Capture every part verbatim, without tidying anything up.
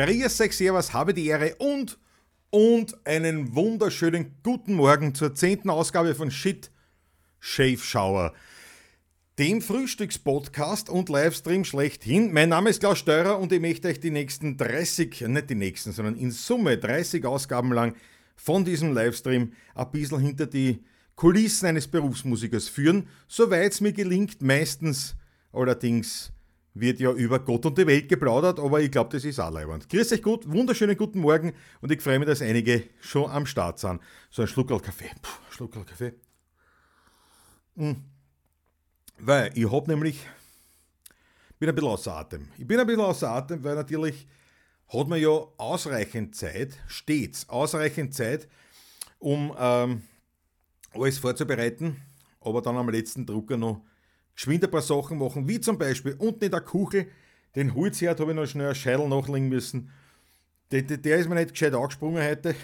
Grüß euch, Servus, habe die Ehre und, und einen wunderschönen guten Morgen zur zehnten Ausgabe von Shit Shave Shower, dem Frühstückspodcast und Livestream schlechthin. Mein Name ist Klaus Steurer und ich möchte euch die nächsten dreißig, nicht die nächsten, sondern in Summe dreißig Ausgaben lang von diesem Livestream ein bisschen hinter die Kulissen eines Berufsmusikers führen, soweit es mir gelingt. Meistens allerdings wird ja über Gott und die Welt geplaudert, aber ich glaube, das ist auch leibend. Grüß euch gut, wunderschönen guten Morgen und ich freue mich, dass einige schon am Start sind. So ein Schluckerl Kaffee, Puh, Schluckerl Kaffee. Mm. Weil ich habe nämlich, bin ein bisschen außer Atem. Ich bin ein bisschen außer Atem, weil natürlich hat man ja ausreichend Zeit, stets ausreichend Zeit, um ähm, alles vorzubereiten, aber dann am letzten Drucker noch geschwind ein paar Sachen machen, wie zum Beispiel unten in der Kuchel, den Holzherd habe ich noch schnell ein Scheidel nachlegen müssen. Der, der, der ist mir nicht gescheit angesprungen heute.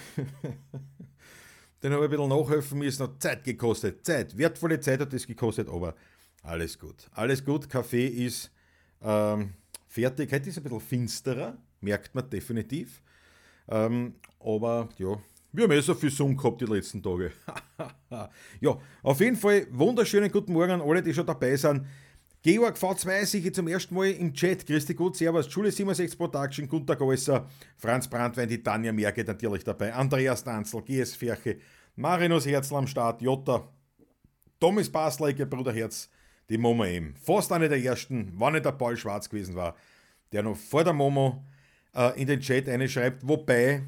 Den habe ich ein bisschen nachhelfen müssen, hat Zeit gekostet. Zeit, wertvolle Zeit hat das gekostet, aber alles gut. Alles gut, Kaffee ist ähm, fertig. Heute ist ein bisschen finsterer, merkt man definitiv. Ähm, aber ja, wir haben eh so viel Sonne gehabt die letzten Tage. Ja, auf jeden Fall wunderschönen guten Morgen an alle, die schon dabei sind. Georg V zwei sehe ich zum ersten Mal im Chat. Grüß dich gut, Servus, Schule siebenundsechzig Production, Gunter Galser, Franz Brandwein, die Tanja Merke natürlich dabei, Andreas Danzel, G S Ferche, Marinus Herzl am Start, Jota, Thomas Basleike, Bruder Herz, die Momo M. Fast eine der ersten, wenn nicht der Paul Schwarz gewesen war, der noch vor der Momo äh, in den Chat einschreibt, wobei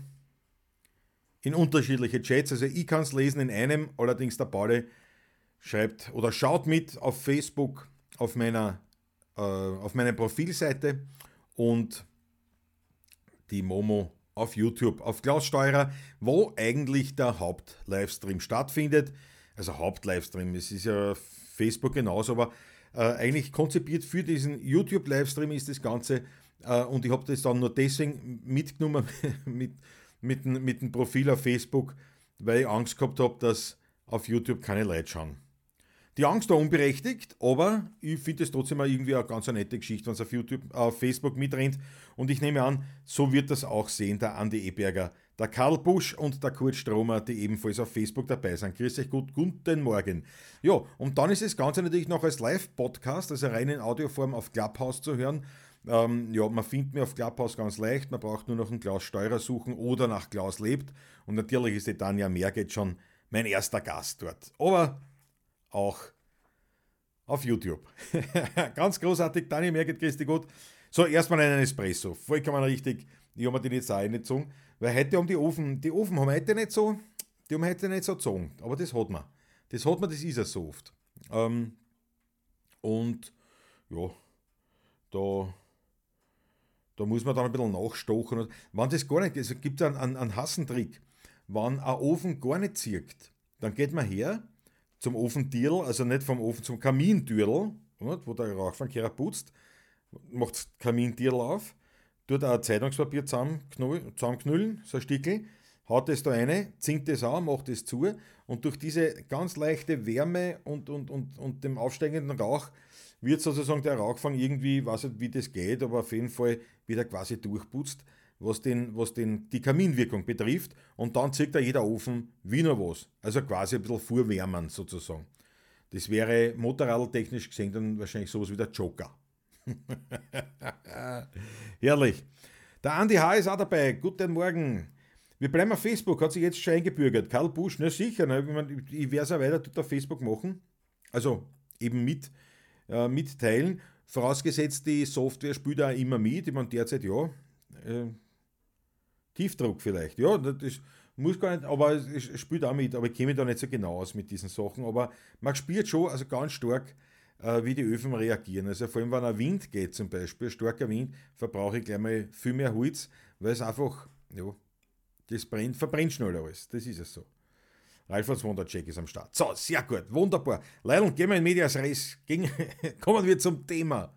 in unterschiedliche Chats, also ich kann es lesen in einem, allerdings der Pauli schreibt oder schaut mit auf Facebook auf meiner, äh, auf meiner Profilseite und die Momo auf YouTube, auf Klaus Steurer, wo eigentlich der Haupt-Livestream stattfindet. Also Haupt-Livestream, es ist ja Facebook genauso, aber äh, eigentlich konzipiert für diesen YouTube-Livestream ist das Ganze äh, und ich habe das dann nur deswegen mitgenommen mit Mit, mit dem Profil auf Facebook, weil ich Angst gehabt habe, dass auf YouTube keine Leute schauen. Die Angst war unberechtigt, aber ich finde es trotzdem irgendwie eine ganz nette Geschichte, wenn es auf YouTube, auf Facebook mitrennt. Und ich nehme an, so wird das auch sehen, der Andi Eberger, der Karl Busch und der Kurt Stromer, die ebenfalls auf Facebook dabei sind. Grüß euch gut, guten Morgen. Ja, und dann ist das Ganze natürlich noch als Live-Podcast, also rein in Audioform auf Clubhouse zu hören. Ähm, ja, man findet mich auf Clubhouse ganz leicht, man braucht nur noch einen Klaus Steurer suchen oder nach Klaus lebt und natürlich ist die Tanja Merget schon mein erster Gast dort, aber auch auf YouTube. Ganz großartig, Tanja Merget, grüß dich gut. So, erstmal einen Espresso, vollkommen richtig, ich habe mir die jetzt auch reingezogen, weil heute um die Ofen, die Ofen haben heute nicht so, die haben heute nicht so gezogen, aber das hat man, das hat man, das ist ja so oft. Ähm, und ja, da Da muss man dann ein bisschen nachstochen. Wenn das gar nicht, also gibt es einen, einen, einen Hassentrick. Wenn ein Ofen gar nicht zirkt, dann geht man her zum Ofentierl, also nicht vom Ofen zum Kamintürl, wo der Rauchfangkehrer putzt, macht das Kamintierl auf, tut ein Zeitungspapier zusammenknüllen, so ein Stickel, haut das da rein, zinkt das an, macht das zu und durch diese ganz leichte Wärme und, und, und, und dem aufsteigenden Rauch wird sozusagen der Rauchfang irgendwie, ich weiß nicht wie das geht, aber auf jeden Fall wieder quasi durchputzt, was, den, was den, die Kaminwirkung betrifft und dann zieht da jeder Ofen wie nur was. Also quasi ein bisschen vorwärmen sozusagen. Das wäre motorradtechnisch gesehen dann wahrscheinlich sowas wie der Joker. Herrlich. Der Andi H. ist auch dabei. Guten Morgen. Wir bleiben auf Facebook, hat sich jetzt schon eingebürgert. Karl Busch, na sicher, ne? Ich, mein, ich werde es auch weiter auf Facebook machen. Also eben mit äh, mitteilen. Vorausgesetzt, die Software spielt auch immer mit. Ich meine, derzeit ja. Äh, Tiefdruck vielleicht. Ja, das muss gar nicht, aber es spielt auch mit. Aber ich kenne mich da nicht so genau aus mit diesen Sachen. Aber man spürt schon, also ganz stark, äh, wie die Öfen reagieren. Also vor allem, wenn ein Wind geht zum Beispiel, ein starker Wind, verbrauche ich gleich mal viel mehr Holz, weil es einfach, ja, das brennt, verbrennt schneller alles. Das ist es so. Ralf von Wondercheck ist am Start. So, sehr gut, wunderbar. Leilung, gehen wir in Medias Res. Gegen, kommen wir zum Thema.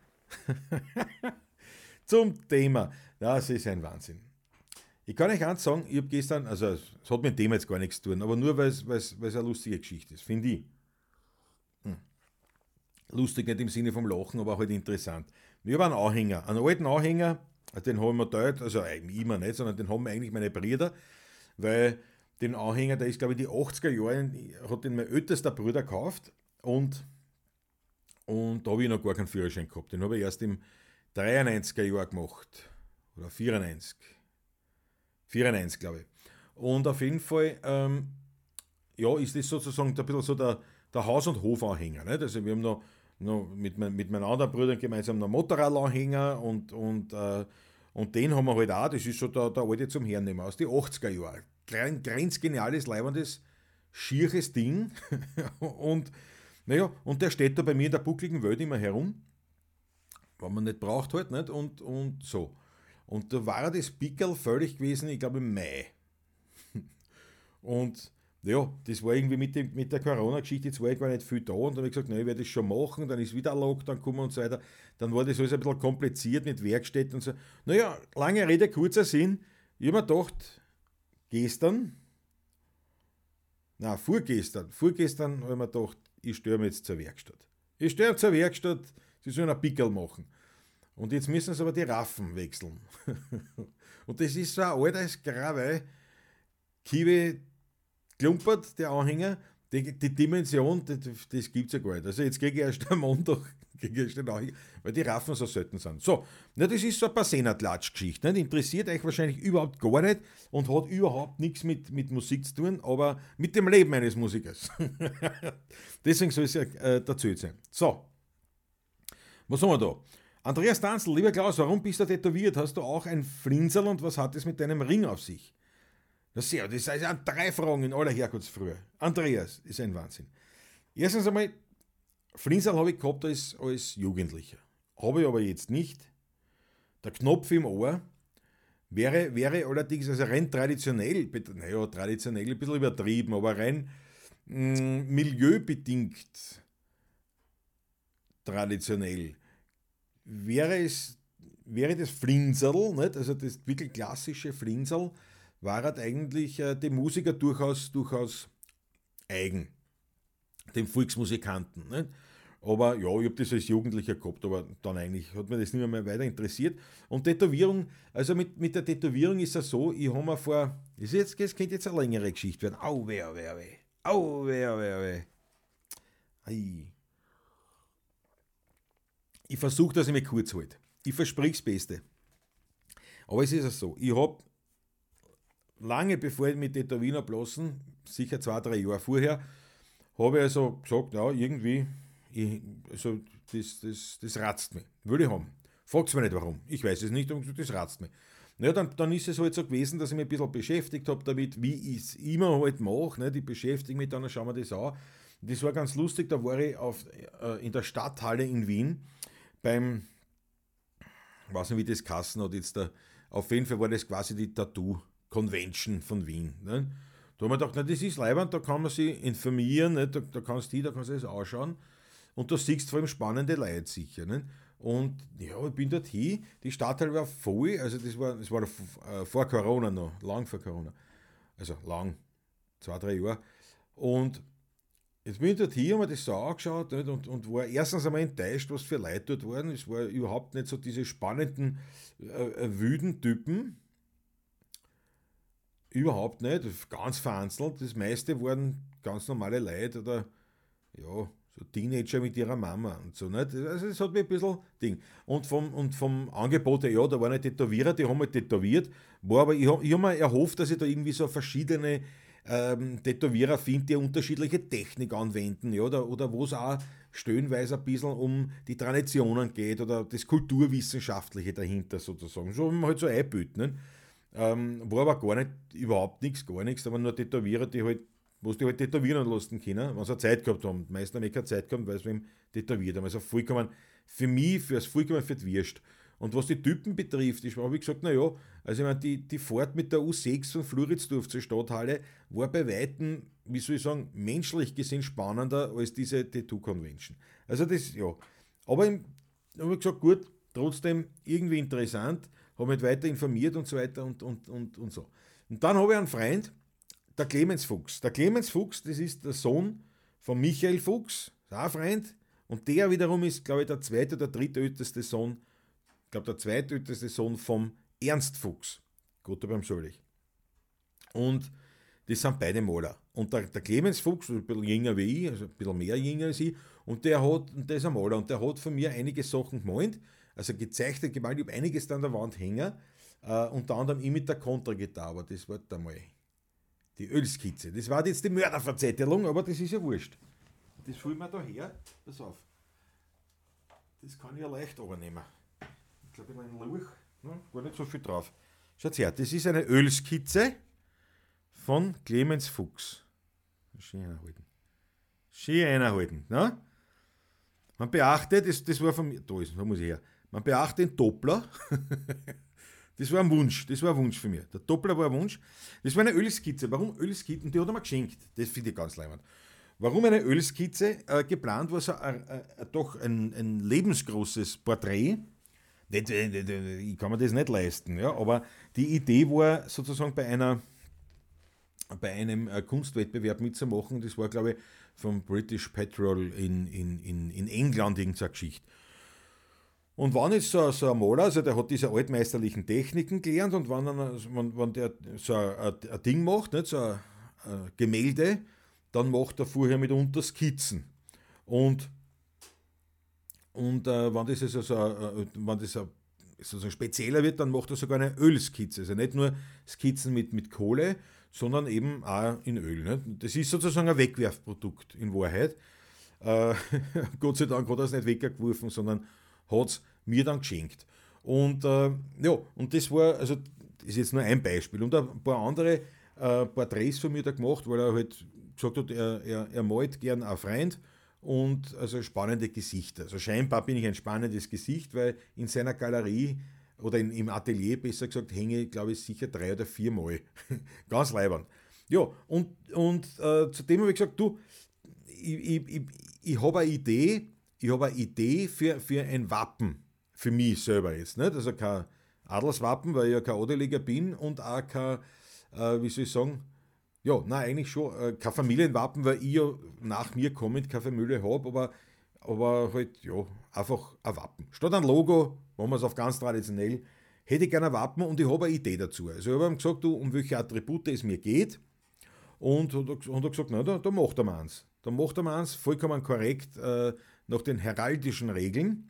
zum Thema. Das ist ein Wahnsinn. Ich kann euch eins sagen, ich habe gestern, also es hat mit dem Thema jetzt gar nichts zu tun, aber nur weil es eine lustige Geschichte ist, finde ich. Hm. Lustig nicht im Sinne vom Lachen, aber halt interessant. Ich habe einen Anhänger, einen alten Anhänger, Den haben wir dort, also eigentlich immer nicht, sondern den haben eigentlich meine Brüder, weil den Anhänger, der ist glaube ich die achtziger Jahre, hat den mein ältester Bruder gekauft und, und da habe ich noch gar keinen Führerschein gehabt. Den habe ich erst im dreiundneunziger Jahr gemacht. Oder vierundneunzig. vierundneunzig glaube ich. Und auf jeden Fall, ähm, ja, ist das sozusagen ein bisschen so der, der Haus- und Hofanhänger. Nicht? Also wir haben noch, noch mit, mein, mit meinen anderen Brüdern gemeinsam einen Motorradanhänger und, und, äh, und den haben wir halt auch, das ist so der, der alte zum Hernehmen aus die achtziger Jahre. Klein, grenzgeniales, leibendes, schieres Ding. und naja, und der steht da bei mir in der buckligen Welt immer herum, wenn man nicht braucht halt, nicht? Und, und so. Und da war das Pickel völlig gewesen, ich glaube im Mai. Und ja, das war irgendwie mit, dem, mit der Corona-Geschichte, jetzt war ich gar nicht viel da und dann habe ich gesagt, nein, ich werde das schon machen, dann ist wieder ein Lockdown gekommen und so weiter. Dann war das alles ein bisschen kompliziert mit Werkstätten und so. Naja, lange Rede, kurzer Sinn. Ich habe mir gedacht, gestern, na vorgestern, vorgestern habe ich mir gedacht, ich stelle jetzt zur Werkstatt. Ich stelle zur Werkstatt, sie sollen ein Pickel machen. Und jetzt müssen sie aber die Raffen wechseln. Und das ist so ein altes Graue, Kiwi klumpert, der Anhänger, die, die Dimension, das, das gibt es ja gar nicht. Also jetzt kriege ich erst am Montag, kriege ich erst den Anhänger, weil die Raffen so selten sind. So, na, das ist so eine Passenertlatsch-Geschichte. Nicht? Interessiert euch wahrscheinlich überhaupt gar nicht und hat überhaupt nichts mit, mit Musik zu tun, aber mit dem Leben eines Musikers. Deswegen soll es ja äh, dazu sein. So, was haben wir da? Andreas Danzl, lieber Klaus, warum bist du tätowiert? Hast du auch ein Flinserl und was hat es mit deinem Ring auf sich? Na sehr, das sind also drei Fragen in aller Herkunftsfrühe. Andreas, ist ein Wahnsinn. Erstens einmal, Flinserl habe ich gehabt als, als Jugendlicher. Habe ich aber jetzt nicht. Der Knopf im Ohr wäre, wäre allerdings also rein traditionell, naja, traditionell ein bisschen übertrieben, aber rein mh, milieubedingt traditionell. Wäre es, wäre das Flinserl, nicht? Also das wirklich klassische Flinserl, war halt eigentlich äh, dem Musiker durchaus, durchaus eigen, dem Volksmusikanten. Nicht? Aber ja, ich habe das als Jugendlicher gehabt, aber dann eigentlich hat mir das nicht mehr weiter interessiert. Und Tätowierung, also mit, mit der Tätowierung ist es so, ich habe mir vor, das, jetzt, das könnte jetzt eine längere Geschichte werden. Au, weh, au, weh, au, weh. Au, weh, au, weh, au, weh. Ei. Ich versuche, dass ich mich kurz halte. Ich verspreche das Beste. Aber es ist ja so, ich habe lange bevor ich mit Tätowieren ablassen, sicher zwei, drei Jahre vorher, habe ich also gesagt, ja, irgendwie, ich, also das, das, das ratzt mich. Will ich haben. Frag's mich nicht warum. Ich weiß es nicht, aber das ratzt mich. Naja, dann, dann ist es halt so gewesen, dass ich mich ein bisschen beschäftigt habe damit, wie ich es immer halt mache. Ne? Ich beschäftige mich dann, dann schauen wir das an. Das war ganz lustig, da war ich auf, äh, in der Stadthalle in Wien beim, ich weiß nicht, wie das geheißen hat jetzt da, auf jeden Fall war das quasi die Tattoo-Convention von Wien. Ne? Da haben wir gedacht, na, das ist leibend, da kann man sich informieren, ne? da, da kannst du da kannst du das anschauen und da siehst du vor allem spannende Leute sicher. Ne? Und ja, ich bin dort hin, die Stadthalle war voll, also das war, das war äh, vor Corona noch, lang vor Corona, also lang, zwei, drei Jahre. Und jetzt bin ich dort hier, habe mir das so angeschaut, nicht, und, und war erstens einmal enttäuscht, was für Leute dort waren. Es war überhaupt nicht so diese spannenden, äh, wüden Typen. Überhaupt nicht, ganz vereinzelt. Das meiste waren ganz normale Leute oder ja, so Teenager mit ihrer Mama und so. Nicht? Also das hat mich ein bisschen Ding. Und vom, und vom Angebot her, ja, da waren nicht Tätowierer, die haben halt tätowiert. War aber, ich habe ich hab mir erhofft, dass ich da irgendwie so verschiedene ähm, Tätowierer finde, die unterschiedliche Technik anwenden, ja, oder, oder wo es auch stöhnweise ein bisschen um die Traditionen geht oder das Kulturwissenschaftliche dahinter sozusagen. So haben wir halt so eingebildet. Nicht? Ähm, war aber gar nicht, überhaupt nichts, gar nichts, aber nur Tätowierer, die halt, wo die halt tätowieren lassen können, wenn sie Zeit gehabt haben. Die meisten haben eh keine Zeit gehabt, weil sie eben tätowiert haben. Also vollkommen, für mich, für das vollkommen für die Würst. Und was die Typen betrifft, habe ich gesagt, naja, also ich meine, die, die Fahrt mit der U sechs von Floridsdorf zur Stadthalle war bei Weitem, wie soll ich sagen, menschlich gesehen spannender als diese Tattoo-Convention. Also das, ja. Aber habe ich gesagt, gut, trotzdem irgendwie interessant, habe mich weiter informiert und so weiter und, und, und, und so. Und dann habe ich einen Freund, der Clemens Fuchs. Der Clemens Fuchs, das ist der Sohn von Michael Fuchs, ist auch ein Freund, und der wiederum ist, glaube ich, der zweite oder dritte älteste Sohn, glaube, der zweitälteste Sohn vom Ernst Fuchs. Gott hab ihm selig. Und das sind beide Maler. Und der, der Clemens Fuchs, ein bisschen jünger wie ich, also ein bisschen mehr jünger als ich, und der hat, und der ist ein Maler, und der hat von mir einige Sachen gemalt, also gezeichnet, gemalt, ich habe einiges da an der Wand hängen, äh, unter anderem ich mit der Kontragitarre, aber das war da mal die Ölskizze. Das war jetzt die Mörderverzettelung, aber das ist ja wurscht. Das holen wir da her, pass auf. Das kann ich ja leicht übernehmen. Ich glaube, ich habe einen Luch, ne, gar nicht so viel drauf. Schaut her, das ist eine Ölskizze von Clemens Fuchs. Schön einhalten. Schön einhalten. Ne? Man beachte, das, das war von mir, da ist, da muss ich her. Man beachte den Doppler. Das war ein Wunsch, das war ein Wunsch für mich. Der Doppler war ein Wunsch. Das war eine Ölskizze. Warum Ölskizze? Die hat er mir geschenkt. Das finde ich ganz leibend. Warum eine Ölskizze? Äh, geplant war so ein, ein, ein, doch ein, ein lebensgroßes Porträt. Nicht, ich kann mir das nicht leisten, ja, aber die Idee war sozusagen bei einer bei einem äh, Kunstwettbewerb mitzumachen. Das war, glaube ich, vom British Petrol in, in, in, in England irgendeine Geschichte. Und wenn jetzt so, so ein Maler, also der hat diese altmeisterlichen Techniken gelernt, und wenn, dann, wenn, wenn der so ein, ein Ding macht, nicht, so ein, ein Gemälde, dann macht er vorher mitunter Skizzen. Und, und äh, wenn das, also so, äh, wenn das so, sozusagen spezieller wird, dann macht er sogar eine Ölskizze. Also nicht nur Skizzen mit, mit Kohle, sondern eben auch in Öl. Nicht? Das ist sozusagen ein Wegwerfprodukt in Wahrheit. Äh, Gott sei Dank hat er es nicht weggeworfen, sondern hat es mir dann geschenkt. Und äh, ja, und das war, also das ist jetzt nur ein Beispiel. Und ein paar andere äh, Porträts von mir da gemacht, weil er halt gesagt hat, er, er, er malt gern ein Freund und also spannende Gesichter. Also scheinbar bin ich ein spannendes Gesicht, weil in seiner Galerie oder in, im Atelier, besser gesagt, hänge, glaube ich, sicher drei oder vier Mal. Ganz leibend. Ja, und, und äh, zudem habe ich gesagt, du, ich, ich, ich, ich habe eine Idee, ich habe eine Idee für, für ein Wappen, für mich selber jetzt. Nicht? Also kein Adelswappen, weil ich ja kein Adeliger bin, und auch kein, äh, wie soll ich sagen, ja, nein, eigentlich schon, äh, kein Familienwappen, weil ich ja nach mir kommend keine Familie habe, aber, aber halt, ja, einfach ein Wappen. Statt ein Logo, machen wir es auf ganz traditionell, hätte ich gerne ein Wappen, und ich habe eine Idee dazu. Also ich habe ihm gesagt, du, um welche Attribute es mir geht, und hat er gesagt, na, da, da macht er mal eins. Da macht er mal eins, vollkommen korrekt, äh, nach den heraldischen Regeln,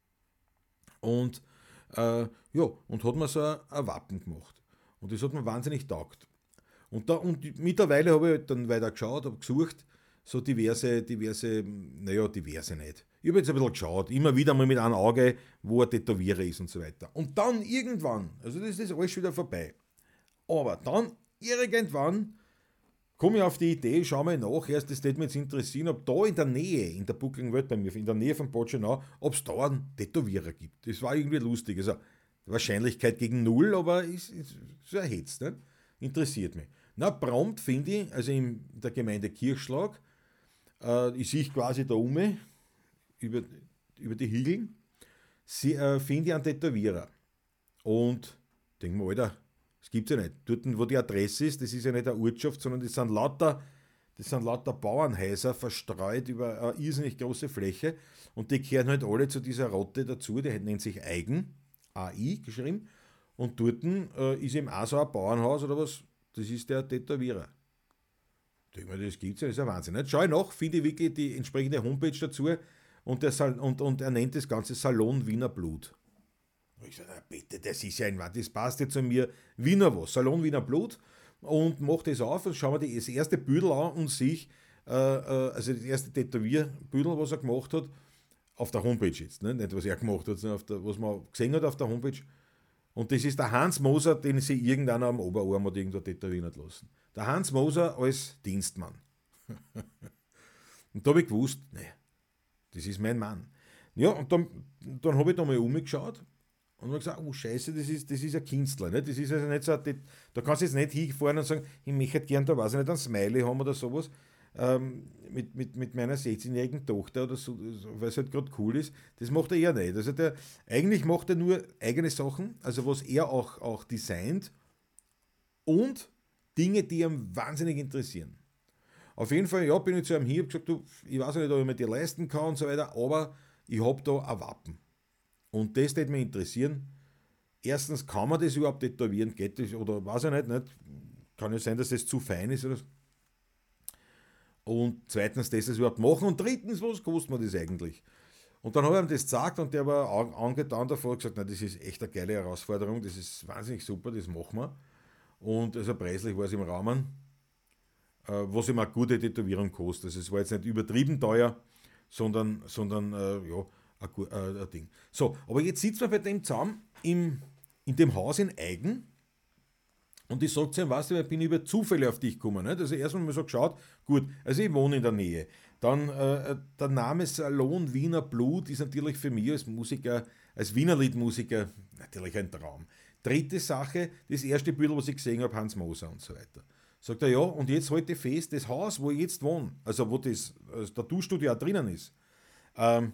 und äh, ja, und hat mir so ein, ein Wappen gemacht. Und das hat mir wahnsinnig taugt. Und, da, und mittlerweile habe ich halt dann weiter geschaut, habe gesucht, so diverse, diverse, naja, diverse nicht. Ich habe jetzt ein bisschen geschaut, immer wieder mal mit einem Auge, wo ein Tätowierer ist und so weiter. Und dann irgendwann, also das ist alles schon wieder vorbei, aber dann irgendwann komme ich auf die Idee, schau mal nach, erst das würde mich jetzt interessieren, ob da in der Nähe, in der Buckling Welt bei mir, in der Nähe von Botschenau, ob es da einen Tätowierer gibt. Das war irgendwie lustig. Also Wahrscheinlichkeit gegen null, aber ist, ist so erhitzt, ne? Interessiert mich. Na, prompt finde ich, also in der Gemeinde Kirchschlag, äh, ich sehe quasi da um, über, über die Hügeln, äh, finde ich einen Tätowierer. Und denke mir, Alter, das gibt es ja nicht. Dort, wo die Adresse ist, das ist ja nicht eine Ortschaft, sondern das sind lauter, das sind lauter Bauernhäuser verstreut über eine irrsinnig große Fläche, und die gehören halt alle zu dieser Rotte dazu, die nennt sich Eigen, A I geschrieben, und dort äh, ist eben auch so ein Bauernhaus oder was, das ist der Tätowierer. Ich denke mir, das gibt es ja, das ist ja Wahnsinn. Jetzt schaue ich nach, finde ich wirklich die entsprechende Homepage dazu, und, der Sal- und, und er nennt das Ganze Salon Wiener Blut. Ich sage, bitte, das ist ja ein Wand, das passt ja zu mir. Wiener was, Salon Wiener Blut, und mache das auf und schaue mir das erste Büdel an und sehe, äh, äh, also das erste Tätowierbüdel, was er gemacht hat, auf der Homepage jetzt, ne? Nicht was er gemacht hat, sondern auf der, was man gesehen hat auf der Homepage. Und das ist der Hans Moser, den sie irgendeiner am Oberarm hat irgendwo tätowieren hat lassen. Der Hans Moser als Dienstmann. Und da habe ich gewusst, nee, das ist mein Mann. Ja, und dann, dann habe ich da mal umgeschaut und habe gesagt, oh Scheiße, das ist, das ist ein Künstler. Ne? Das ist also nicht so, ein, da kannst du jetzt nicht hinfahren und sagen, ich möchte gern da, weiß ich nicht, ein Smiley haben oder sowas, ähm, mit, mit, mit meiner sechzehnjährigen Tochter oder so, weil es halt gerade cool ist. Das macht er eher nicht. Also der, eigentlich macht er nur eigene Sachen, also was er auch, auch designt, und Dinge, die ihn wahnsinnig interessieren. Auf jeden Fall, ja, bin ich zu einem hier, habe gesagt, du, ich weiß nicht, ob ich mir die leisten kann und so weiter, aber ich habe da ein Wappen. Und das würde mich interessieren. Erstens, kann man das überhaupt tätowieren? Geht das? Oder weiß ich nicht, nicht? Kann ja sein, dass das zu fein ist. Oder so. Und zweitens, das das überhaupt machen. Und drittens, was kostet man das eigentlich? Und dann habe ich ihm das gesagt und der war an- angetan davor und gesagt, na, das ist echt eine geile Herausforderung, das ist wahnsinnig super, das machen wir. Und also preislich war es im Rahmen, äh, was ihm eine gute Tätowierung kostet. Also es war jetzt nicht übertrieben teuer, sondern, sondern äh, ja, ein, gu- äh, ein Ding. So, aber jetzt sitzen wir bei dem zusammen im, in dem Haus in Eigen. Und ich sage zu ihm, weißt du, ich bin über Zufälle auf dich gekommen. Nicht? Also erstmal mal so geschaut, gut, also ich wohne in der Nähe. Dann äh, der Name Salon Wiener Blut ist natürlich für mich als Musiker, als Wiener Liedmusiker natürlich ein Traum. Dritte Sache, das erste Bild, was ich gesehen habe, Hans Moser und so weiter. Sagt er, ja, und jetzt halte ich fest, das Haus, wo ich jetzt wohne, also wo das, das Tattoo-Studio auch drinnen ist, ähm,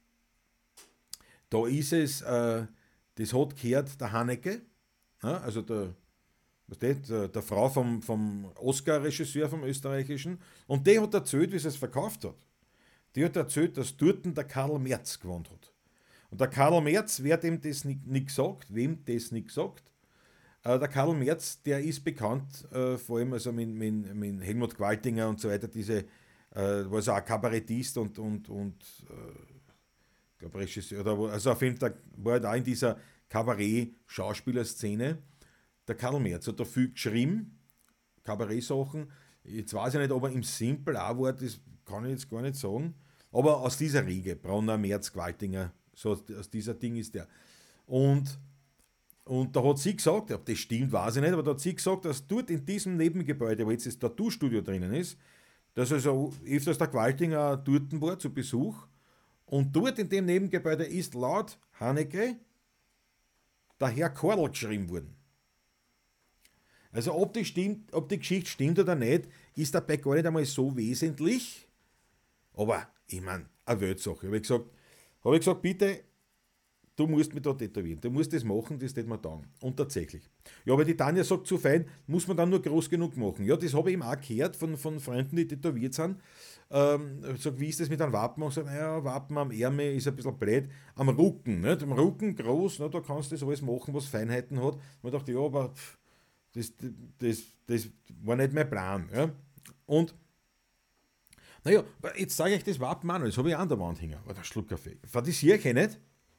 da ist es, äh, das hat gehört der Haneke, ja, also der Weißt du, der, der Frau vom, vom Oscar-Regisseur, vom österreichischen, und die hat erzählt, wie sie es verkauft hat. Die hat erzählt, dass dort der Karl Merz gewohnt hat. Und der Karl Merz, wer dem das nicht, nicht gesagt, wem das nicht gesagt, äh, der Karl Merz, der ist bekannt, äh, vor allem also mit, mit, mit Helmut Qualtinger und so weiter, diese, äh, war so ein Kabarettist und, und, und äh, ich glaube Regisseur, oder, also auf jeden Fall war er da in dieser Kabarett-Schauspielerszene. Der Karl Merz hat da viel geschrieben, Kabarett-Sachen. Jetzt weiß ich nicht, ob er im Simple auch war, das kann ich jetzt gar nicht sagen. Aber aus dieser Riege, Bronner, Merz, Gwaltinger, so aus, aus dieser Ding ist der. Und, und da hat sie gesagt, ob das stimmt, weiß ich nicht, aber da hat sie gesagt, dass dort in diesem Nebengebäude, wo jetzt das Tattoo-Studio drinnen ist, dass also öfters der Gwaltinger dort war zu Besuch. Und dort in dem Nebengebäude ist laut Haneke der Herr Kordl geschrieben worden. Also ob die, stimmt, ob die Geschichte stimmt oder nicht, ist dabei gar nicht einmal so wesentlich. Aber ich meine, eine Weltsache. Habe ich gesagt, habe ich gesagt, bitte, du musst mich da tätowieren. Du musst das machen, das tät mir taugen. Und tatsächlich. Ja, aber die Tanja sagt, zu fein, muss man dann nur groß genug machen. Ja, das habe ich eben auch gehört von, von Freunden, die tätowiert sind. Ähm, sag, wie ist das mit einem Wappen? Und sag, naja, Wappen am Ärmel ist ein bisschen blöd. Am Rücken, nicht? Am Rücken groß, ne, da kannst du das alles machen, was Feinheiten hat. Man dachte, ja, aber pff, das, das, das war nicht mein Plan. Ja? Und, naja, jetzt sage ich das Wappen an, das habe ich auch an der Wand hängen. Oder Schluck Kaffee. Verdisiere ich nicht?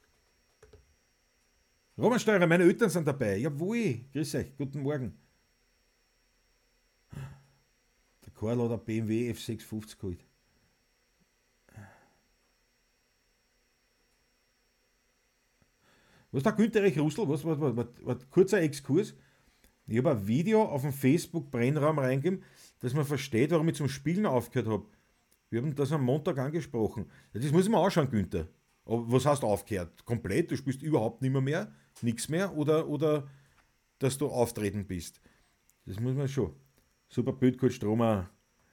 Romansteurer, meine Eltern sind dabei. Jawohl, grüß euch, guten Morgen. Der Karl hat ein B M W F sechshundertfünfzig geholt. Was ist der Günther Erich Russell? Was, was, was, was, was, kurzer Exkurs. Ich habe ein Video auf dem Facebook-Brennraum reingegeben, dass man versteht, warum ich zum Spielen aufgehört habe. Wir haben das am Montag angesprochen. Das muss ich mir anschauen, Günther. Aber was heißt aufgehört? Komplett? Du spielst überhaupt nicht mehr, mehr nichts mehr? Oder, oder dass du auftreten bist? Das muss man schon. Super Bild, kurz Stromer.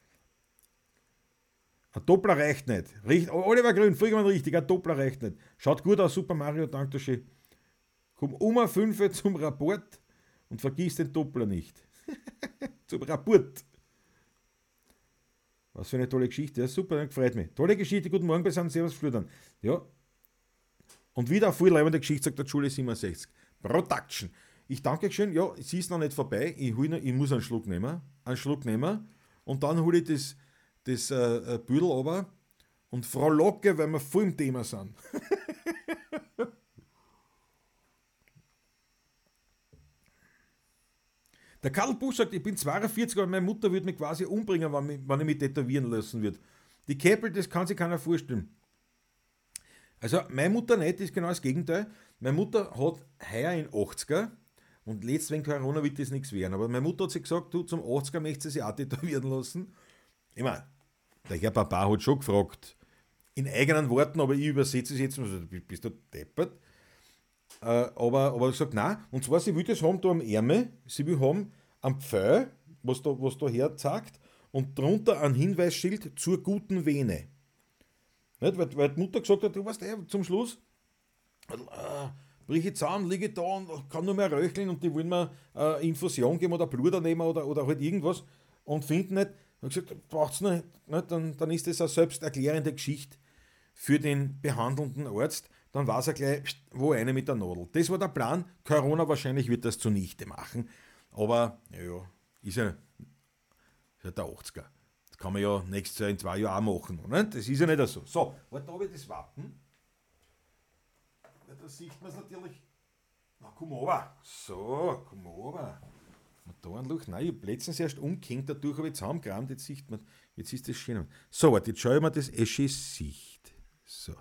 Ein Doppler reicht nicht. Richt, Oliver Grün, folge mal richtig, ein Doppler reicht nicht. Schaut gut aus, Super Mario, danke schön. Komm um eine fünf zum Rapport und vergiss den Doppler nicht. Zum Rapport. Was für eine tolle Geschichte. Ja, super, gefreut mich. Tolle Geschichte, guten Morgen beisammen, servus, Flüdern. Ja. Und wieder eine voll leibende Geschichte, sagt der Schule siebenundsechzig. Production. Ich danke euch schön. Ja, sie ist noch nicht vorbei. Ich, hol noch, ich muss einen Schluck nehmen. Einen Schluck nehmen. Und dann hole ich das, das äh, Büdel runter und frohlocke, weil wir voll im Thema sind. Der Karl Busch sagt, ich bin zweiundvierzig, aber meine Mutter würde mich quasi umbringen, wenn, mich, wenn ich mich tätowieren lassen würde. Die Käppel, das kann sich keiner vorstellen. Also meine Mutter nicht, das ist genau das Gegenteil. Meine Mutter hat heuer in achtziger, und letzt wegen Corona wird das nichts werden, aber meine Mutter hat sich gesagt, du, zum achtziger möchtest du sich auch tätowieren lassen. Ich meine, der Herr Papa hat schon gefragt, in eigenen Worten, aber ich übersetze es jetzt, also, bist du deppert? Äh, aber, aber er sagt, nein, und zwar, sie will das haben da am Ärmel, sie will haben am Pfeil, was da, was da her zeigt, und drunter ein Hinweisschild zur guten Vene. Nicht? Weil, weil die Mutter gesagt hat, du weißt, ey, zum Schluss äh, brich ich zusammen, liege da und kann nur mehr röcheln und die wollen mir äh, Infusion geben oder Blut nehmen oder, oder halt irgendwas und finden nicht. Und gesagt, braucht's nicht, nicht? Dann, dann ist das eine selbsterklärende Geschichte für den behandelnden Arzt. dann weiß er gleich, wo eine mit der Nadel. Das war der Plan. Corona wahrscheinlich wird das zunichte machen. Aber, ja, ja, ist ja, ist ja der achtziger. Das kann man ja nächstes Jahr in zwei Jahren auch machen. Nicht? Das ist ja nicht so. So, warte, da habe ich das Wappen. Ja, da sieht man es natürlich. Na, komm runter. So, komm runter. Da ein Loch. Nein, ich habe letztens erst umgehängt, dadurch habe ich zusammengerammt. Jetzt sieht man, jetzt ist das schön. So, warte, jetzt schaue ich mir das Esche-Sicht. So.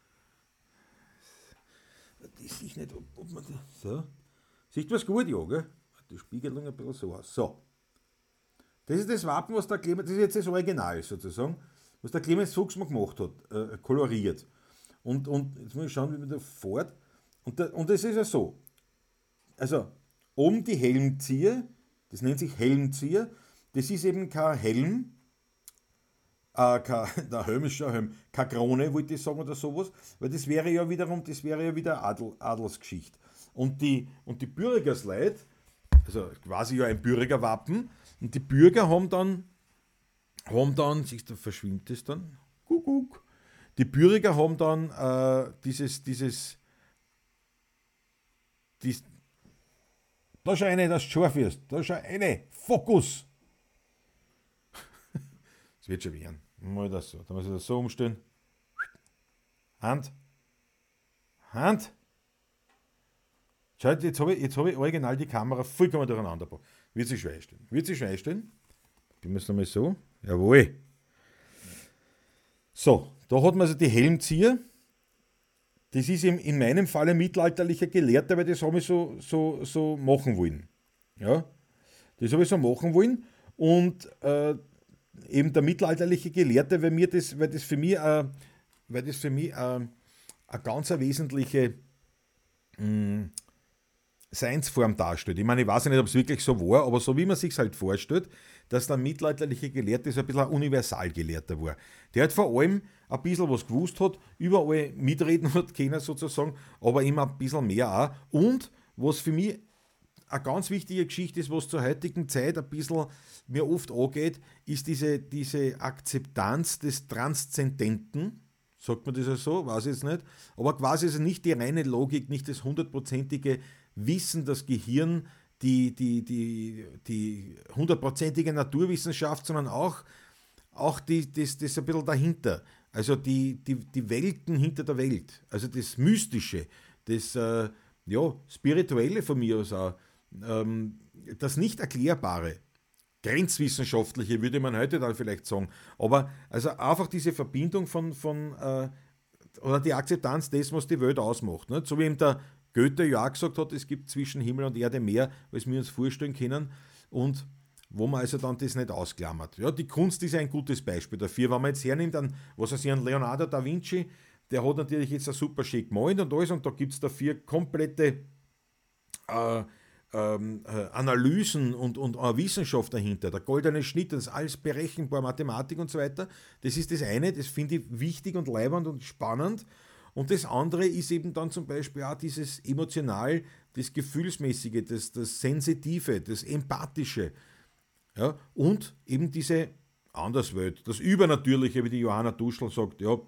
Das sehe ich nicht, ob, ob man das. So. Sieht man es gut, ja, gell? Die Spiegelung ein bisschen so aus. So. Das ist das Wappen, was der Clemens, das ist jetzt das Original sozusagen, was der Clemens Fuchs mal gemacht hat, äh, koloriert. Und, und jetzt muss ich schauen, wie man da fährt. Und, da, und das ist ja so. Also, oben die Helmzieher, das nennt sich Helmzieher, das ist eben kein Helm, äh, kein, der Helm ist schon ein Helm, keine Krone, wollte ich sagen, oder sowas, weil das wäre ja wiederum, das wäre ja wieder Adel, Adelsgeschichte. Und die, und die Bürgersleute, also quasi ja ein Bürgerwappen, und die Bürger haben dann, haben dann, siehst du, verschwimmt das dann, Kuckuck. Die Bürger haben dann äh, dieses, dieses, dies, da ist eine, das scharf ist, da ist eine, Fokus. Das wird schon werden. Mal das so, da muss ich das so umstellen. Hand, Hand. Schaut, jetzt habe ich, jetzt hab ich original die Kamera vollkommen durcheinander gebracht. Wird sich schwer einstellen. Wird sich schwer einstellen. Wir müssen nochmal so. Jawohl. So, da hat man also die Helmzieher. Das ist in, in meinem Fall ein mittelalterlicher Gelehrter, weil das habe ich so, so, so machen wollen. Ja, das habe ich so machen wollen. Und äh, eben der mittelalterliche Gelehrte, weil, mir das, weil das für mich, äh, weil das für mich äh, eine ganz eine wesentliche mh, Seinsform darstellt. Ich meine, ich weiß nicht, ob es wirklich so war, aber so wie man sich halt vorstellt, dass der mittelalterliche Gelehrte so ein bisschen ein Universalgelehrter war. Der hat vor allem ein bisschen was gewusst hat, überall mitreden hat können sozusagen, aber immer ein bisschen mehr auch. Und was für mich eine ganz wichtige Geschichte ist, was zur heutigen Zeit ein bisschen mir oft angeht, ist diese, diese Akzeptanz des Transzendenten. Sagt man das ja so? Weiß ich jetzt nicht. Aber quasi also nicht die reine Logik, nicht das hundertprozentige Wissen, das Gehirn, die, die, die, die hundertprozentige Naturwissenschaft, sondern auch, auch die, das, das ein bisschen dahinter. Also die, die, die Welten hinter der Welt. Also das Mystische, das äh, ja, Spirituelle von mir aus auch, ähm, das nicht Erklärbare. Grenzwissenschaftliche würde man heute dann vielleicht sagen. Aber also einfach diese Verbindung von, von äh, oder die Akzeptanz dessen, was die Welt ausmacht. Nicht? So wie eben der Goethe ja auch gesagt hat, es gibt zwischen Himmel und Erde mehr, als wir uns vorstellen können. Und wo man also dann das nicht ausklammert. Ja, die Kunst ist ein gutes Beispiel dafür. Wenn man jetzt hernimmt, an, was weiß ich, an Leonardo da Vinci, der hat natürlich jetzt ein super schick gemalt und alles, und da gibt es dafür komplette äh, ähm, äh, Analysen und, und äh, Wissenschaft dahinter. Der goldene Schnitt, das ist alles berechenbar, Mathematik und so weiter. Das ist das eine, das finde ich wichtig und leibend und spannend. Und das andere ist eben dann zum Beispiel auch dieses Emotional, das Gefühlsmäßige, das, das Sensitive, das Empathische. Ja, und eben diese Anderswelt, das Übernatürliche, wie die Johanna Duschl sagt, ja,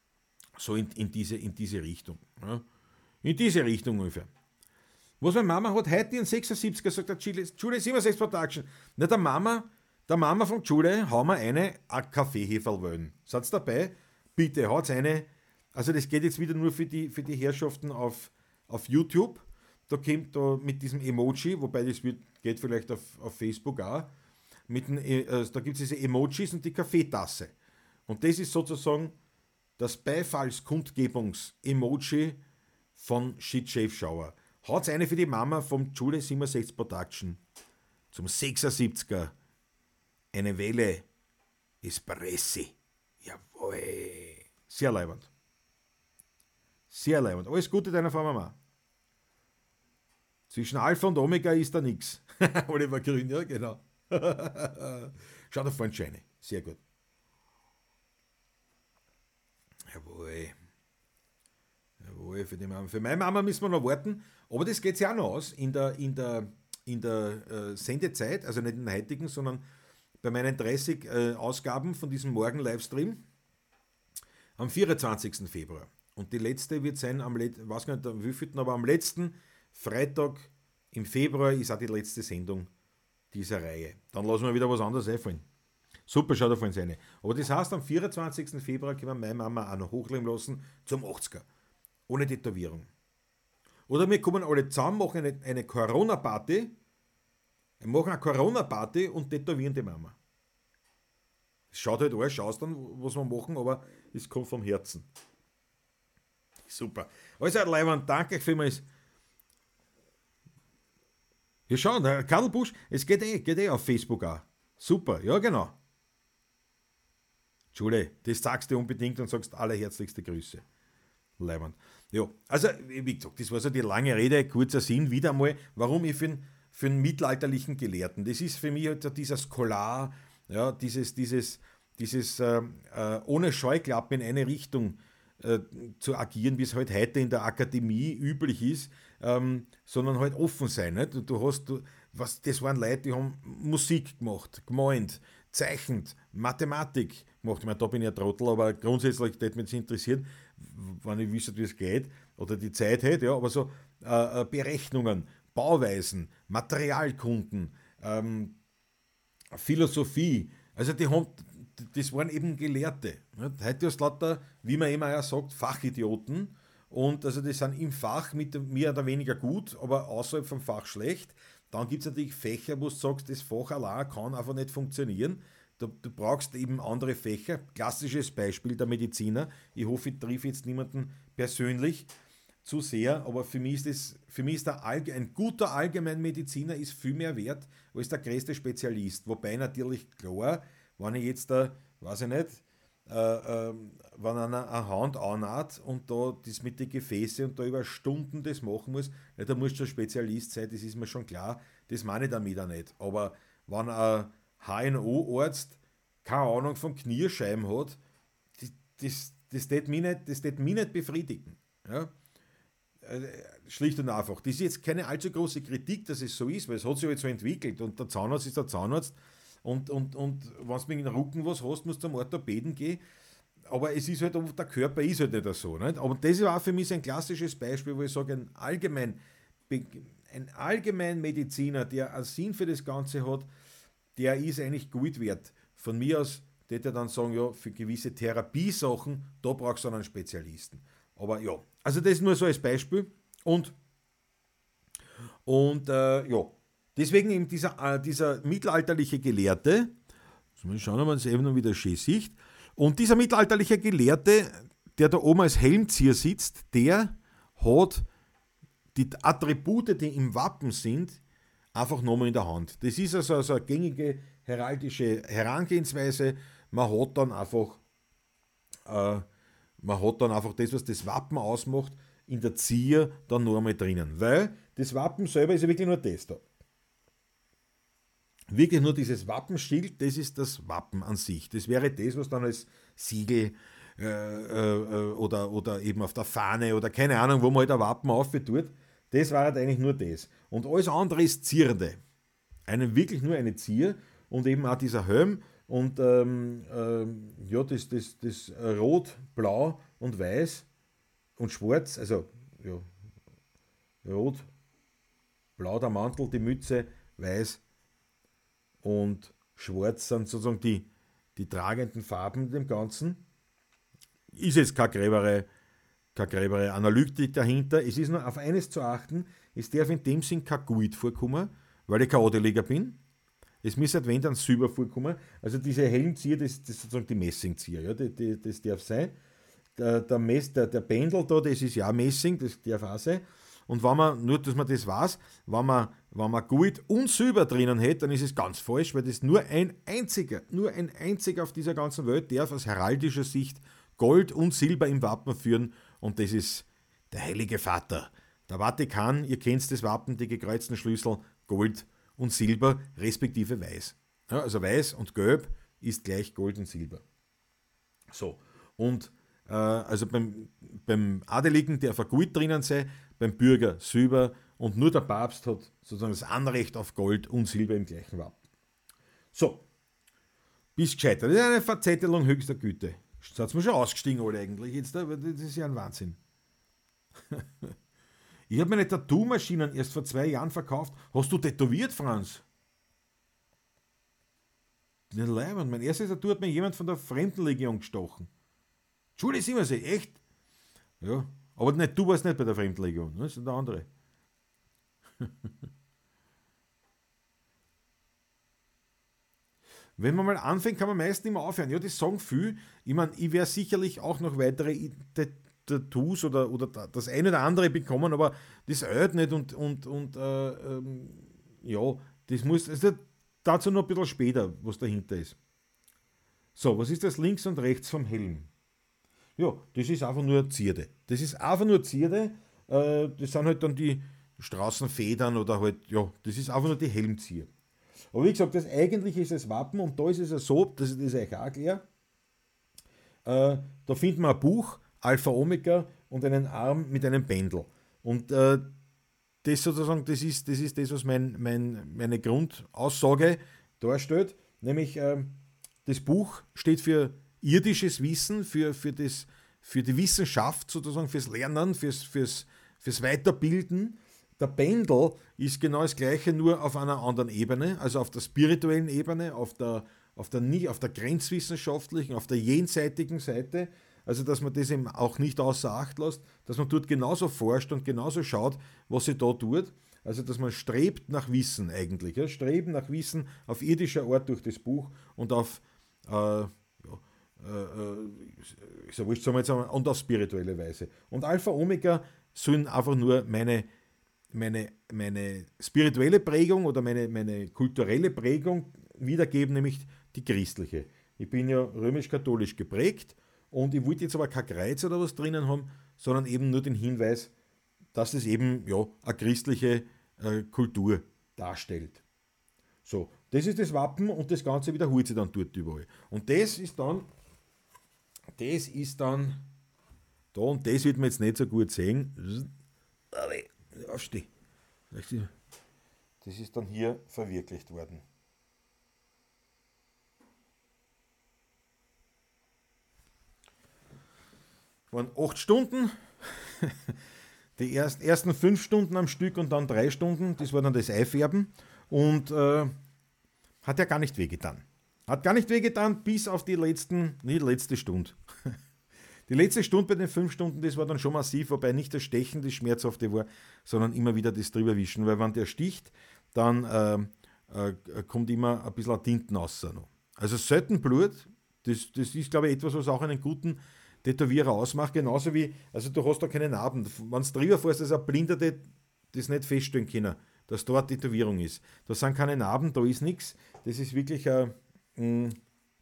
so in, in, diese, in diese Richtung. Ja. In diese Richtung ungefähr. Was meine Mama hat heute in sechsundsiebziger, sagt der Chile, Chule siebenundsechzig Production. Na, der Mama, der Mama von Chule haben wir eine Kaffeeheferl wollen. Seid ihr dabei? Bitte, haut's eine. Also das geht jetzt wieder nur für die, für die Herrschaften auf, auf YouTube. Da kommt da mit diesem Emoji, wobei das wird, geht vielleicht auf, auf Facebook auch. Mit den, äh, da gibt es diese Emojis und die Kaffeetasse. Und das ist sozusagen das Beifallskundgebungs-Emoji von Shit Shave Shower. Haut's eine für die Mama vom Chule siebenundsechzig Production zum sechsundsiebziger. Eine Welle Espressi. Jawohl. Sehr leibend. Sehr leibend. Alles Gute deiner Frau Mama. Zwischen Alpha und Omega ist da nichts. Oliver Grün, ja genau. Schau da vorne Scheine. Sehr gut. Jawohl. Jawohl, für die Mama. Für meine Mama müssen wir noch warten. Aber das geht ja auch noch aus in der, in der, in der äh, Sendezeit, also nicht in der heutigen, sondern bei meinen dreißig äh, Ausgaben von diesem Morgen-Livestream am vierundzwanzigsten Februar. Und die letzte wird sein, am Let- weiß gar nicht, am wievielten, aber am letzten Freitag im Februar ist auch die letzte Sendung dieser Reihe. Dann lassen wir wieder was anderes einfallen. Super, schaut auf uns rein. Aber das heißt, am vierundzwanzigsten Februar können wir meine Mama auch noch hochleben lassen zum achtziger. Ohne Tätowierung. Oder wir kommen alle zusammen, machen eine, eine Corona-Party, machen eine Corona-Party und tätowieren die Mama. Es schaut halt alles aus dann, was wir machen, aber es kommt vom Herzen. Super. Also, Leibwand, danke vielmals. Ja, schau, der Karl Busch, es geht eh, geht eh auf Facebook auch. Super, ja, genau. Schule, das sagst du unbedingt und sagst allerherzlichste Grüße. Leibwand. Ja, also, wie gesagt, das war so die lange Rede, kurzer Sinn, wieder einmal, warum ich für einen, für einen mittelalterlichen Gelehrten, das ist für mich halt so dieser Scholar, ja, dieses, dieses, dieses äh, äh, ohne Scheuklappen in eine Richtung äh, zu agieren, wie es halt heute in der Akademie üblich ist, ähm, sondern halt offen sein. Nicht? Du, du hast, du, was, das waren Leute, die haben Musik gemacht, gemalt, zeichnet, Mathematik gemacht. Ich meine, da bin ich ein Trottel, aber grundsätzlich hätte mich das interessiert, wenn ich wüsste, wie es geht, oder die Zeit hätte, ja, aber so äh, Berechnungen, Bauweisen, Materialkunden, ähm, Philosophie, also die haben, das waren eben Gelehrte. Nicht? Heute ist lauter, wie man immer ja sagt, Fachidioten, und also die sind im Fach mit mehr oder weniger gut, aber außerhalb vom Fach schlecht. Dann gibt es natürlich Fächer, wo du sagst, das Fach allein kann einfach nicht funktionieren. Du, du brauchst eben andere Fächer. Klassisches Beispiel der Mediziner. Ich hoffe, ich triff jetzt niemanden persönlich zu sehr, aber für mich ist, das, für mich ist der Allge- ein guter Allgemeinmediziner ist viel mehr wert als der größte Spezialist. Wobei natürlich klar, wenn ich jetzt da, weiß ich nicht, äh, äh, wenn einer eine Hand anhat und da das mit den Gefäßen und da über Stunden das machen muss, ja, da musst du ein Spezialist sein, das ist mir schon klar, das meine ich damit auch nicht. Aber wenn ein H N O-Arzt keine Ahnung vom Knierscheiben hat, das, das, das tät mich nicht, das tät mich nicht befriedigen. Ja? Äh, Schlicht und einfach. Das ist jetzt keine allzu große Kritik, dass es so ist, weil es hat sich halt so entwickelt und der Zahnarzt ist der Zahnarzt und, und, und wenn du mit dem Rücken was hast, musst du zum Orthopäden gehen. Aber es ist halt, der Körper ist halt nicht so. Nicht? Aber das war für mich ein klassisches Beispiel, wo ich sage, ein allgemein, ein allgemein Mediziner, der einen Sinn für das Ganze hat, der ist eigentlich gut wert. Von mir aus würde er dann sagen, ja, für gewisse Therapiesachen, da brauchst du einen Spezialisten. Aber ja, also das nur so als Beispiel. Und, und äh, ja, deswegen eben dieser, äh, dieser mittelalterliche Gelehrte, mal schauen, ob man es eben noch wieder schön sieht, und dieser mittelalterliche Gelehrte, der da oben als Helmzieher sitzt, der hat die Attribute, die im Wappen sind, einfach nochmal in der Hand. Das ist also, also eine gängige heraldische Herangehensweise. Man hat dann einfach äh, man hat dann einfach das, was das Wappen ausmacht, in der Zier dann noch einmal drinnen. Weil das Wappen selber ist ja wirklich nur das da. Wirklich nur dieses Wappenschild, das ist das Wappen an sich. Das wäre das, was dann als Siegel äh, äh, oder, oder eben auf der Fahne oder keine Ahnung, wo man halt ein Wappen auftut. Das war halt eigentlich nur das. Und alles andere ist Zierende. Eine, wirklich nur eine Zier und eben auch dieser Helm und ähm, ähm, ja, das, das, das Rot, Blau und Weiß und Schwarz, also ja, Rot, Blau der Mantel, die Mütze, Weiß und Schwarz sind sozusagen die, die tragenden Farben dem Ganzen. Ist jetzt keine gräbere, keine gräbere Analytik dahinter. Es ist nur auf eines zu achten, es darf in dem Sinn kein Gold vorkommen, weil ich kein Adeliger bin. Es muss halt wenn dann Silber vorkommen. Also diese Helmzieher, das, das ist sozusagen die Messingzieher, ja, das, das, das darf sein. Der, der, Mess, der, der Pendel da, das ist ja Messing, das darf auch sein. Und wenn man, nur dass man das weiß, wenn man, wenn man Gold und Silber drinnen hätte, dann ist es ganz falsch, weil das nur ein einziger, nur ein einziger auf dieser ganzen Welt darf aus heraldischer Sicht Gold und Silber im Wappen führen und das ist der Heilige Vater. Der Vatikan, ihr kennt das Wappen, die gekreuzten Schlüssel, Gold und Silber, respektive Weiß. Ja, also Weiß und Gelb ist gleich Gold und Silber. So, und äh, also beim, beim Adeligen darf ein Gold drinnen sein, beim Bürger Silber und nur der Papst hat sozusagen das Anrecht auf Gold und Silber im gleichen Wappen. So, bist gescheitert. Das ist eine Verzettelung höchster Güte. Seid mir schon ausgestiegen, alle eigentlich. Jetzt, das ist ja ein Wahnsinn. Ich habe meine Tattoo-Maschinen erst vor zwei Jahren verkauft. Hast du tätowiert, Franz? Den Leibern. Mein erstes Tattoo hat mir jemand von der Fremdenlegion gestochen. Entschuldigung, sind wir sie, echt? Ja, aber nicht, du warst nicht bei der Fremdenlegion, das ist der andere. Wenn man mal anfängt, kann man meistens immer aufhören. Ja, das sagen viel. Ich meine, ich werde sicherlich auch noch weitere Tattoos oder, oder das eine oder andere bekommen, aber das ält nicht und, und, und äh, ähm, ja, das muss, also dazu noch ein bisschen später, was dahinter ist. So, was ist das links und rechts vom Helm? Ja, das ist einfach nur Zierde. Das ist einfach nur Zierde, äh, das sind halt dann die Straßenfedern oder halt, ja, das ist einfach nur die Helmzier. Aber wie gesagt, das eigentlich ist das Wappen und da ist es ja so, das ist euch auch klar, äh, da findet man ein Buch, Alpha Omega und einen Arm mit einem Pendel. Und äh, das sozusagen, das ist das, ist das was mein, mein, meine Grundaussage darstellt, nämlich äh, das Buch steht für irdisches Wissen, für, für, das, für die Wissenschaft sozusagen, fürs Lernen, fürs, fürs, fürs Weiterbilden. Der Pendel ist genau das Gleiche, nur auf einer anderen Ebene, also auf der spirituellen Ebene, auf der, auf der, auf der grenzwissenschaftlichen, auf der jenseitigen Seite. Also, dass man das eben auch nicht außer Acht lässt, dass man dort genauso forscht und genauso schaut, was sie da tut. Also, dass man strebt nach Wissen eigentlich. Ja? Streben nach Wissen auf irdischer Art durch das Buch und auf, äh, ja, äh, ist ja wurscht, sagen wir jetzt einmal, und auf spirituelle Weise. Und Alpha Omega sollen einfach nur meine Meine, meine spirituelle Prägung oder meine, meine kulturelle Prägung wiedergeben, nämlich die christliche. Ich bin ja römisch-katholisch geprägt und ich wollte jetzt aber kein Kreuz oder was drinnen haben, sondern eben nur den Hinweis, dass es eben ja, eine christliche äh, Kultur darstellt. So, das ist das Wappen und das Ganze wiederholt sich dann dort überall. Und das ist dann, das ist dann, da und das wird man jetzt nicht so gut sehen, aufsteh. Das ist dann hier verwirklicht worden. Waren acht Stunden, die erst, ersten fünf Stunden am Stück und dann drei Stunden, das war dann das Eifärben und äh, hat ja gar nicht wehgetan. Hat gar nicht wehgetan bis auf die letzten, die letzte Stunde. Die letzte Stunde bei den fünf Stunden, das war dann schon massiv, wobei nicht das Stechen das Schmerzhafte war, sondern immer wieder das drüberwischen, weil wenn der sticht, dann äh, äh, kommt immer ein bisschen Tinten raus. Noch. Also selten Blut, das, das ist glaube ich etwas, was auch einen guten Tätowierer ausmacht, genauso wie, also du hast da keine Narben, wenn du drüber fährst, dass ein Blinderte das nicht feststellen kann, dass dort Tätowierung ist. Da sind keine Narben, da ist nichts, das ist wirklich ein... Mh,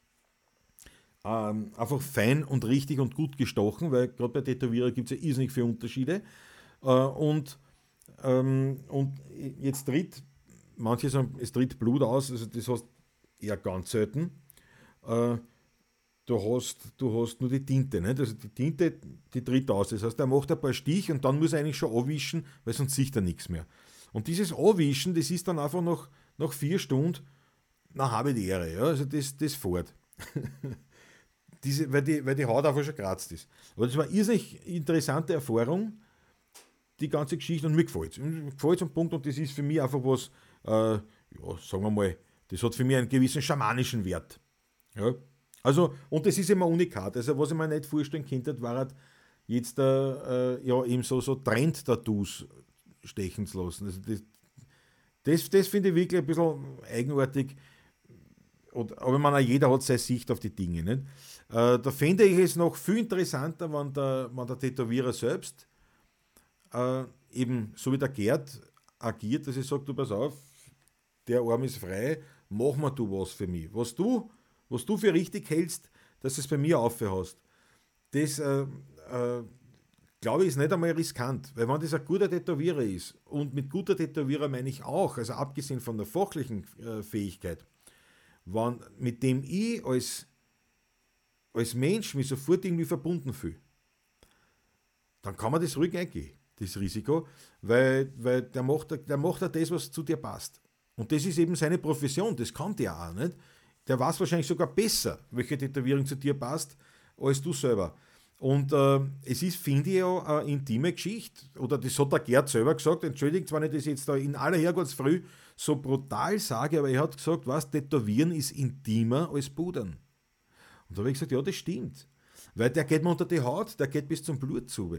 Ähm, einfach fein und richtig und gut gestochen, weil gerade bei Tätowierer gibt es ja irrsinnig viele Unterschiede. Äh, und, ähm, und jetzt tritt, manche sagen, es tritt Blut aus, also das hast eher ganz selten. Äh, du, hast, du hast nur die Tinte, nicht? Also die Tinte, die tritt aus. Das heißt, er macht ein paar Stich und dann muss er eigentlich schon anwischen, weil sonst sieht er nichts mehr. Und dieses Anwischen, das ist dann einfach nach, nach vier Stunden, na habe ich die Ehre, ja? Also das, das fährt. Diese, weil, die, weil die Haut einfach schon gekratzt ist. Aber das war eine irrsinnig interessante Erfahrung, die ganze Geschichte, und mir gefällt es. Mir gefällt es am Punkt, und das ist für mich einfach was, äh, ja, sagen wir mal, das hat für mich einen gewissen schamanischen Wert. Ja? Also, und das ist immer unikat. Also, was ich mir nicht vorstellen könnte, war halt jetzt äh, ja, eben so, so Trend-Tattoos stechen zu lassen. Also das, das, das finde ich wirklich ein bisschen eigenartig. Und, aber ich meine, jeder hat seine Sicht auf die Dinge. Nicht? Äh, da finde ich es noch viel interessanter, wenn der, wenn der Tätowierer selbst äh, eben so wie der Gerd agiert, dass ich sage, du pass auf, der Arm ist frei, mach mal du was für mich. Was du, was du für richtig hältst, dass du es bei mir aufhast. Das äh, äh, glaube ich ist nicht einmal riskant, weil wenn das ein guter Tätowierer ist, und mit guter Tätowierer meine ich auch, also abgesehen von der fachlichen äh, Fähigkeit, wenn, mit dem ich als, als Mensch mich sofort irgendwie verbunden fühle, dann kann man das ruhig eingehen, das Risiko, weil, weil der macht, der macht ja das, was zu dir passt. Und das ist eben seine Profession, das kann der auch nicht. Der weiß wahrscheinlich sogar besser, welche Tätowierung zu dir passt, als du selber. Und äh, es ist, finde ich, ja eine intime Geschichte. Oder das hat der Gerd selber gesagt. Entschuldigt, wenn ich das jetzt da in aller Herrgottsfrüh so brutal sage, aber er hat gesagt, was, Tätowieren ist intimer als Pudern. Und da habe ich gesagt, ja, das stimmt. Weil der geht mir unter die Haut, der geht bis zum Blut zu.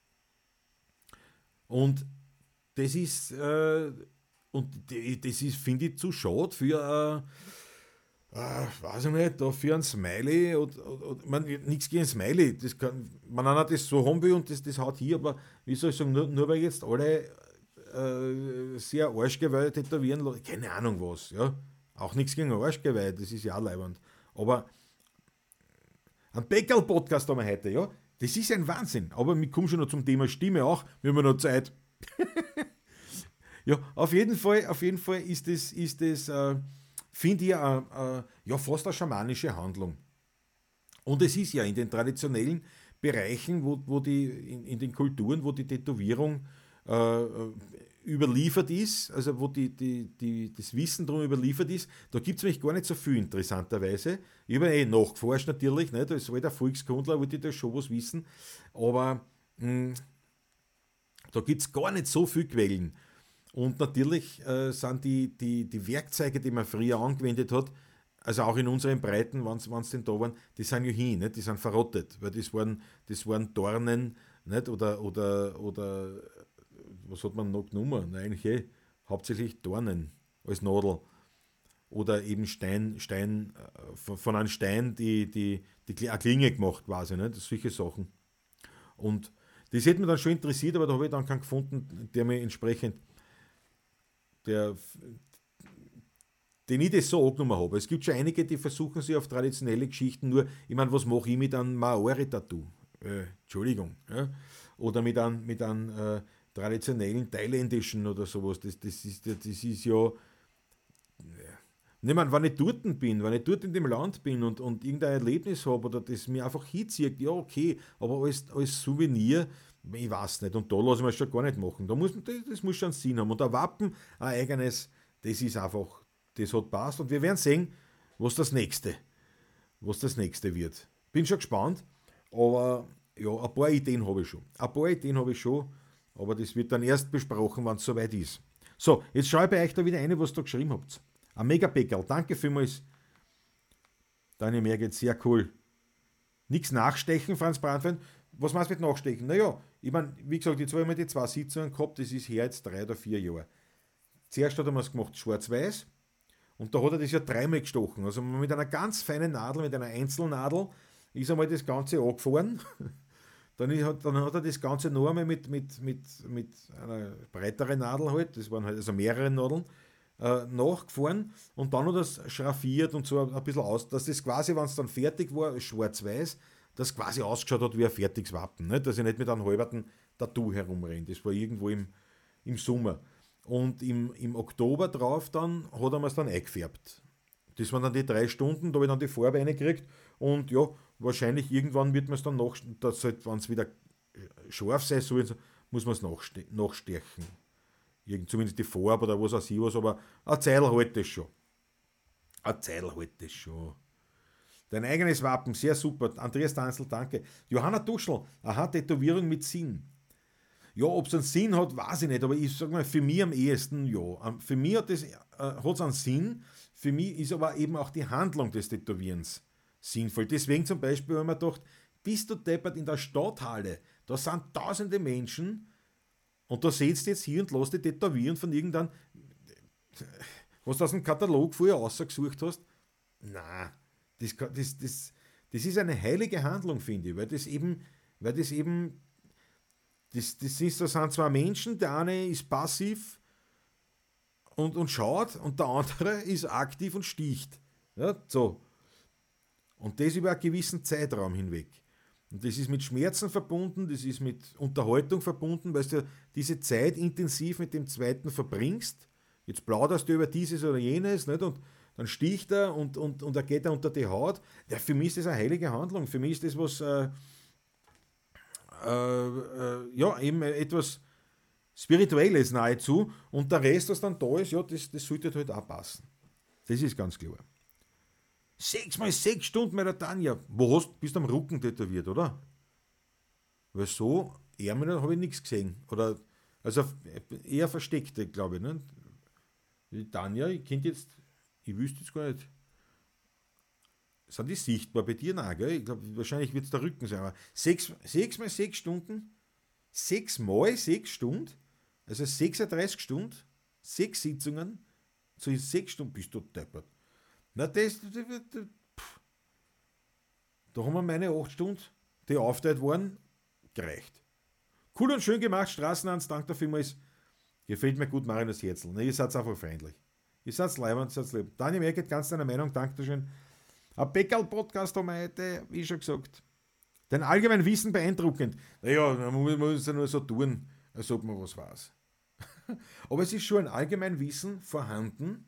Und das ist, äh, und das ist, finde ich, zu schade für, äh, äh, weiß ich nicht, da für ein Smiley, oder, oder, man, nichts gegen Smiley, das kann, man hat das so haben will und das, das haut hier, aber wie soll ich sagen, nur, nur weil jetzt alle äh, sehr Arschgeweih tätowieren, keine Ahnung was, ja, auch nichts gegen Arschgeweih, das ist ja auch leibend, aber ein Bäckerl-Podcast haben wir heute, ja, das ist ein Wahnsinn, aber wir kommen schon noch zum Thema Stimme auch, wir haben ja noch Zeit. Ja, auf jeden Fall, auf jeden Fall ist das, ist das äh, finde ich, äh, äh, ja, fast eine schamanische Handlung. Und es ist ja in den traditionellen Bereichen, wo, wo die, in, in den Kulturen, wo die Tätowierung äh, überliefert ist, also wo die, die, die, das Wissen darum überliefert ist, da gibt es nämlich gar nicht so viel, interessanterweise. Ich habe eh nachgeforscht natürlich, nicht? Als alter Volkskundler wollte ich da schon was wissen, aber mh, da gibt es gar nicht so viele Quellen. Und natürlich äh, sind die, die, die Werkzeuge, die man früher angewendet hat, also auch in unseren Breiten, wenn es denn da waren, die sind ja hin, nicht? Die sind verrottet, weil das waren, das waren Dornen, nicht? Oder, oder, oder was hat man noch genommen? Nein, eigentlich eh, hauptsächlich Dornen als Nadel. Oder eben Stein, Stein äh, von, von einem Stein die, die, die eine Klinge gemacht quasi, nicht? Solche Sachen. Und das hätte mich dann schon interessiert, aber da habe ich dann keinen gefunden, der mir entsprechend Der, den ich das so angenommen habe. Es gibt schon einige, die versuchen sich auf traditionelle Geschichten nur, ich meine, was mache ich mit einem Maori-Tattoo? Äh, Entschuldigung. Ja? Oder mit einem, mit einem äh, traditionellen thailändischen oder sowas. Das, das, ist, das ist ja. Ich meine, wenn ich dort bin, wenn ich dort in dem Land bin und, und irgendein Erlebnis habe oder das mir einfach hinzieht, ja okay, aber als, als Souvenir, ich weiß nicht, und da lassen wir es schon gar nicht machen. Da muss man, das, das muss schon einen Sinn haben. Und ein Wappen, ein eigenes, das ist einfach, das hat passt. Und wir werden sehen, was das nächste, was das nächste wird. Bin schon gespannt, aber ja, ein paar Ideen habe ich schon. Ein paar Ideen habe ich schon, aber das wird dann erst besprochen, wenn es soweit ist. So, jetzt schaue ich bei euch da wieder rein, was ihr da geschrieben habt. Ein Mega-Pickerl, danke vielmals. Deine mehr geht sehr cool. Nichts nachstechen, Franz Brandwein. Was meinst du mit nachstechen? Naja, ich meine, wie gesagt, jetzt habe ich mal die zwei Sitzungen gehabt, das ist her jetzt drei oder vier Jahre. Zuerst hat er mir es gemacht schwarz-weiß und da hat er das ja dreimal gestochen. Also mit einer ganz feinen Nadel, mit einer Einzelnadel, ist einmal das Ganze angefahren. Dann, ist, dann hat er das Ganze noch einmal mit, mit, mit, mit einer breiteren Nadel halt, das waren halt also mehrere Nadeln, äh, nachgefahren und dann hat er es schraffiert und so ein bisschen aus, dass das quasi, wenn es dann fertig war, schwarz-weiß, das quasi ausgeschaut hat wie ein fertiges Wappen, nicht? Dass ich nicht mit einem halberten Tattoo herumrenne. Das war irgendwo im, im Sommer. Und im, im Oktober drauf dann hat er mir es dann eingefärbt. Das waren dann die drei Stunden, da habe ich dann die Farbe reingekriegt und ja, wahrscheinlich irgendwann wird man es dann nach, halt, wenn es wieder scharf sein soll, muss man es nachste- nachstechen. Irgend, zumindest die Farbe oder was auch sie was, aber eine Zeit hält das schon. Eine Zeit hält das schon. Dein eigenes Wappen, sehr super. Andreas Danzel, danke. Johanna Duschel, aha, Tätowierung mit Sinn. Ja, ob es einen Sinn hat, weiß ich nicht, aber ich sage mal, für mich am ehesten ja. Für mich hat es äh, hat's einen Sinn, für mich ist aber eben auch die Handlung des Tätowierens sinnvoll. Deswegen zum Beispiel haben wir gedacht, bist du deppert in der Stadthalle, da sind tausende Menschen und da sitzt jetzt hier und lässt dich tätowieren von irgendeinem, was du aus dem Katalog vorher ausgesucht hast. Nein. Das, das, das, das ist eine heilige Handlung, finde ich, weil das eben, weil das eben, das, das, ist, das sind zwei Menschen, der eine ist passiv und, und schaut und der andere ist aktiv und sticht. Ja, so. Und das über einen gewissen Zeitraum hinweg. Und das ist mit Schmerzen verbunden, das ist mit Unterhaltung verbunden, weil du diese Zeit intensiv mit dem Zweiten verbringst. Jetzt plauderst du über dieses oder jenes, nicht? Und dann sticht er und, und, und er geht er unter die Haut. Ja, für mich ist das eine heilige Handlung. Für mich ist das was, äh, äh, äh, ja, eben etwas Spirituelles nahezu. Und der Rest, was dann da ist, ja, das, das sollte halt auch passen. Das ist ganz klar. Sechs mal sechs Stunden bei der Tanja. Wo hast du? Bist am Rücken tätowiert, oder? Weil so Ärmel habe ich nichts gesehen. Oder, also eher versteckte, glaube ich. Ne? Die Tanja, ich kennt jetzt, ich wüsste jetzt gar nicht. Sind die sichtbar bei dir? Nein, gell? Ich glaube, wahrscheinlich wird es der Rücken sein. Aber sechs, sechs mal sechs Stunden, sechs mal sechs Stunden, also sechsunddreißig Stunden, sechs Sitzungen, zu sechs Stunden bist du deppert. Na, das, das, das, das pff. Da haben wir meine acht Stunden, die aufgeteilt waren, gereicht. Cool und schön gemacht, Straßenans, danke dafür vielmals. Gefällt mir gut, Marius Herzl. Ne, ihr seid einfach freundlich. Ihr seid leibend, ihr seid lieb. Daniel Merkel, ganz deiner Meinung, danke schön. Ein Beckerl-Podcast haben wir heute, wie schon gesagt. Dein allgemein Wissen beeindruckend. Naja, man muss, man muss ja nur so tun, als ob man was weiß. Aber es ist schon ein allgemein Wissen vorhanden.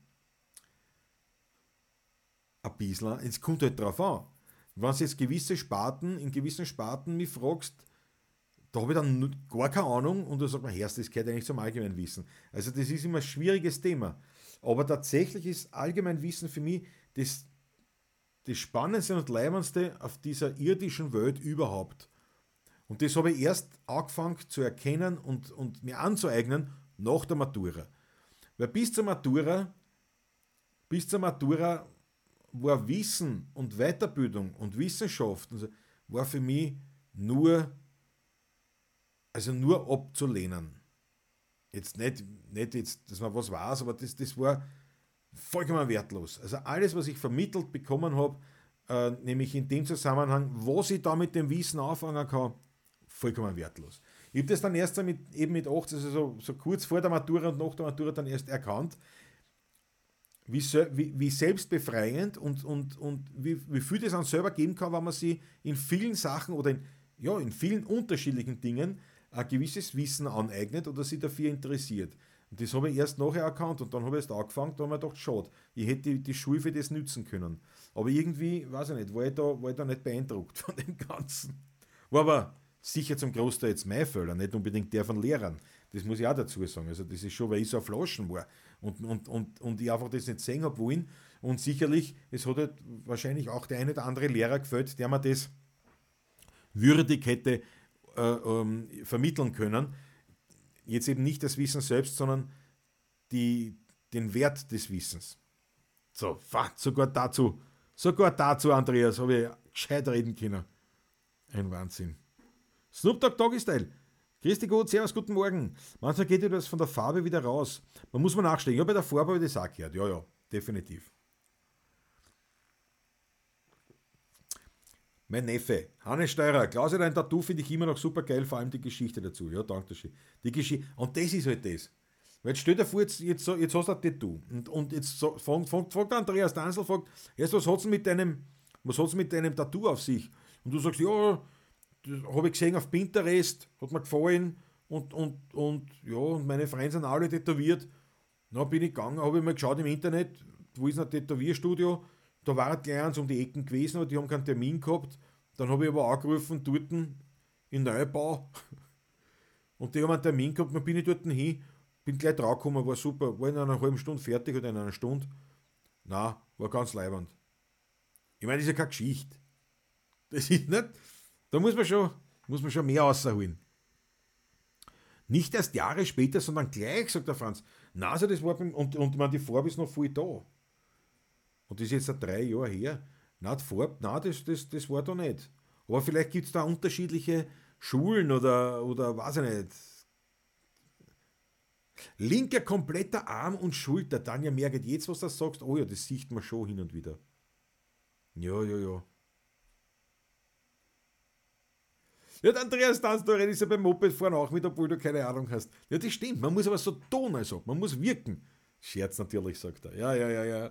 Ein bisschen. Es kommt halt drauf an. Wenn du jetzt gewisse Sparten, in gewissen Sparten mich fragst, da habe ich dann gar keine Ahnung und da sagt man, Herst, das gehört eigentlich zum Allgemeinwissen. Also das ist immer ein schwieriges Thema. Aber tatsächlich ist Allgemeinwissen für mich das, das Spannendste und Leibendste auf dieser irdischen Welt überhaupt. Und das habe ich erst angefangen zu erkennen und, und mir anzueignen nach der Matura. Weil bis zur Matura, bis zur Matura war Wissen und Weiterbildung und Wissenschaft also war für mich nur, also nur abzulehnen. Jetzt nicht, nicht jetzt, dass man was weiß, aber das, das war vollkommen wertlos. Also alles, was ich vermittelt bekommen habe, äh, nämlich in dem Zusammenhang, was ich da mit dem Wissen anfangen kann, vollkommen wertlos. Ich habe das dann erst mit, eben mit achtzehn, also so, so kurz vor der Matura und nach der Matura dann erst erkannt, wie, wie, wie selbstbefreiend und, und, und wie, wie viel das an selber geben kann, wenn man sich in vielen Sachen oder in, ja, in vielen unterschiedlichen Dingen ein gewisses Wissen aneignet oder sich dafür interessiert. Und das habe ich erst nachher erkannt und dann habe ich erst angefangen, da habe ich mir gedacht, schade, ich hätte die, die Schule für das nützen können. Aber irgendwie, weiß ich nicht, war ich da, war ich da nicht beeindruckt von dem Ganzen. War aber sicher zum Großteil jetzt mein Fehler, nicht unbedingt der von Lehrern. Das muss ich auch dazu sagen. Also das ist schon, weil ich so auf Flaschen war und, und, und, und ich einfach das nicht sehen habe wollen. Und sicherlich, es hat halt wahrscheinlich auch der eine oder andere Lehrer gefällt, der mir das würdig hätte äh, ähm, vermitteln können. Jetzt eben nicht das Wissen selbst, sondern die, den Wert des Wissens. So, sogar dazu, sogar dazu, Andreas, habe ich gescheit reden können. Ein Wahnsinn. Snoop Dogg Doggy Style. Christi gut, servus, guten Morgen. Manchmal geht das von der Farbe wieder raus. Man muss mal nachstellen. Ja, bei der Farbe habe ich das auch gehört. Ja, ja, definitiv. Mein Neffe, Hannes Steurer, Klaus, dein Tattoo finde ich immer noch super geil, vor allem die Geschichte dazu. Ja, danke schön. Die Geschichte. Und das ist halt das. Weil jetzt stell dir vor, jetzt, jetzt, jetzt hast du ein Tattoo. Und, und jetzt so, fragt, fragt, fragt der Andreas Danzel, fragt, erst was hat's mit deinem, was hat's mit deinem Tattoo auf sich? Und du sagst, ja, das habe ich gesehen auf Pinterest, hat mir gefallen und, und, und ja, und meine Freunde sind alle tätowiert. Dann bin ich gegangen, habe ich mal geschaut im Internet, wo ist ein Tätowierstudio, da war gleich eins um die Ecken gewesen, aber die haben keinen Termin gehabt. Dann habe ich aber angerufen, dort in Neubau und die haben einen Termin gehabt, dann bin ich dort hin, bin gleich drauf gekommen, war super, war in einer halben Stunde fertig oder in einer Stunde. Na, war ganz leibend. Ich meine, das ist ja keine Geschichte. Das ist nicht... Da muss man schon, muss man schon mehr rausholen. Nicht erst Jahre später, sondern gleich, sagt der Franz. Na, also das war beim, und, und man, die Farbe ist noch voll da. Und das ist jetzt seit drei Jahren her. Na, die Farbe, nein, das, das, das war da nicht. Aber vielleicht gibt es da unterschiedliche Schulen oder, oder weiß ich nicht. Linker kompletter Arm und Schulter. Tanja merkt jetzt, was du sagst. Oh ja, das sieht man schon hin und wieder. Ja, ja, ja. Ja, der Andreas Tanz, du redest ja beim Mopedfahren auch mit, obwohl du keine Ahnung hast. Ja, das stimmt. Man muss aber so tun, also. Man muss wirken. Scherz natürlich, sagt er. Ja, ja, ja, ja.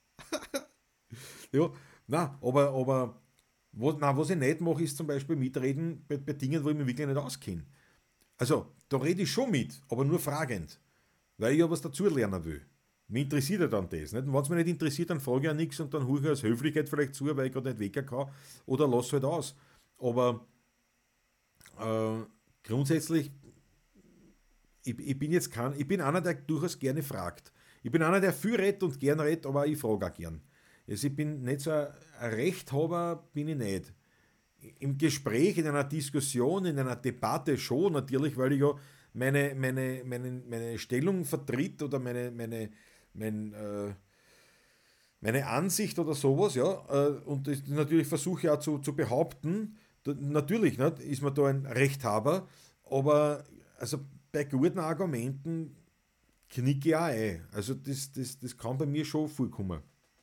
Ja, na, aber, aber was, na, was ich nicht mache, ist zum Beispiel mitreden bei, bei Dingen, wo ich mich wirklich nicht auskenne. Also, da rede ich schon mit, aber nur fragend. Weil ich ja was dazu lernen will. Mich interessiert ja dann das. Nicht? Und wenn es mich nicht interessiert, dann frage ich ja nichts und dann hole ich aus Höflichkeit vielleicht zu, weil ich gerade nicht wecken kann. Oder lass halt aus. Aber Äh, grundsätzlich, ich, ich bin jetzt kein, ich bin einer, der durchaus gerne fragt. Ich bin einer, der viel redet und gern redet, aber ich frage auch gern. Also ich bin nicht so ein, ein Rechthaber, bin ich nicht. Im Gespräch, in einer Diskussion, in einer Debatte schon natürlich, weil ich ja meine, meine, meine, meine Stellung vertritt oder meine, meine, mein, äh, meine Ansicht oder sowas, ja, äh, und das natürlich versuche ich auch zu, zu behaupten. Da, natürlich nicht, ist man da ein Rechthaber, aber also bei guten Argumenten knicke ich auch ein. Also das, das, das kann bei mir schon vorkommen.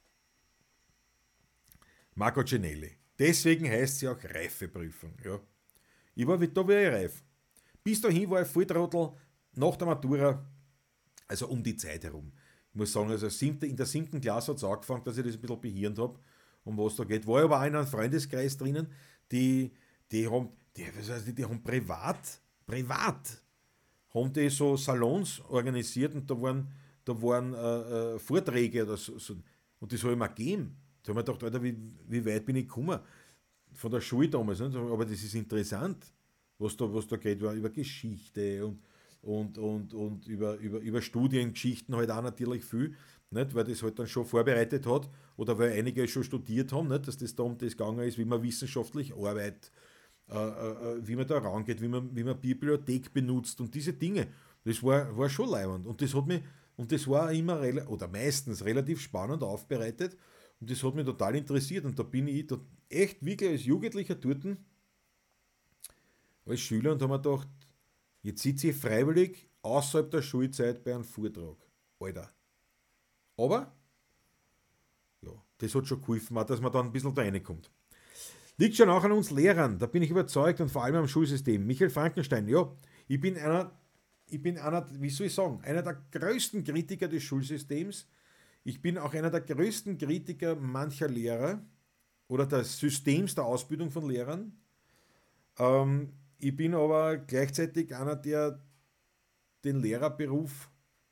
Marco Cenelli. Deswegen heißt sie auch Reifeprüfung. Ja. Ich war, da war ich reif. Bis dahin war ich Volltrottel nach der Matura, also um die Zeit herum. Ich muss sagen, also siebte, in der siebten Klasse hat es angefangen, dass ich das ein bisschen behirnt habe, um was da geht. War ich aber auch in einem Freundeskreis drinnen, die, die haben, die, was heißt, die, die haben privat, privat, haben die so Salons organisiert und da waren, da waren äh, äh, Vorträge oder so, so, und das habe ich mir gegeben. Da habe ich mir gedacht, Alter, wie, wie weit bin ich gekommen? Von der Schule damals, nicht? Aber das ist interessant, was da, was da geht, über Geschichte und, und, und, und über, über, über Studiengeschichten halt auch natürlich viel, nicht? Weil das halt dann schon vorbereitet hat oder weil einige schon studiert haben, nicht? Dass das da um das gegangen ist, wie man wissenschaftlich arbeitet, äh, äh, wie man da rangeht, wie man, wie man Bibliothek benutzt und diese Dinge. Das war, war schon leibend und das hat mich, und das war immer oder meistens relativ spannend aufbereitet und das hat mich total interessiert und da bin ich da echt wirklich als Jugendlicher dort, als Schüler und habe mir gedacht, jetzt sitze ich freiwillig außerhalb der Schulzeit bei einem Vortrag. Alter. Aber, ja, das hat schon geholfen, dass man dann ein bisschen da reinkommt. Liegt schon auch an uns Lehrern, da bin ich überzeugt und vor allem am Schulsystem. Michael Frankenstein, ja, ich bin einer, ich bin einer, wie soll ich sagen, einer der größten Kritiker des Schulsystems. Ich bin auch einer der größten Kritiker mancher Lehrer oder des Systems der Ausbildung von Lehrern. Ähm, ich bin aber gleichzeitig einer, der den Lehrerberuf,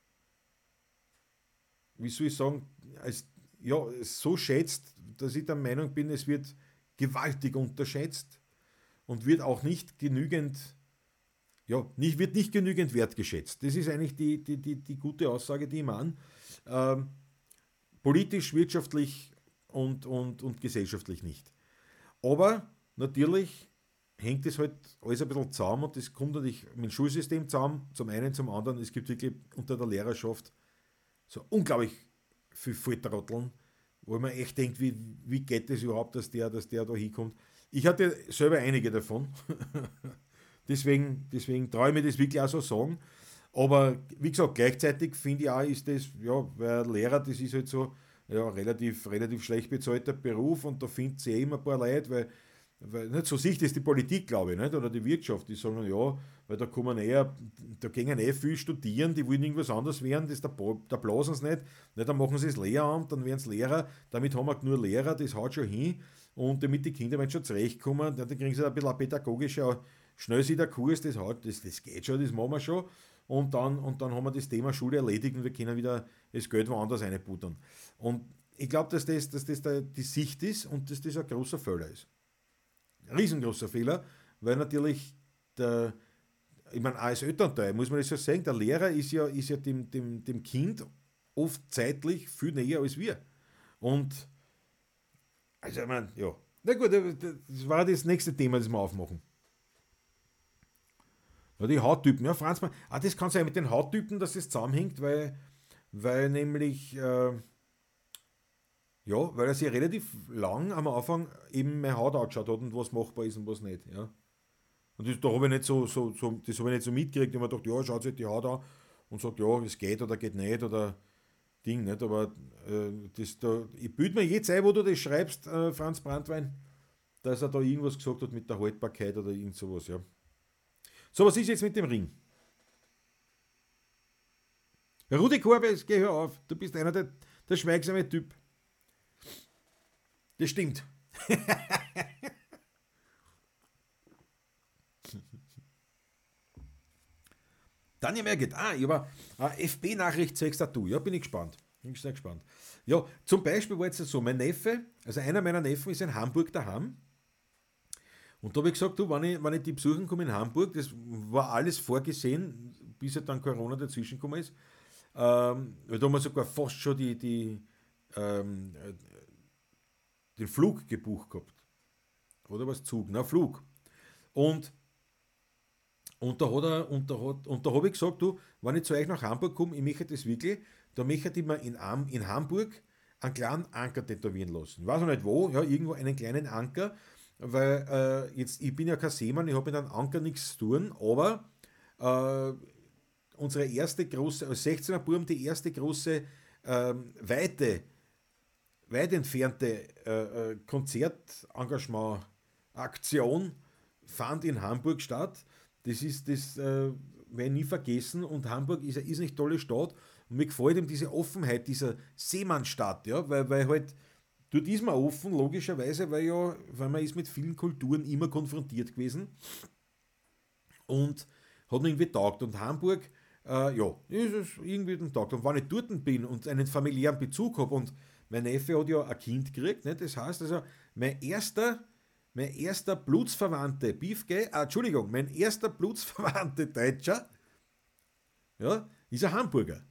wie soll ich sagen, als, ja, so schätzt, dass ich der Meinung bin, es wird gewaltig unterschätzt und wird auch nicht genügend, ja, nicht, wird nicht genügend wertgeschätzt. Das ist eigentlich die, die, die, die gute Aussage, die ich meine. Ähm, politisch, wirtschaftlich und, und, und gesellschaftlich nicht. Aber natürlich hängt es halt alles ein bisschen zusammen und das kommt natürlich mit dem Schulsystem zusammen, zum einen, zum anderen, es gibt wirklich unter der Lehrerschaft so unglaublich viel Volltrotteln, wo man echt denkt, wie, wie geht das überhaupt, dass der, dass der da hinkommt. Ich hatte selber einige davon, deswegen, deswegen traue ich mir das wirklich auch so sagen. Aber wie gesagt, gleichzeitig finde ich auch, ist das, ja, weil Lehrer, das ist halt so, ja, relativ, relativ schlecht bezahlter Beruf und da findet sich eh immer ein paar Leute, weil, weil nicht so sieht das die Politik, glaube ich, nicht, oder die Wirtschaft, die sagen, ja, weil da kommen eher, da gehen eh viel studieren, die wollen irgendwas anderes werden, das, da, da blasen sie nicht, nicht, dann machen sie das Lehramt, dann werden sie Lehrer, damit haben wir nur Lehrer, das haut schon hin und damit die Kinder schon zurechtkommen, dann kriegen sie ein bisschen ein pädagogischer Schnellsiederkurs, das, hat, das, das geht schon, das machen wir schon. Und dann, und dann haben wir das Thema Schule erledigt und wir können wieder das Geld woanders reinbuttern. Und ich glaube, dass das, dass das da die Sicht ist und dass das ein großer Fehler ist. Ein riesengroßer Fehler, weil natürlich der, ich meine, als Elternteil muss man das ja sagen, der Lehrer ist ja, ist ja dem, dem, dem Kind oft zeitlich viel näher als wir. Und, also ich meine, ja. Na gut, das war das nächste Thema, das wir aufmachen. Ja, die Hauttypen, ja, Franz, ah, das kann sein mit den Hauttypen, dass es zusammenhängt, weil, weil nämlich, äh, ja, weil er sich relativ lang am Anfang eben meine Haut angeschaut hat und was machbar ist und was nicht, ja. Und das, da habe ich nicht so, so, so, das habe ich nicht so mitgekriegt, ich habe mir gedacht, ja, schaut sich die Haut an und sagt, ja, es geht oder geht nicht oder Ding, nicht, aber äh, das da, ich bilde mir jetzt ein, wo du das schreibst, äh, Franz Brandwein, dass er da irgendwas gesagt hat mit der Haltbarkeit oder irgend sowas, ja. So, was ist jetzt mit dem Ring? Rudi Korbes, geh hör auf. Du bist einer der, der schweigsame Typ. Das stimmt. Tanja Merget, ah, ich war äh, F B-Nachricht sechster du. Ja, bin ich gespannt. Bin ich sehr gespannt. Ja, zum Beispiel war jetzt so, mein Neffe, also einer meiner Neffen ist in Hamburg daheim. Und da habe ich gesagt, du, wenn ich, wenn ich die besuchen komme in Hamburg, das war alles vorgesehen, bis ja dann Corona dazwischen gekommen ist. Ähm, da haben wir sogar fast schon die, die, ähm, den Flug gebucht gehabt. Oder was Zug? Na, Flug. Und, und da hat er, und da, hat, und da habe ich gesagt, du, wenn ich zu euch nach Hamburg komme, ich möchte das wirklich, da möchte ich mir in, in Hamburg einen kleinen Anker tätowieren lassen. Ich weiß noch nicht wo, ja, irgendwo einen kleinen Anker, weil äh, jetzt, ich bin ja kein Seemann, ich habe mit einem Anker nichts zu tun, aber äh, unsere erste große, als sechzehner Burm, die erste große ähm, weite, weit entfernte äh, äh, Konzertengagement-Aktion fand in Hamburg statt. Das ist, das äh, werde ich nie vergessen, und Hamburg ist eine irrsinnig tolle Stadt und mir gefällt eben diese Offenheit dieser Seemannstadt, ja, weil, weil halt dort ist man offen, logischerweise, weil ja, weil man ist mit vielen Kulturen immer konfrontiert gewesen und hat mir irgendwie taugt. Und Hamburg, äh, ja, ist es irgendwie den Tag. Und wenn ich dort bin und einen familiären Bezug habe, und mein Neffe hat ja ein Kind gekriegt, ne? Das heißt also, mein erster, mein erster Blutsverwandte, Beefgay, ah, Entschuldigung, mein erster Blutsverwandte Deutscher, ja, ist ein Hamburger.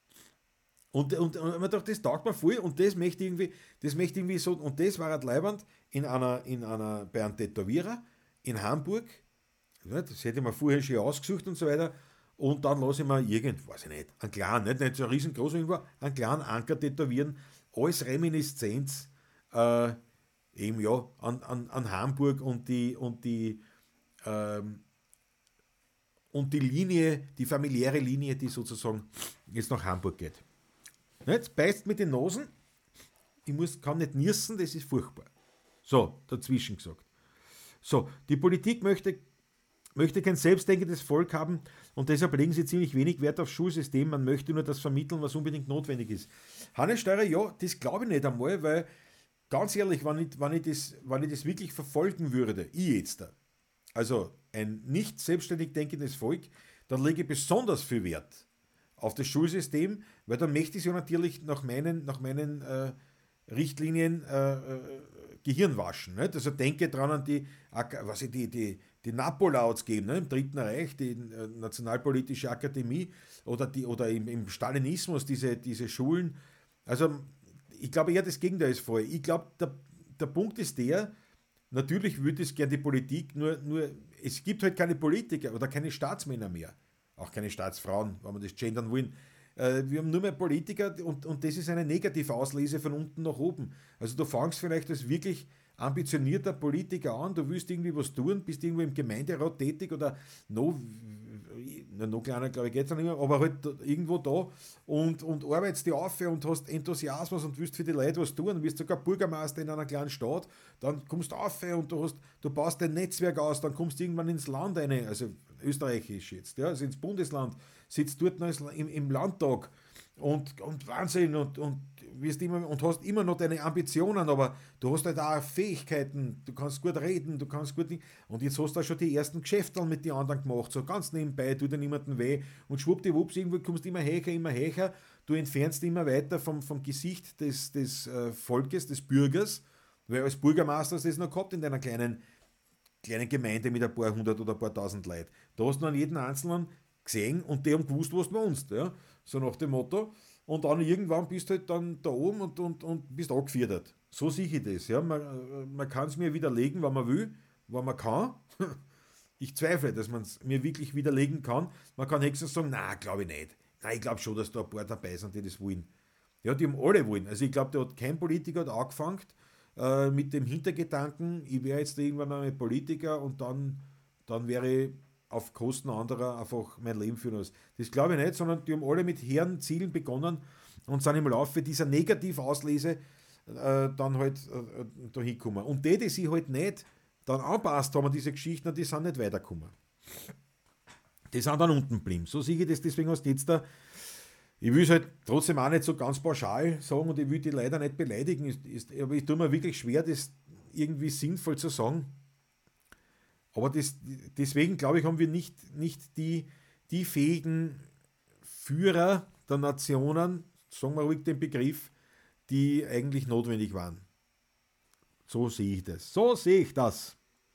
Und, und, und man dachte, das taugt mir voll, und das möchte ich irgendwie, das möchte irgendwie so, und das war halt leibend in einer, in einer, bei einem Tätowierer in Hamburg, ja, das hätte ich mir vorher schon ausgesucht und so weiter, und dann lasse ich mir irgend, weiß ich nicht, einen kleinen, nicht, nicht so riesengroß irgendwo, einen kleinen Anker tätowieren, als Reminiszenz, äh, eben ja, an, an, an Hamburg und die, und die, ähm, und die Linie, die familiäre Linie, die sozusagen jetzt nach Hamburg geht. Jetzt beißt mit den Nosen, ich muss, kann nicht nirsen, das ist furchtbar. So, dazwischen gesagt. So, die Politik möchte, möchte kein selbstdenkendes Volk haben, und deshalb legen sie ziemlich wenig Wert aufs Schulsystem, man möchte nur das vermitteln, was unbedingt notwendig ist. Hannes Steurer, ja, das glaube ich nicht einmal, weil, ganz ehrlich, wenn ich, wenn ich, das, wenn ich das wirklich verfolgen würde, ich jetzt da, also ein nicht selbstständig denkendes Volk, dann lege ich besonders viel Wert auf das Schulsystem, weil dann möchte ich ja natürlich nach meinen, nach meinen äh, Richtlinien äh, äh, Gehirn waschen. Nicht? Also denke dran an die, was ich, die, die, die Napoleons geben, ne? Im Dritten Reich, die äh, Nationalpolitische Akademie, oder, die, oder im, im Stalinismus, diese, diese Schulen. Also ich glaube eher, das Gegenteil ist voll. Ich glaube, der, der Punkt ist der, natürlich würde es gerne die Politik, nur, nur es gibt halt keine Politiker oder keine Staatsmänner mehr. Auch keine Staatsfrauen, wenn wir das gendern wollen. Äh, wir haben nur mehr Politiker, und, und das ist eine negative Auslese von unten nach oben. Also du fängst vielleicht als wirklich ambitionierter Politiker an, du willst irgendwie was tun, bist irgendwo im Gemeinderat tätig oder noch, noch kleiner, glaube ich, geht es nicht mehr, aber halt irgendwo da, und, und arbeitest dich auf und hast Enthusiasmus und willst für die Leute was tun, wirst sogar Bürgermeister in einer kleinen Stadt, dann kommst du auf und du, hast, du baust dein Netzwerk aus, dann kommst du irgendwann ins Land rein, also österreichisch jetzt, ja, also ins Bundesland, sitzt dort noch im, im Landtag und, und Wahnsinn und, und, wirst immer, und hast immer noch deine Ambitionen, aber du hast halt auch Fähigkeiten, du kannst gut reden, du kannst gut, und jetzt hast du auch schon die ersten Geschäfte mit den anderen gemacht, so ganz nebenbei, tut dir niemandem weh, und schwuppdiwupps, irgendwo kommst du immer höher, immer höher, du entfernst immer weiter vom, vom Gesicht des, des äh, Volkes, des Bürgers, weil als Bürgermeister hast du das noch gehabt in deiner kleinen, kleinen Gemeinde mit ein paar hundert oder ein paar tausend Leuten. Da hast du an jeden Einzelnen gesehen und die haben gewusst, was du wohnst, ja, so nach dem Motto. Und dann irgendwann bist du halt dann da oben und, und, und bist angefordert. So sehe ich das. Ja. Man, man kann es mir widerlegen, wenn man will, wenn man kann. Ich zweifle, dass man es mir wirklich widerlegen kann. Man kann höchstens sagen, nein, glaube ich nicht. Nein, ich glaube schon, dass da ein paar dabei sind, die das wollen. Ja, die haben alle wollen. Also ich glaube, da hat kein Politiker hat angefangen äh, mit dem Hintergedanken, ich wäre jetzt irgendwann einmal Politiker und dann, dann wäre ich auf Kosten anderer einfach mein Leben führen muss. Das glaube ich nicht, sondern die haben alle mit hehren Zielen begonnen und sind im Laufe dieser Negativauslese äh, dann halt äh, da hingekommen. Und die, die sich halt nicht dann anpasst haben an diese Geschichten, die sind nicht weitergekommen. Die sind dann unten geblieben. So sehe ich das, deswegen hast du jetzt da, ich will es halt trotzdem auch nicht so ganz pauschal sagen und ich will die leider nicht beleidigen, ist, ist, aber ich tue mir wirklich schwer, das irgendwie sinnvoll zu sagen. Aber das, deswegen, glaube ich, haben wir nicht, nicht die, die fähigen Führer der Nationen, sagen wir ruhig den Begriff, die eigentlich notwendig waren. So sehe ich das. So sehe ich das.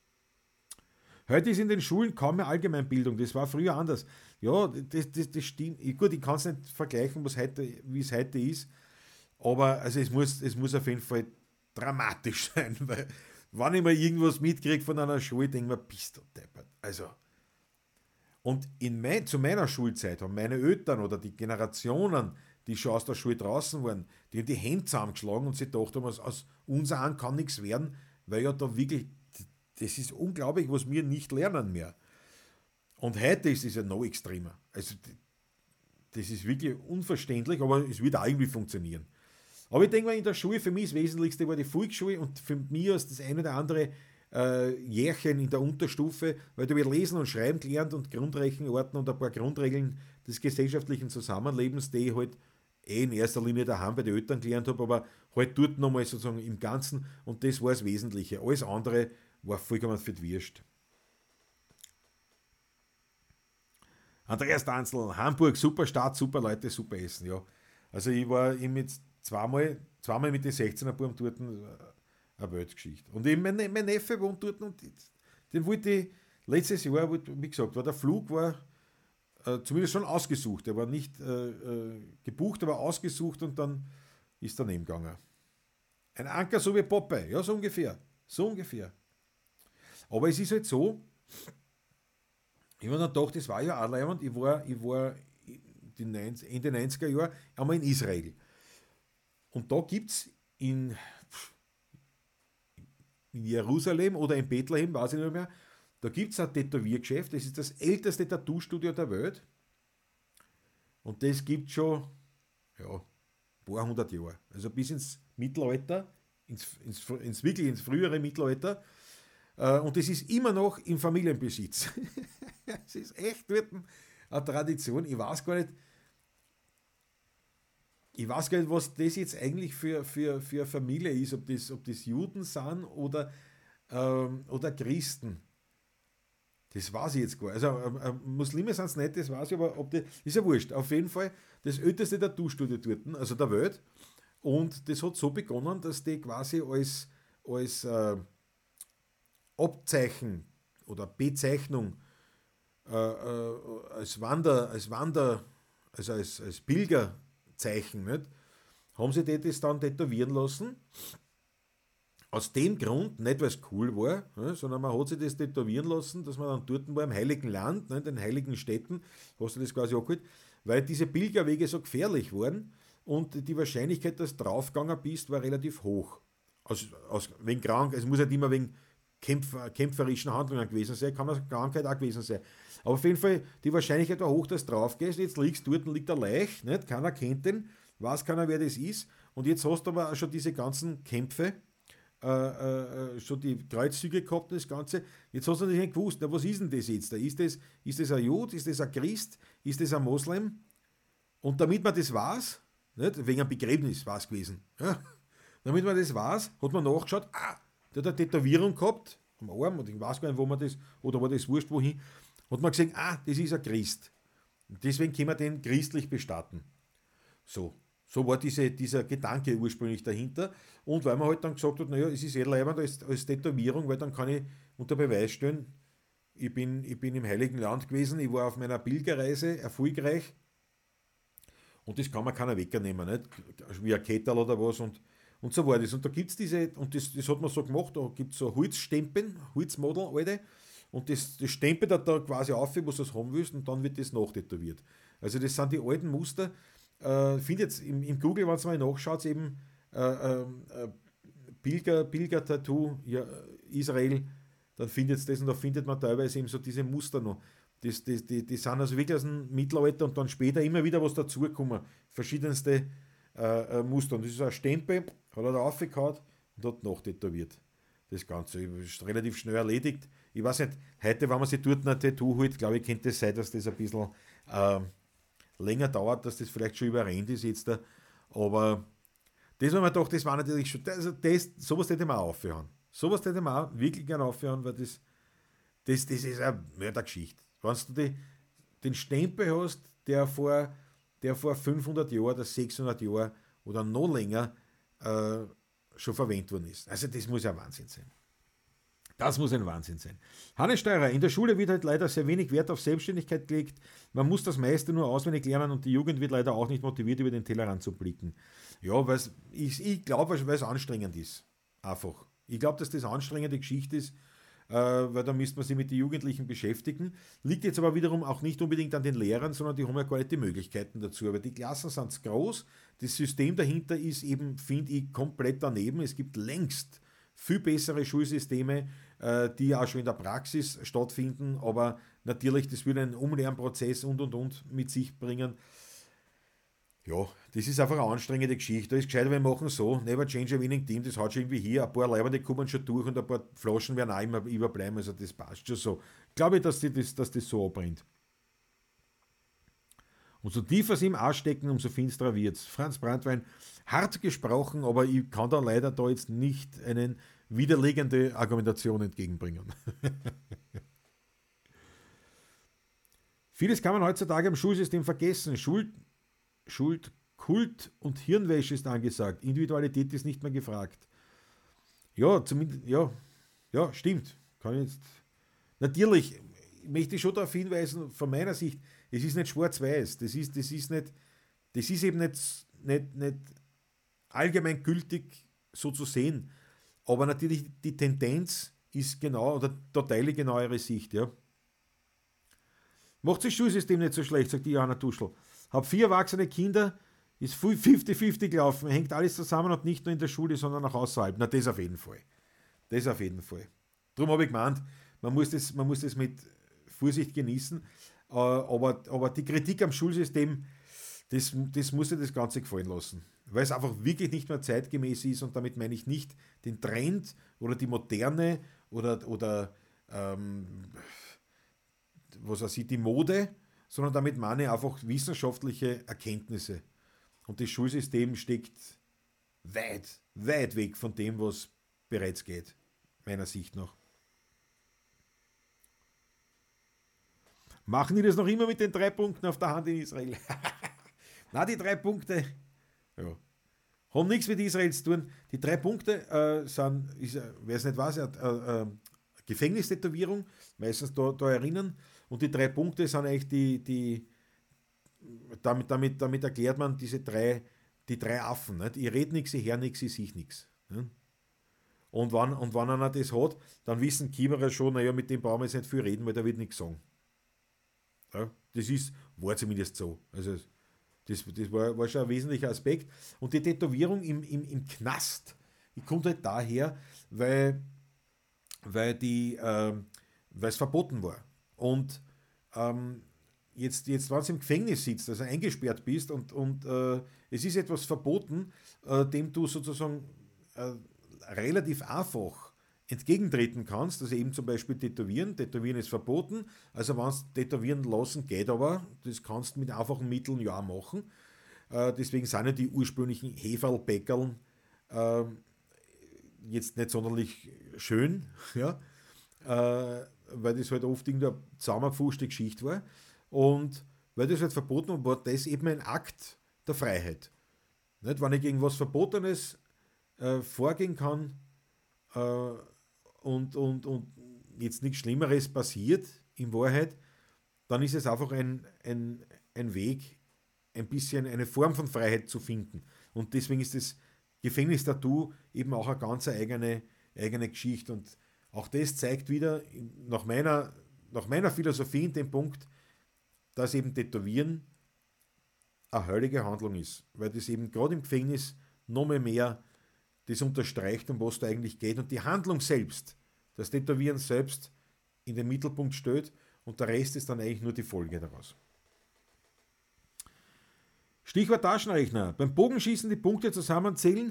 Heute ist in den Schulen kaum mehr Allgemeinbildung. Das war früher anders. Ja, das, das, das stimmt. Gut, ich kann es nicht vergleichen, was heute, wie es heute ist. Aber also es muss, es muss auf jeden Fall dramatisch sein, weil wenn ich mal irgendwas mitkriege von einer Schule, denke ich mir, bist du deppert. Also, und in mein, zu meiner Schulzeit haben meine Eltern oder die Generationen, die schon aus der Schule draußen waren, die haben die Hände zusammengeschlagen und sie dachten, aus, aus uns an kann nichts werden, weil ja da wirklich, das ist unglaublich, was wir nicht lernen mehr. Und heute ist es ja noch extremer. Also, das ist wirklich unverständlich, aber es wird auch irgendwie funktionieren. Aber ich denke mal, in der Schule, für mich das Wesentlichste war die Volksschule und für mich ist das eine oder andere äh, Jährchen in der Unterstufe, weil da wird Lesen und Schreiben gelernt und Grundrechenarten und ein paar Grundregeln des gesellschaftlichen Zusammenlebens, die ich halt eh in erster Linie daheim bei den Eltern gelernt habe, aber halt dort nochmal sozusagen im Ganzen und das war das Wesentliche. Alles andere war vollkommen für die Wurst. Andreas Danzl, Hamburg, super Stadt, super Leute, super Essen, ja. Also ich war eben jetzt zweimal, zweimal mit den sechzehner Buben dort, äh, eine Weltgeschichte. Und eben mein, mein Neffe wohnt dort und den wollte ich, letztes Jahr, wie gesagt, war der Flug war äh, zumindest schon ausgesucht. Der war nicht äh, äh, gebucht, aber ausgesucht und dann ist daneben gegangen. Ein Anker so wie Popeye, ja, so ungefähr. So ungefähr. Aber es ist halt so, ich habe mir dann gedacht, das war ja auch leibend, ich war, ich war in den neunziger Jahren einmal in Israel. Und da gibt es in, in Jerusalem oder in Bethlehem, weiß ich nicht mehr, da gibt es ein Tätowiergeschäft, das ist das älteste Tattoo-Studio der Welt. Und das gibt schon, ja, ein paar hundert Jahre. Also bis ins Mittelalter, ins, ins, ins wirklich ins frühere Mittelalter. Und das ist immer noch im Familienbesitz. Es ist echt eine Tradition. Ich weiß gar nicht, ich weiß gar nicht, was das jetzt eigentlich für, für, für eine Familie ist, ob das, ob das Juden sind oder, ähm, oder Christen. Das weiß ich jetzt gar nicht. Also äh, Muslime sind es nicht, das weiß ich, aber ob das, ist ja wurscht. Auf jeden Fall das älteste Tattoo-Studio dort, also der Welt. Und das hat so begonnen, dass die quasi als, als äh, Abzeichen oder Bezeichnung äh, äh, als Wander, als Wander, also als, als Pilgerzeichen, nicht? Haben sie die das dann tätowieren lassen. Aus dem Grund, nicht weil es cool war, ne, sondern man hat sich das tätowieren lassen, dass man dann dort war im Heiligen Land, ne, in den heiligen Städten, hast du das quasi angeholt, weil diese Pilgerwege so gefährlich waren und die Wahrscheinlichkeit, dass du draufgegangen bist, war relativ hoch. Aus, aus, wegen krank, es muss halt immer wegen Kämpfer, kämpferischen Handlungen gewesen sein, kann eine Krankheit auch gewesen sein. Aber auf jeden Fall, die Wahrscheinlichkeit war hoch, dass du drauf gehst, jetzt liegst du dort und liegt der Leich, nicht? Keiner kennt den, weiß keiner, wer das ist. Und jetzt hast du aber auch schon diese ganzen Kämpfe, äh, äh, schon die Kreuzzüge gehabt und das Ganze. Jetzt hast du nicht gewusst, na, was ist denn das jetzt? Ist das, ist das ein Jud, ist das ein Christ, ist das ein Moslem? Und damit man das weiß, nicht? Wegen einem Begräbnis war es gewesen, ja? Damit man das weiß, hat man nachgeschaut, ah, der hat eine Tätowierung gehabt, am Arm, und ich weiß gar nicht, wo man das, oder war das wurscht, wohin, hat man gesehen, ah, das ist ein Christ. Und deswegen können wir den christlich bestatten. So, so war diese, dieser Gedanke ursprünglich dahinter. Und weil man halt dann gesagt hat, naja, es ist eh leibend als, als Tätowierung, weil dann kann ich unter Beweis stellen, ich bin, ich bin im Heiligen Land gewesen, ich war auf meiner Pilgerreise erfolgreich. Und das kann man keiner wegnehmen, nicht? Wie ein Kettel oder was. Und Und so war das. Und da gibt es diese, und das, das hat man so gemacht, da gibt es so Holzstempen, Holzmodel, alte, und das, das stempelt da, da quasi auf, was du das haben willst, und dann wird das nachtätowiert. Also das sind die alten Muster. Äh, findet jetzt im, im Google, wenn ihr mal nachschaut, eben äh, äh, Pilger, Pilger-Tattoo, ja, Israel, dann findet ihr das und da findet man teilweise eben so diese Muster noch. Das, das, die, die sind also wirklich aus dem Mittelalter und dann später immer wieder was dazugekommen. Verschiedenste äh, Muster. Und das ist ein Stempel, hat er da aufgehauen und hat nachtätowiert. Das Ganze ist relativ schnell erledigt. Ich weiß nicht, heute, wenn man sich dort ein Tattoo holt, glaube ich, könnte es sein, dass das ein bisschen äh, länger dauert, dass das vielleicht schon überrennt ist jetzt. Da. Aber das war mir doch, das war natürlich schon, also das, sowas hätte man auch aufhören. Sowas hätte man auch wirklich gerne aufhören, weil das, das, das ist eine Mördergeschichte. Wenn du die, den Stempel hast, der vor, der vor fünfhundert Jahren oder sechshundert Jahren oder noch länger äh, schon verwendet worden ist. Also das muss ja ein Wahnsinn sein. Das muss ein Wahnsinn sein. Hannes Steurer, in der Schule wird halt leider sehr wenig Wert auf Selbstständigkeit gelegt. Man muss das meiste nur auswendig lernen und die Jugend wird leider auch nicht motiviert, über den Tellerrand zu blicken. Ja, ich, ich glaube, weil es anstrengend ist. Einfach. Ich glaube, dass das eine anstrengende Geschichte ist, äh, weil da müsste man sich mit den Jugendlichen beschäftigen. Liegt jetzt aber wiederum auch nicht unbedingt an den Lehrern, sondern die haben ja gar nicht die Möglichkeiten dazu. Aber die Klassen sind zu groß. Das System dahinter ist eben, finde ich, komplett daneben. Es gibt längst viel bessere Schulsysteme, äh, die auch schon in der Praxis stattfinden. Aber natürlich, das würde einen Umlernprozess und und und mit sich bringen. Ja, das ist einfach eine anstrengende Geschichte. Da ist gescheiter, wir machen so, never change a winning team, das hat schon irgendwie hier, ein paar Leiber, die kommen schon durch und ein paar Flaschen werden auch immer überbleiben, also das passt schon so. Ich glaube, dass, die das, dass das so abbrennt. Umso tiefer sie im Arsch stecken, umso finsterer wird's. Franz Brandwein, hart gesprochen, aber ich kann da leider da jetzt nicht eine widerlegende Argumentation entgegenbringen. Vieles kann man heutzutage im Schulsystem vergessen. Schuld Schuld, Kult und Hirnwäsche ist angesagt. Individualität ist nicht mehr gefragt. Ja, zumindest, ja, ja, stimmt. Kann ich jetzt. Natürlich möchte ich schon darauf hinweisen, von meiner Sicht, es ist nicht schwarz-weiß. Das ist, das ist nicht, das ist eben nicht, nicht, nicht allgemein gültig so zu sehen. Aber natürlich die Tendenz ist genau, oder da teile ich genau eure Sicht, ja. Macht das Schulsystem nicht so schlecht, sagt die Johanna Tuschl. Hab vier erwachsene Kinder, ist fünfzig fünfzig gelaufen, hängt alles zusammen und nicht nur in der Schule, sondern auch außerhalb. Na, das auf jeden Fall. Das auf jeden Fall. Darum habe ich gemeint, man muss das, man muss das mit Vorsicht genießen, aber, aber die Kritik am Schulsystem, das, das muss dir das Ganze gefallen lassen. Weil es einfach wirklich nicht mehr zeitgemäß ist und damit meine ich nicht den Trend oder die Moderne oder, oder ähm, was weiß ich, die Mode, sondern damit meine ich einfach wissenschaftliche Erkenntnisse. Und das Schulsystem steckt weit, weit weg von dem, was bereits geht, meiner Sicht nach. Machen die das noch immer mit den drei Punkten auf der Hand in Israel? Na, die drei Punkte, ja, haben nichts mit Israel zu tun. Die drei Punkte äh, sind, ist, wer es nicht weiß, äh, äh, Gefängnistätowierung, meistens da, da erinnern. Und die drei Punkte sind eigentlich die, die damit, damit, damit erklärt man diese drei, die drei Affen. Nicht? Ich rede nichts, ich höre nichts, ich sehe nichts. Nicht? Und wenn, und wenn einer das hat, dann wissen Kiemerer schon, naja, mit dem brauchen wir jetzt nicht viel reden, weil der wird nichts sagen. Ja? Das ist, war zumindest so. Also das, das war, war schon ein wesentlicher Aspekt. Und die Tätowierung im, im, im Knast, die kommt halt daher, weil, weil die, äh, weil es verboten war. Und ähm, jetzt, jetzt, wenn du im Gefängnis sitzt, also eingesperrt bist und, und äh, es ist etwas verboten, äh, dem du sozusagen äh, relativ einfach entgegentreten kannst, also eben zum Beispiel Tätowieren. Tätowieren ist verboten, also wenn es tätowieren lassen geht, aber das kannst du mit einfachen Mitteln ja auch machen. Äh, deswegen sind ja die ursprünglichen Heferlbäckerln äh, jetzt nicht sonderlich schön, ja, äh, weil das halt oft irgendeine zusammengefuschte Geschichte war. Und weil das halt verboten war, war das eben ein Akt der Freiheit. Nicht? Wenn ich gegen was Verbotenes äh, vorgehen kann äh, und, und, und jetzt nichts Schlimmeres passiert, in Wahrheit, dann ist es einfach ein, ein, ein Weg, ein bisschen eine Form von Freiheit zu finden. Und deswegen ist das Gefängnistattoo eben auch eine ganz eigene, eigene Geschichte. Und auch das zeigt wieder, nach meiner, nach meiner Philosophie in dem Punkt, dass eben Tätowieren eine heilige Handlung ist. Weil das eben gerade im Gefängnis noch mehr, mehr das unterstreicht, um was da eigentlich geht. Und die Handlung selbst, das Tätowieren selbst in den Mittelpunkt stellt und der Rest ist dann eigentlich nur die Folge daraus. Stichwort Taschenrechner. Beim Bogenschießen die Punkte zusammenzählen.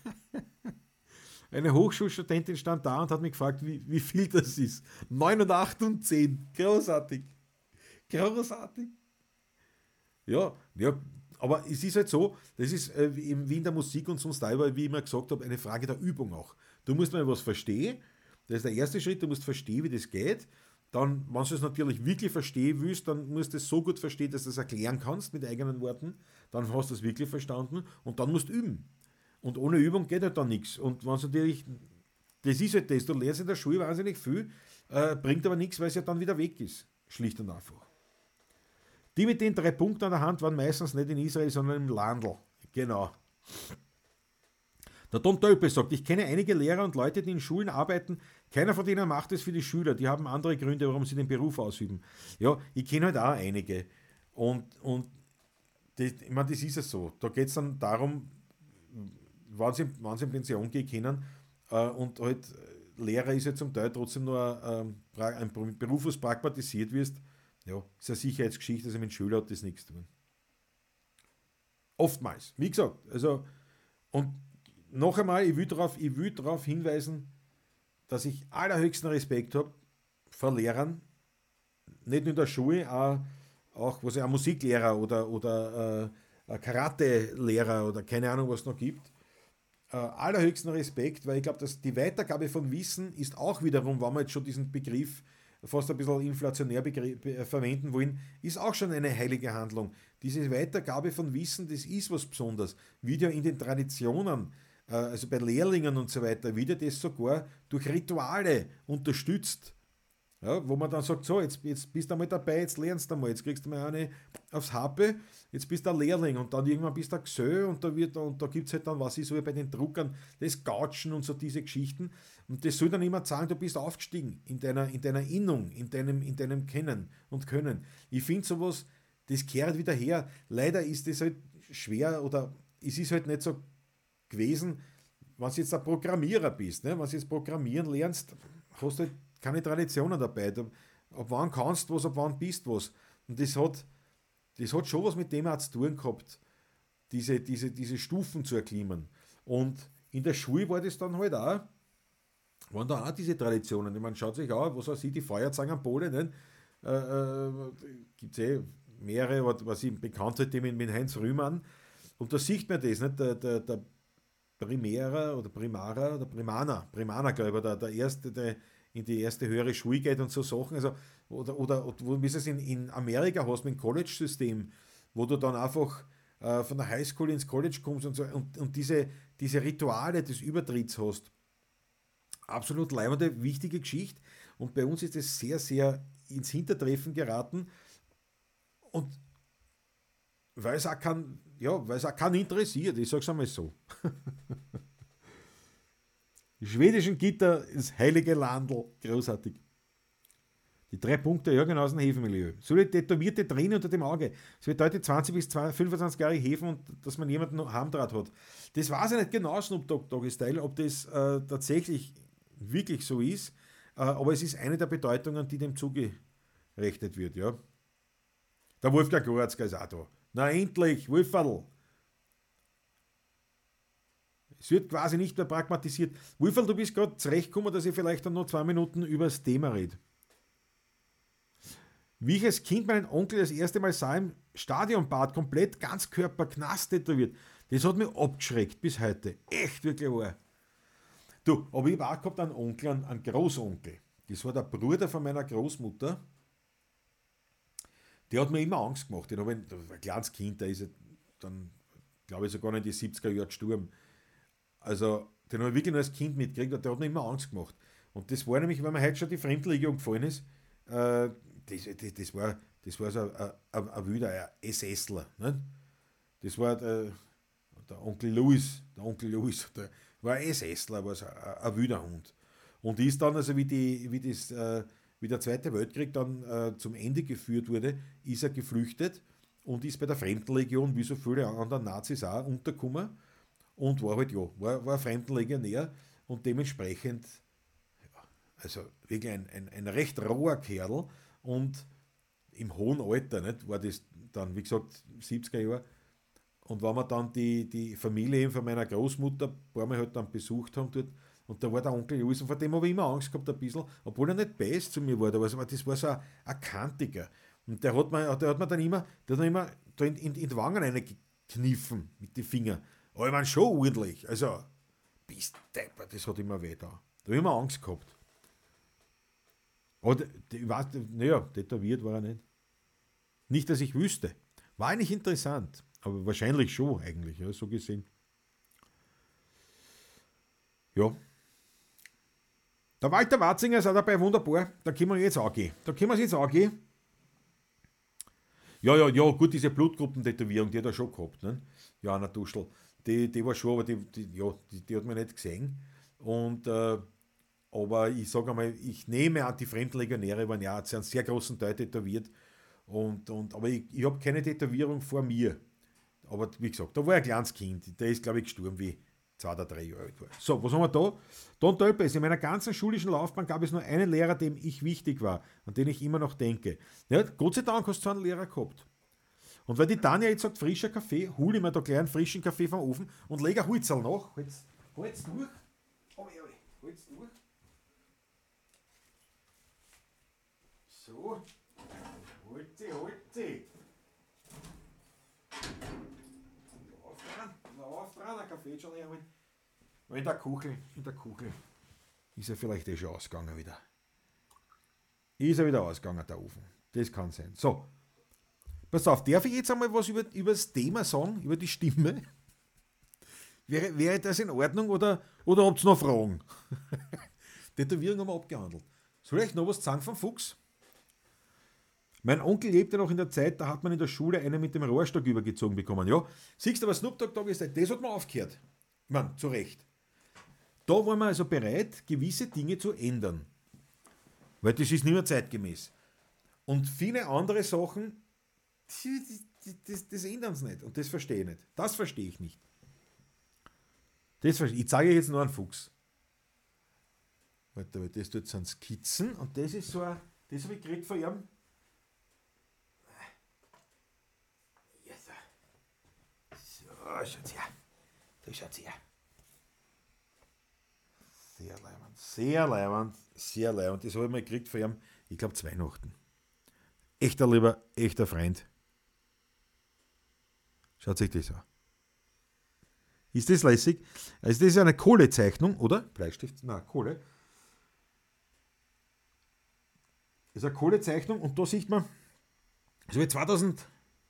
Eine Hochschulstudentin stand da und hat mich gefragt, wie, wie viel das ist. neun und acht und zehn. Großartig. Großartig. Ja, ja, aber es ist halt so, das ist äh, wie in der Musik und sonst da, wie ich immer gesagt habe, eine Frage der Übung auch. Du musst mal was verstehen. Das ist der erste Schritt, du musst verstehen, wie das geht. Dann, wenn du es natürlich wirklich verstehen willst, dann musst du es so gut verstehen, dass du es erklären kannst mit eigenen Worten. Dann hast du es wirklich verstanden und dann musst du üben. Und ohne Übung geht halt dann nichts. Und wenn es natürlich, das ist halt das, du lernst in der Schule wahnsinnig viel, äh, bringt aber nichts, weil es ja dann wieder weg ist. Schlicht und einfach. Die mit den drei Punkten an der Hand waren meistens nicht in Israel, sondern im Landl. Genau. Der Don Tölpe sagt, ich kenne einige Lehrer und Leute, die in Schulen arbeiten, keiner von denen macht es für die Schüler, die haben andere Gründe, warum sie den Beruf ausüben. Ja, ich kenne halt auch einige. Und, und das, ich meine, das ist es so. Da geht es dann darum, wann sie, wann sie in Pension gehen können äh, und halt Lehrer ist ja zum Teil trotzdem nur ähm, ein Beruf, was pragmatisiert wirst. Ja, ist eine Sicherheitsgeschichte, also mit Schülern hat das nichts zu tun. Oftmals, wie gesagt. Also, und noch einmal, ich will darauf darauf hinweisen, dass ich allerhöchsten Respekt habe vor Lehrern, nicht nur in der Schule, auch, auch was ja, Musiklehrer oder, oder äh, Karate-Lehrer oder keine Ahnung, was es noch gibt. Äh, allerhöchsten Respekt, weil ich glaube, dass die Weitergabe von Wissen ist auch wiederum, wenn wir jetzt schon diesen Begriff fast ein bisschen inflationär verwenden wollen, ist auch schon eine heilige Handlung. Diese Weitergabe von Wissen, das ist was Besonderes. Wieder in den Traditionen, äh, also bei Lehrlingen und so weiter, wieder das sogar durch Rituale unterstützt. Ja, wo man dann sagt, so, jetzt, jetzt bist du einmal dabei, jetzt lernst du mal, jetzt kriegst du mal eine aufs Happe, jetzt bist du ein Lehrling und dann irgendwann bist du ein Gesell und da, wird, und da gibt es halt dann, was ist so wie bei den Druckern, das Gautschen und so diese Geschichten und das soll dann immer sagen, du bist aufgestiegen in deiner, in deiner Innung, in deinem, in deinem Kennen und Können. Ich finde sowas, das kehrt wieder her. Leider ist das halt schwer oder es ist halt nicht so gewesen, wenn du jetzt ein Programmierer bist, ne? Wenn du jetzt Programmieren lernst, hast du halt keine Traditionen dabei. Ab wann kannst du was, ab wann bist du was. Und das hat, das hat schon was mit dem auch zu tun gehabt, diese, diese, diese Stufen zu erklimmen. Und in der Schule war das dann halt auch, waren da auch diese Traditionen. Ich meine, schaut sich an, was weiß ich, die Feuerzangen am Boden, nicht? Äh, äh, gibt es eh mehrere, was ich bekannt hätte mit, mit Heinz Rühmann. Und da sieht man das, nicht? Der, der, der Primera oder Primara oder Primana, Primana, glaube ich, der, der erste, der in die erste höhere Schule geht und so Sachen. Also, oder, oder, oder wie es in, in Amerika hast, mit dem College-System, wo du dann einfach äh, von der Highschool ins College kommst und so und, und diese, diese Rituale des Übertritts hast. Absolut leibende, wichtige Geschichte. Und bei uns ist es sehr, sehr ins Hintertreffen geraten. Und weil es auch kein, ja, weil es auch keinen interessiert, ich sag's einmal so. Die schwedischen Gitter, das heilige Landl, großartig. Die drei Punkte, ja genau, aus dem Hefenmilieu. So eine tätowierte Träne unter dem Auge. Das bedeutet zwanzig bis fünfundzwanzig Jahre Hefen und dass man jemanden noch Heimdraht hat. Das weiß ich nicht genau, Snoop Dogg Doggy Style, ob das äh, tatsächlich wirklich so ist, äh, aber es ist eine der Bedeutungen, die dem zugerechnet wird, ja. Der Wolfgang Goratzka ist auch da. Na endlich, Wolferl! Es wird quasi nicht mehr pragmatisiert. Wolferl, du bist gerade zurechtgekommen, dass ich vielleicht dann noch zwei Minuten über das Thema rede. Wie ich als Kind meinen Onkel das erste Mal sah im Stadionbad, komplett Ganzkörper Knast tätowiert, das hat mich abgeschreckt bis heute. Echt wirklich wahr. Du, aber ich habe auch gehabt einen Onkel, einen, einen Großonkel. Das war der Bruder von meiner Großmutter. Der hat mir immer Angst gemacht. Den habe ich, ein kleines Kind, der ist ja dann, glaube ich, sogar noch in die siebziger Jahre gestorben. Also, den habe ich wirklich nur als Kind mitgekriegt und der hat mir immer Angst gemacht. Und das war nämlich, wenn mir heute schon die Fremdenlegion gefallen ist, äh, das, das, das, war, das war so ein, ein, ein wilder ein SSler. Ne? Das war der, der Onkel Louis, der Onkel Louis, der war ein SSler, war so ein, ein wilder Hund. Und ist dann, also wie, die, wie, das, äh, wie der Zweite Weltkrieg dann äh, zum Ende geführt wurde, ist er geflüchtet und ist bei der Fremdenlegion, wie so viele andere Nazis auch, untergekommen. Und war halt, ja, war, war ein Fremdenlegionär und dementsprechend, ja, also wirklich ein, ein, ein recht roher Kerl und im hohen Alter, nicht, war das dann, wie gesagt, siebziger Jahre. Und wenn wir dann die, die Familie eben von meiner Großmutter ein paar Mal halt dann besucht haben dort, und da war der Onkel Louis, und vor dem habe ich immer Angst gehabt ein bisschen, obwohl er nicht best zu mir war, aber das war so ein, ein Kantiger. Und der hat mir, der hat mir dann immer, der hat mir immer da in, in, in die Wangen reingekniffen mit den Fingern. Aber ich meine schon ordentlich. Also, bist deppert, das hat immer weh da. Da habe ich immer Angst gehabt. Aber ich weiß, naja, tätowiert war er nicht. Nicht, dass ich wüsste. War eigentlich interessant. Aber wahrscheinlich schon eigentlich, ja, so gesehen. Ja. Der Walter Watzinger ist auch dabei wunderbar. Da können wir jetzt angehen. Da können wir jetzt angehen. Ja, ja, ja, gut, diese Blutgruppentätowierung, die hat er schon gehabt. Ne? Ja, Anna Duschel. die, die war schon, aber die, die, ja, die, die hat mich nicht gesehen. Und, äh, aber ich sage einmal, ich nehme an, die Fremdenlegionäre waren ja zu einem sehr großen Teil tätowiert. Und, und, aber ich, ich habe keine Tätowierung vor mir. Aber wie gesagt, da war ein kleines Kind, der ist, glaube ich, gestorben, wie zwei oder drei Jahre alt war. So, was haben wir da? Don Tölpes. In meiner ganzen schulischen Laufbahn gab es nur einen Lehrer, dem ich wichtig war, an den ich immer noch denke. Ja, Gott sei Dank hast du so einen Lehrer gehabt. Und weil die Tanja jetzt sagt, frischer Kaffee, hole ich mir da gleich einen frischen Kaffee vom Ofen und lege ein Holzerl nach. Halt's, halt's durch. Oh, ja, halt's durch. So. Halt sie, halt sie. Lauf dran, lauf dran, ein Kaffee schon herholen. In der Kuchel, in der Kuchel ist er vielleicht eh schon ausgegangen wieder. Ist er wieder ausgegangen, der Ofen. Das kann sein. So. Pass auf, darf ich jetzt einmal was über, über das Thema sagen, über die Stimme? Wäre, wäre das in Ordnung oder, oder habt ihr noch Fragen? Tätowierung haben wir abgehandelt. Soll ich noch was sagen vom Fuchs? Mein Onkel lebte noch in der Zeit, da hat man in der Schule einen mit dem Rohrstock übergezogen bekommen. Ja, siehst du, aber Snoop Dogg Dogg ist das hat man aufgehört. Mann, zu Recht. Da waren wir also bereit, gewisse Dinge zu ändern. Weil das ist nicht mehr zeitgemäß. Und viele andere Sachen, das, das, das ändern sie nicht. Und das verstehe ich nicht. Das verstehe ich nicht. Das verstehe ich. Ich zeige jetzt nur einen Fuchs. Warte, das tut sind Skizzen und das ist so ein, das habe ich gekriegt von ihm. So, schaut's her. Da schaut's her. Sehr leibend, sehr leibend, sehr leibend. Das habe ich mal gekriegt von ihm, ich glaube, zu Weihnachten. Echter lieber, echter Freund. Schaut sich das an. Ist das lässig? Also das ist eine Kohlezeichnung, oder? Bleistift? Nein, Kohle. Das ist eine Kohlezeichnung und da sieht man, so wie zweitausend,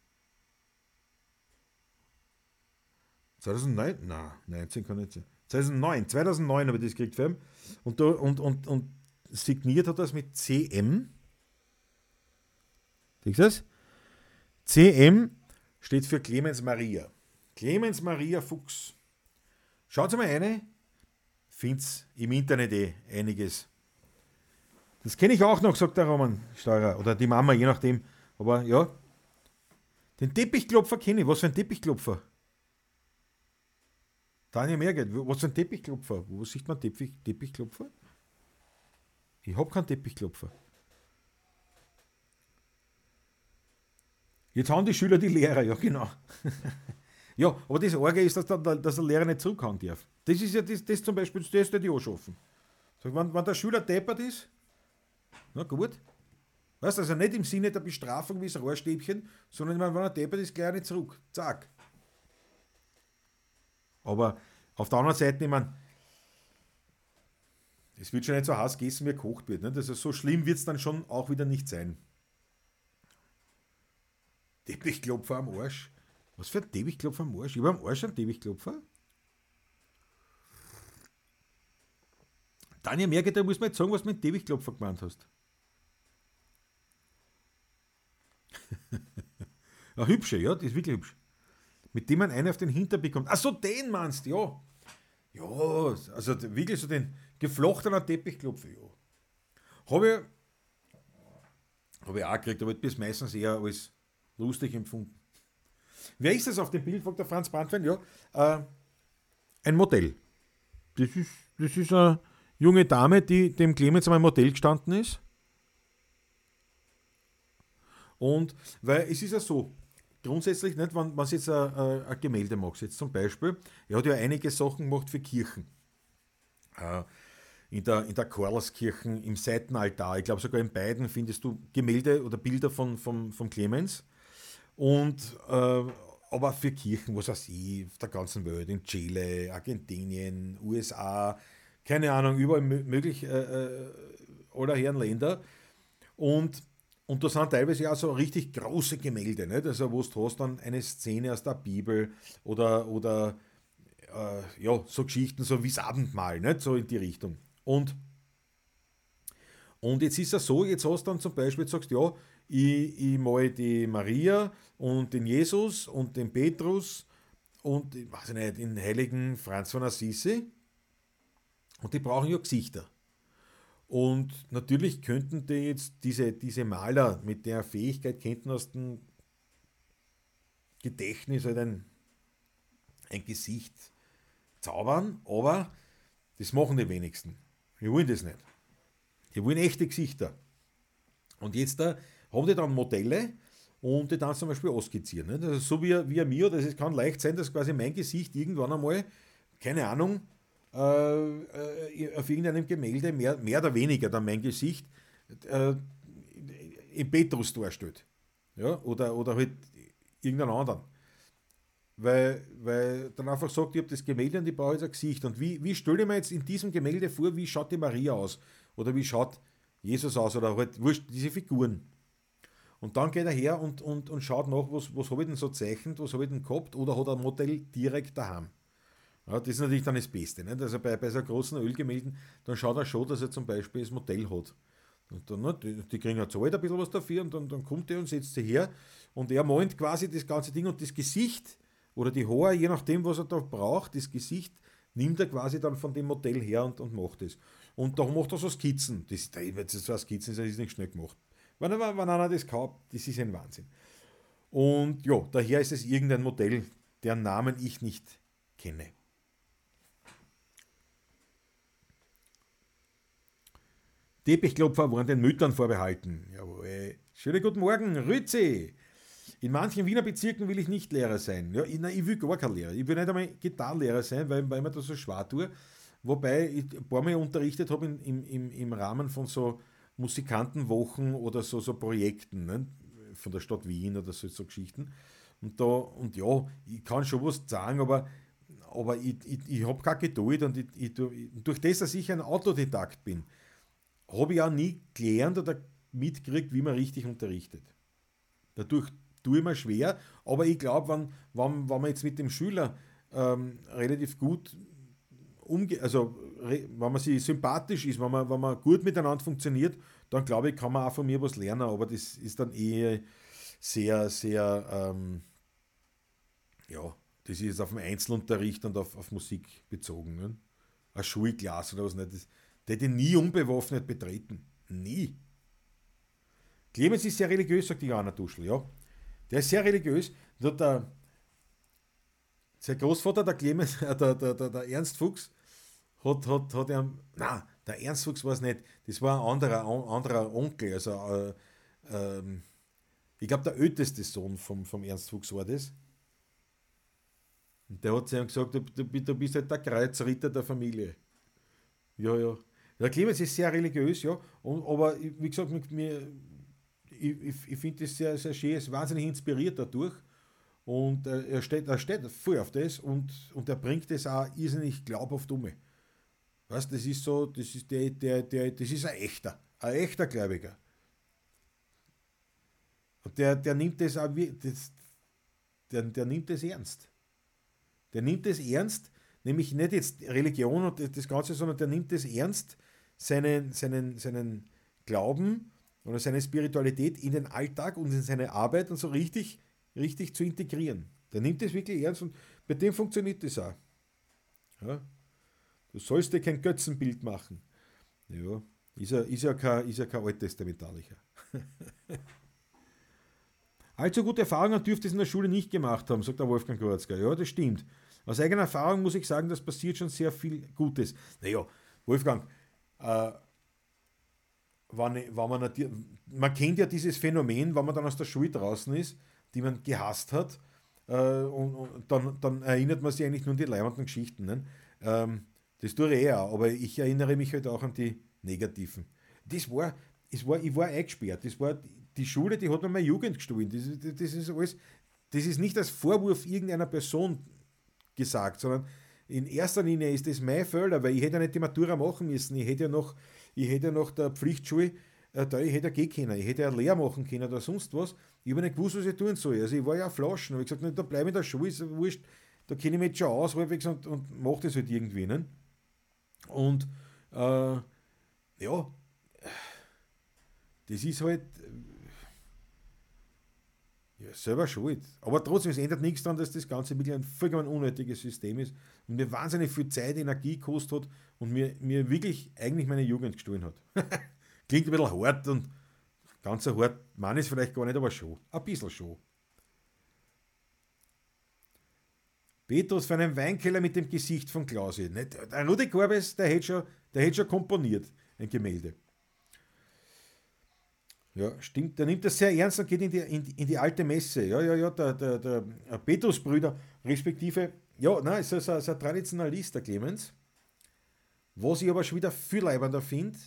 zweitausendneun, nein, neunzehn kann nicht sein. zweitausendneun, zweitausendneun habe ich das gekriegt für ihn. Und, da, und, und, und signiert hat er das mit C M. Siehst du das? C M steht für Clemens Maria. Clemens Maria Fuchs. Schaut mal rein. Find's im Internet eh einiges. Das kenne ich auch noch, sagt der Roman Steurer. Oder die Mama, je nachdem. Aber ja. Den Teppichklopfer kenne ich. Was für ein Teppichklopfer? Daniel Merget, was für ein Teppichklopfer? Wo sieht man Teppich, Teppichklopfer? Ich habe keinen Teppichklopfer. Jetzt haben die Schüler die Lehrer, ja genau. Ja, aber das Arge ist, dass der, dass der Lehrer nicht zurückhauen darf. Das ist ja das, das zum Beispiel, das ist ja die anschaffen. Sag, wenn, wenn der Schüler deppert ist, na gut. Weißt du, also nicht im Sinne der Bestrafung wie das Rohrstäbchen, sondern wenn er deppert ist, gleich nicht zurück. Zack. Aber auf der anderen Seite, ich meine, es wird schon nicht so heiß gegessen, wie gekocht wird. Nicht? Also so schlimm wird es dann schon auch wieder nicht sein. Teppichklopfer am Arsch. Was für ein Teppichklopfer am Arsch? Ich habe am Arsch einen Teppichklopfer. Daniel Merke, da muss man jetzt sagen, was du mit Teppichklopfer gemeint hast. Eine hübsche, ja, die ist wirklich hübsch. Mit dem man einen auf den Hintern bekommt. Ach so, den meinst du, ja. Ja, also wirklich so den geflochtenen Teppichklopfer, ja. Habe ich, hab ich auch gekriegt, aber das meistens eher als lustig empfunden. Wer ist das auf dem Bild, fragt der Franz Brandwein? Ja, äh, ein Modell. Das ist, das ist eine junge Dame, die dem Clemens einmal Modell gestanden ist. Und, weil es ist ja so, grundsätzlich nicht, wenn man jetzt ein, ein Gemälde macht, jetzt zum Beispiel, er hat ja einige Sachen gemacht für Kirchen. Äh, in der, in der Karlskirchen, im Seitenaltar, ich glaube sogar in beiden findest du Gemälde oder Bilder von, von, von Clemens. Und, äh, aber für Kirchen, was weiß ich, auf der ganzen Welt, in Chile, Argentinien, U S A, keine Ahnung, überall möglich, äh, äh, aller Herren Länder. Und, und da sind teilweise auch so richtig große Gemälde, nicht? Also wo du hast dann eine Szene aus der Bibel oder, oder äh, ja, so Geschichten, so wie das Abendmahl, nicht? So in die Richtung. Und, und jetzt ist es so, jetzt hast du dann zum Beispiel, jetzt sagst du, ja, ich, ich mal die Maria und den Jesus und den Petrus und ich weiß nicht, den heiligen Franz von Assisi, und die brauchen ja Gesichter. Und natürlich könnten die jetzt diese, diese Maler mit der Fähigkeit könnten aus dem Gedächtnis halt ein, ein Gesicht zaubern, aber das machen die wenigsten. Die wollen das nicht. Die wollen echte Gesichter. Und jetzt da haben die dann Modelle und die dann zum Beispiel ausskizzieren. Nicht? Also so wie, wie mir, das es kann leicht sein, dass quasi mein Gesicht irgendwann einmal, keine Ahnung, äh, äh, auf irgendeinem Gemälde mehr, mehr oder weniger dann mein Gesicht äh, im Petrus darstellt. Ja? Oder, oder halt irgendeinen anderen. Weil, weil dann einfach sagt, ich habe das Gemälde und ich brauche jetzt ein Gesicht. Und wie, wie stelle ich mir jetzt in diesem Gemälde vor, wie schaut die Maria aus? Oder wie schaut Jesus aus? Oder halt wurscht, diese Figuren. Und dann geht er her und, und, und schaut nach, was, was habe ich denn so zeichnet, was habe ich denn gehabt, oder hat er ein Modell direkt daheim. Ja, das ist natürlich dann das Beste. Nicht? Also bei, bei so großen Ölgemälden, dann schaut er schon, dass er zum Beispiel das Modell hat. Und dann, ne, die, die kriegen ja Zeit ein bisschen was dafür und dann, dann kommt er und setzt sich her und er malt quasi das ganze Ding und das Gesicht oder die Haare, je nachdem, was er da braucht, das Gesicht nimmt er quasi dann von dem Modell her und, und macht es. Und da macht er so Skizzen. Das, das so Skizzen, das ist nicht schnell gemacht. Wenn, er, wenn einer das kauft, das ist ein Wahnsinn. Und ja, daher ist es irgendein Modell, deren Namen ich nicht kenne. Teppichklopfer waren den Müttern vorbehalten. Jawohl. Schönen guten Morgen, Rützi. In manchen Wiener Bezirken will ich nicht Lehrer sein. Ja, ich, nein, ich will gar kein Lehrer. Ich will nicht einmal Gitarrenlehrer sein, weil, weil mir das so schwer tue. Wobei ich ein paar Mal unterrichtet habe im, im, im Rahmen von so Musikantenwochen oder so, so Projekten, ne? Von der Stadt Wien oder so, so Geschichten. Und, da, und ja, ich kann schon was sagen, aber, aber ich, ich, ich habe keine Geduld und ich, ich, durch das, dass ich ein Autodidakt bin, habe ich auch nie gelernt oder mitgekriegt, wie man richtig unterrichtet. Dadurch tue ich mir schwer, aber ich glaube, wenn, wenn, wenn man jetzt mit dem Schüler ähm, relativ gut umgeht, also re, wenn man sich sympathisch ist, wenn man, wenn man gut miteinander funktioniert, dann glaube ich, kann man auch von mir was lernen, aber das ist dann eh sehr, sehr, ähm, ja, das ist auf den Einzelunterricht und auf, auf Musik bezogen. Ne? Ein Schulklasse oder was nicht, das, der hätte nie unbewaffnet betreten. Nie. Clemens ist sehr religiös, sagt die Johanna Duschel, ja. Der ist sehr religiös. Da hat der, sein Großvater, der Clemens, äh, der, der, der, der Ernst Fuchs, hat, hat, hat er, nein, der Ernst Fuchs war es nicht, das war ein anderer, ein anderer Onkel, also äh, ähm, ich glaube der älteste Sohn vom, vom Ernst Fuchs war das. Und der hat zu ihm gesagt, du, du, du bist halt der Kreuzritter der Familie. Ja, ja. Der Clemens ist sehr religiös, ja, und, aber wie gesagt, mit mir, ich, ich, ich finde das sehr, sehr schön, er ist wahnsinnig inspiriert dadurch und äh, er, steht, er steht voll auf das und, und er bringt das auch irrsinnig glaubhaft um. Weißt, das ist so, das ist der, der, der, das ist ein echter, ein echter Gläubiger. Und der, der nimmt das auch, das, der, der nimmt das ernst. Der nimmt das ernst, nämlich nicht jetzt Religion und das Ganze, sondern der nimmt das ernst, seinen, seinen, seinen Glauben oder seine Spiritualität in den Alltag und in seine Arbeit und so richtig, richtig zu integrieren. Der nimmt das wirklich ernst und bei dem funktioniert das auch. Ja? Du sollst dir kein Götzenbild machen. Ja, ist ja, ist ja kein, ist ja kein alttestamentalicher. Allzu gute Erfahrungen dürfte es in der Schule nicht gemacht haben, sagt der Wolfgang Grotzka. Ja, das stimmt. Aus eigener Erfahrung muss ich sagen, das passiert schon sehr viel Gutes. Naja, Wolfgang, äh, wenn, wenn man, natürlich, man kennt ja dieses Phänomen, wenn man dann aus der Schule draußen ist, die man gehasst hat, äh, und, und dann, dann erinnert man sich eigentlich nur an die leibenden Geschichten. Ne? Ähm, das tue ich eh auch, aber ich erinnere mich halt auch an die negativen. Das war, es war, ich war eingesperrt. Das war die Schule, die hat mir meine Jugend gestohlen. Das, das, das ist alles, das ist nicht als Vorwurf irgendeiner Person gesagt, sondern in erster Linie ist das mein Fehler, weil ich hätte ja nicht die Matura machen müssen. Ich hätte ja noch, ich hätte ja nach der Pflichtschule, äh, da ich hätte ja gehen können. Ich hätte ja eine Lehre machen können oder sonst was. Ich habe nicht gewusst, was ich tun soll. Also ich war ja Flaschen. Ich habe gesagt, da bleibe ich in der Schule, ist wurscht, da kenne ich mich jetzt schon aus, halbwegs und, und mache das halt irgendwie. Ne? Und äh, ja, das ist halt, Ja, selber schuld. Aber trotzdem, es ändert nichts daran, dass das Ganze wirklich ein vollkommen unnötiges System ist und mir wahnsinnig viel Zeit, Energie gekostet hat und mir, mir wirklich eigentlich meine Jugend gestohlen hat. Klingt ein bisschen hart und ganz so hart, man ist vielleicht gar nicht, aber schon. Ein bisschen schon. Petrus von einem Weinkeller mit dem Gesicht von Klausi. Nicht, der Rudi Korbes, der hätte schon, der hätte schon komponiert, ein Gemälde. Ja, stimmt. Der nimmt das sehr ernst und geht in die, in, die- in die alte Messe. Ja, ja, ja, der, der, der Petrus-Brüder, respektive, ja, nein, ist so, so ein Traditionalist, der Clemens. Was ich aber schon wieder viel leibender finde,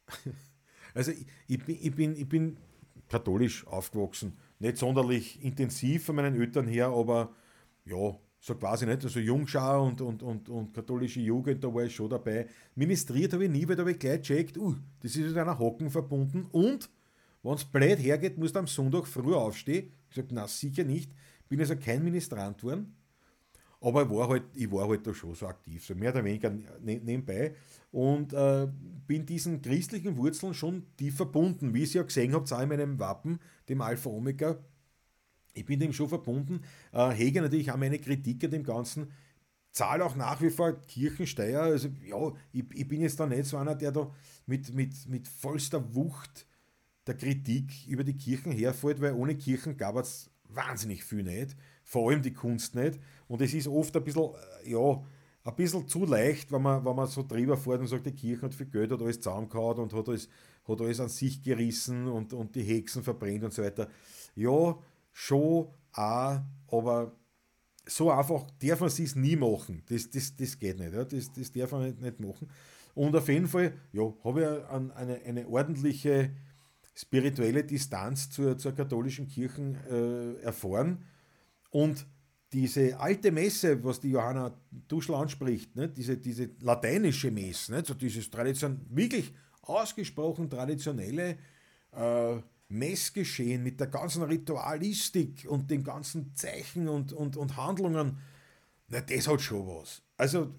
also ich, ich, bin, ich, bin, ich bin katholisch aufgewachsen, nicht sonderlich intensiv von meinen Eltern her, aber ja, so quasi nicht, also Jungschau und, und, und, und katholische Jugend, da war ich schon dabei. Ministriert habe ich nie, weil da habe ich gleich gecheckt, uh, das ist mit einer Hocken verbunden und wenn es blöd hergeht, musst du am Sonntag früh aufstehen. Ich gesagt, na sicher nicht. Bin also kein Ministrant geworden, aber ich war halt, ich war halt da schon so aktiv, so mehr oder weniger ne- nebenbei und äh, bin diesen christlichen Wurzeln schon tief verbunden, wie ihr ja gesehen habt, auch in meinem Wappen, dem Alpha Omega. Ich bin dem schon verbunden, äh, hege natürlich auch meine Kritik an dem Ganzen, zahle auch nach wie vor Kirchensteuer, also ja, ich, ich bin jetzt da nicht so einer, der da mit, mit, mit vollster Wucht der Kritik über die Kirchen herfällt, weil ohne Kirchen gab es wahnsinnig viel nicht, vor allem die Kunst nicht. Und es ist oft ein bisschen, äh, ja, ein bisschen zu leicht, wenn man, wenn man so drüber fährt und sagt, die Kirche hat viel Geld, hat alles zusammengehauen und hat alles, hat alles an sich gerissen und, und die Hexen verbrennt und so weiter. Ja, schon auch, aber so einfach darf man es nie machen. Das, das, das geht nicht. Ja? Das, das darf man nicht, nicht machen. Und auf jeden Fall, ja, habe ich an- eine, eine ordentliche spirituelle Distanz zur, zur katholischen Kirche äh, erfahren. Und diese alte Messe, was die Johanna Duschel anspricht, ne, diese, diese lateinische Messe, ne, so dieses Tradition, wirklich ausgesprochen traditionelle äh, Messgeschehen mit der ganzen Ritualistik und den ganzen Zeichen und, und, und Handlungen, na, das hat schon was. Also,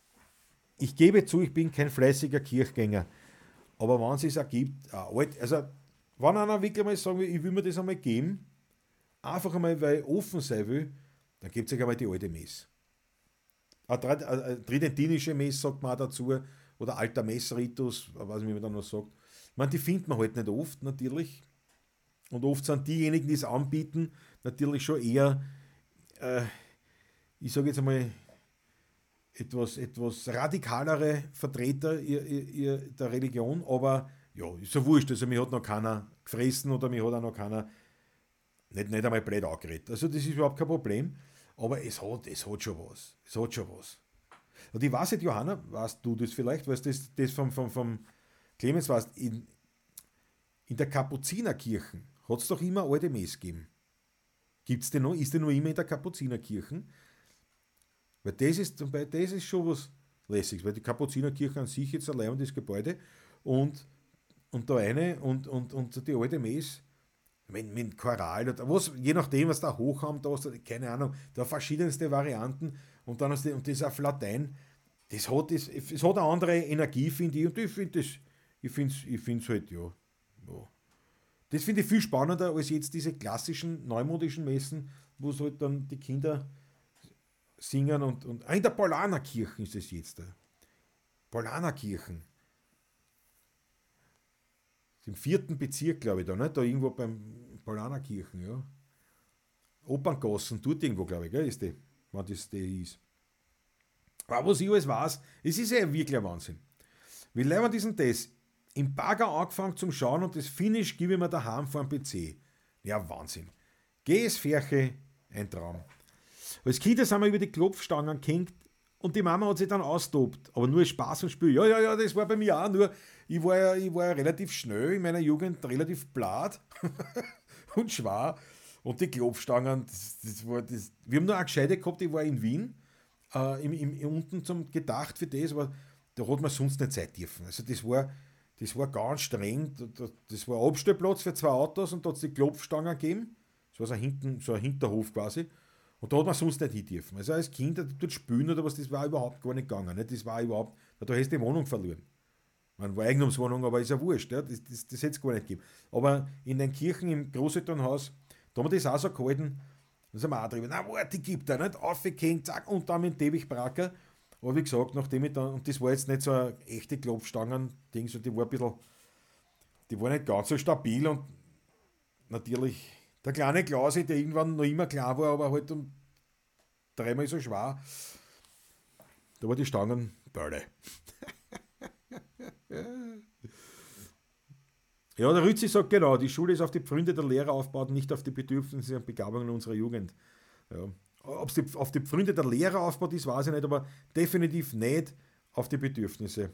ich gebe zu, ich bin kein fleißiger Kirchgänger, aber wenn es sich ergibt, äh, alt, also, wenn einer wirklich mal sagen will, ich will mir das einmal geben, einfach einmal, weil ich offen sein will, dann gibt es ja einmal die alte Messe. Eine, Tra- eine tridentinische Messe sagt man auch dazu, oder alter Messritus, ich weiß nicht, wie man da noch sagt. Ich meine, die findet man halt nicht oft, natürlich. Und oft sind diejenigen, die es anbieten, natürlich schon eher, äh, ich sage jetzt einmal, etwas, etwas radikalere Vertreter ihr, ihr, ihr, der Religion, aber ja, ist so wurscht. Also, mir hat noch keiner gefressen oder mir hat auch noch keiner nicht, nicht einmal blöd angeredet. Also, das ist überhaupt kein Problem, aber es hat, es hat schon was. Es hat schon was. Und ich weiß nicht, Johanna, weißt du das vielleicht, weil das, das vom, vom, vom Clemens weißt, in, in der Kapuzinerkirche hat es doch immer alte Mess gegeben. Gibt's den noch? Ist der noch immer in der Kapuzinerkirche? Weil das ist, das ist schon was Lässiges, weil die Kapuzinerkirche an sich jetzt allein das Gebäude und, und da eine und, und, und die alte Mess mit, mit Choral oder was, je nachdem, was da hochkommt, da hast du, keine Ahnung, da verschiedenste Varianten und dann hast du, und das auf Latein, das hat, das, es hat eine andere Energie, finde ich, und ich finde das, ich finde es ich find's halt, ja, ja. Das finde ich viel spannender als jetzt diese klassischen neumodischen Messen, wo es halt dann die Kinder singen und, und ah, in der Paulanerkirche ist es jetzt. Da. Paulanerkirchen. Im vierten Bezirk, glaube ich, da, ne? Da irgendwo beim Paulanerkirchen, ja. Operngassen, dort irgendwo, glaube ich, gell, ist die, wenn das die ist. Aber was ich alles weiß, es ist ja wirklich ein Wahnsinn. Wir lernen diesen Test. Im Bagger angefangen zum Schauen und das Finish gebe ich mir daheim vor dem P C. Ja, Wahnsinn. Geh es Färche, ein Traum. Als Kinder sind wir über die Klopfstangen gehängt und die Mama hat sich dann austobt. Aber nur Spaß und Spiel. Ja, ja, ja, das war bei mir auch. Nur, ich war ja, ich war ja relativ schnell in meiner Jugend, relativ blatt und schwer. Und die Klopfstangen, das, das war das. Wir haben nur eine gescheite gehabt, ich war in Wien, äh, im, im, unten zum gedacht für das, aber da hat man sonst nicht Zeit dürfen. Also das war, das war ganz streng. Das war ein Abstellplatz für zwei Autos und da hat es die Klopfstangen gegeben. Das war so ein, Hinten, so ein Hinterhof quasi. Und da hat man sonst nicht hin dürfen. Also als Kind dort spielen oder was, das war überhaupt gar nicht gegangen. Nicht? Das war überhaupt, da hast du die Wohnung verloren. Man war Eigentumswohnung, aber ist ja wurscht. Ja? Das, das, das hätte es gar nicht gegeben. Aber in den Kirchen im Großelternhaus, Da haben wir das auch so gehalten, da sind wir auch drüber, na warte, die gibt er nicht, aufgehängt, zack, und dann mit dem Teppichbracker. Aber wie gesagt, nachdem ich dann, und das war jetzt nicht so eine echte Klopfstangen-Ding, so die war ein bisschen, die war nicht ganz so stabil und natürlich der kleine Klausi, der irgendwann noch immer klar war, aber halt um dreimal so schwer, da war die Stangen Bölle. Ja, der Rützi sagt genau, die Schule ist auf die Pfründe der Lehrer aufgebaut, nicht auf die Bedürfnisse und Begabungen unserer Jugend. Ja. Ob es auf die Pfründe der Lehrer aufgebaut ist, weiß ich nicht, aber definitiv nicht auf die Bedürfnisse.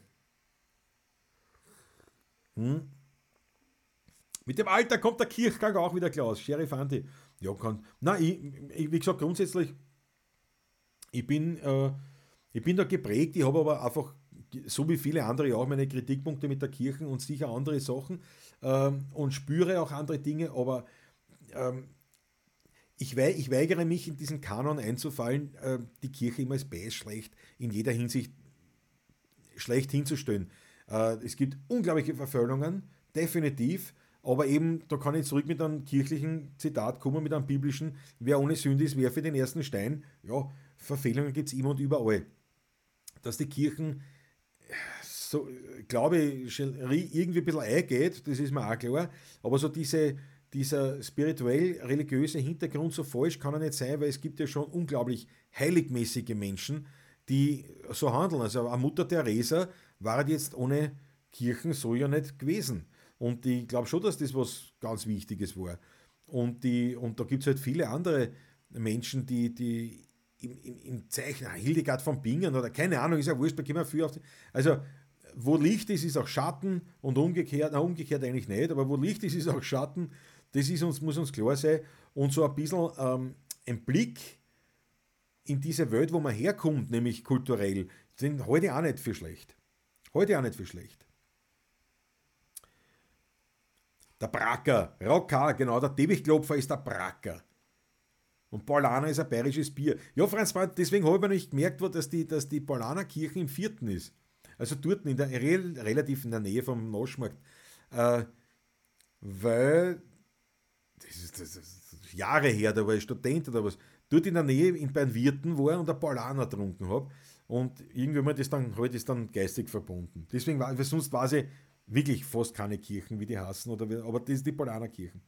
Hm? Mit dem Alter kommt der Kirchgang auch wieder klar aus. Sheriff Andi. Ja, kann. Nein, ich, ich, wie gesagt, grundsätzlich, ich bin, äh, ich bin da geprägt, ich habe aber einfach, so wie viele andere auch, meine Kritikpunkte mit der Kirche und sicher andere Sachen ähm, und spüre auch andere Dinge, aber ähm, ich, wei ich weigere mich in diesen Kanon einzufallen, äh, die Kirche immer als bäh schlecht, in jeder Hinsicht schlecht hinzustellen. Äh, es gibt unglaubliche Verföllungen, definitiv, aber eben, da kann ich zurück mit einem kirchlichen Zitat kommen, mit einem biblischen, wer ohne Sünde ist, werfe den ersten Stein. Ja, Verfehlungen gibt es immer und überall. Dass die Kirchen, so, glaube ich, irgendwie ein bisschen eingeht, das ist mir auch klar, aber so diese, dieser spirituell-religiöse Hintergrund so falsch kann er nicht sein, weil es gibt ja schon unglaublich heiligmäßige Menschen, die so handeln. Also eine Mutter Teresa war jetzt ohne Kirchen so ja nicht gewesen. Und ich glaube schon, dass das was ganz Wichtiges war. Und, die, und da gibt es halt viele andere Menschen, die, die im, im, im Zeichen, Hildegard von Bingen oder keine Ahnung, ist ja wurscht, da gehen wir viel auf die, also wo Licht ist, ist auch Schatten und umgekehrt, na umgekehrt eigentlich nicht, aber wo Licht ist, ist auch Schatten, das ist uns, muss uns klar sein. Und so ein bisschen ähm, ein Blick in diese Welt, wo man herkommt, nämlich kulturell, den halte ich auch nicht für schlecht. Halte ich auch nicht für schlecht. Der Bracker, Rocker, genau, der Teppichklopfer ist der Bracker. Und Paulaner ist ein bayerisches Bier. Ja, Franz, deswegen habe ich mir nicht gemerkt, dass die, dass die Paulaner Kirche im Vierten ist. Also dort in der, relativ in der Nähe vom Naschmarkt. Äh, weil, das ist, das ist Jahre her, da war ich Student oder was, dort in der Nähe in, bei den Wirten war und ein Paulaner getrunken habe. Und irgendwie habe ich das dann, halt das dann geistig verbunden. Deswegen war, weil sonst weiß ich wirklich fast keine Kirchen, wie die heißen, oder, aber das ist die Paulaner Kirchen.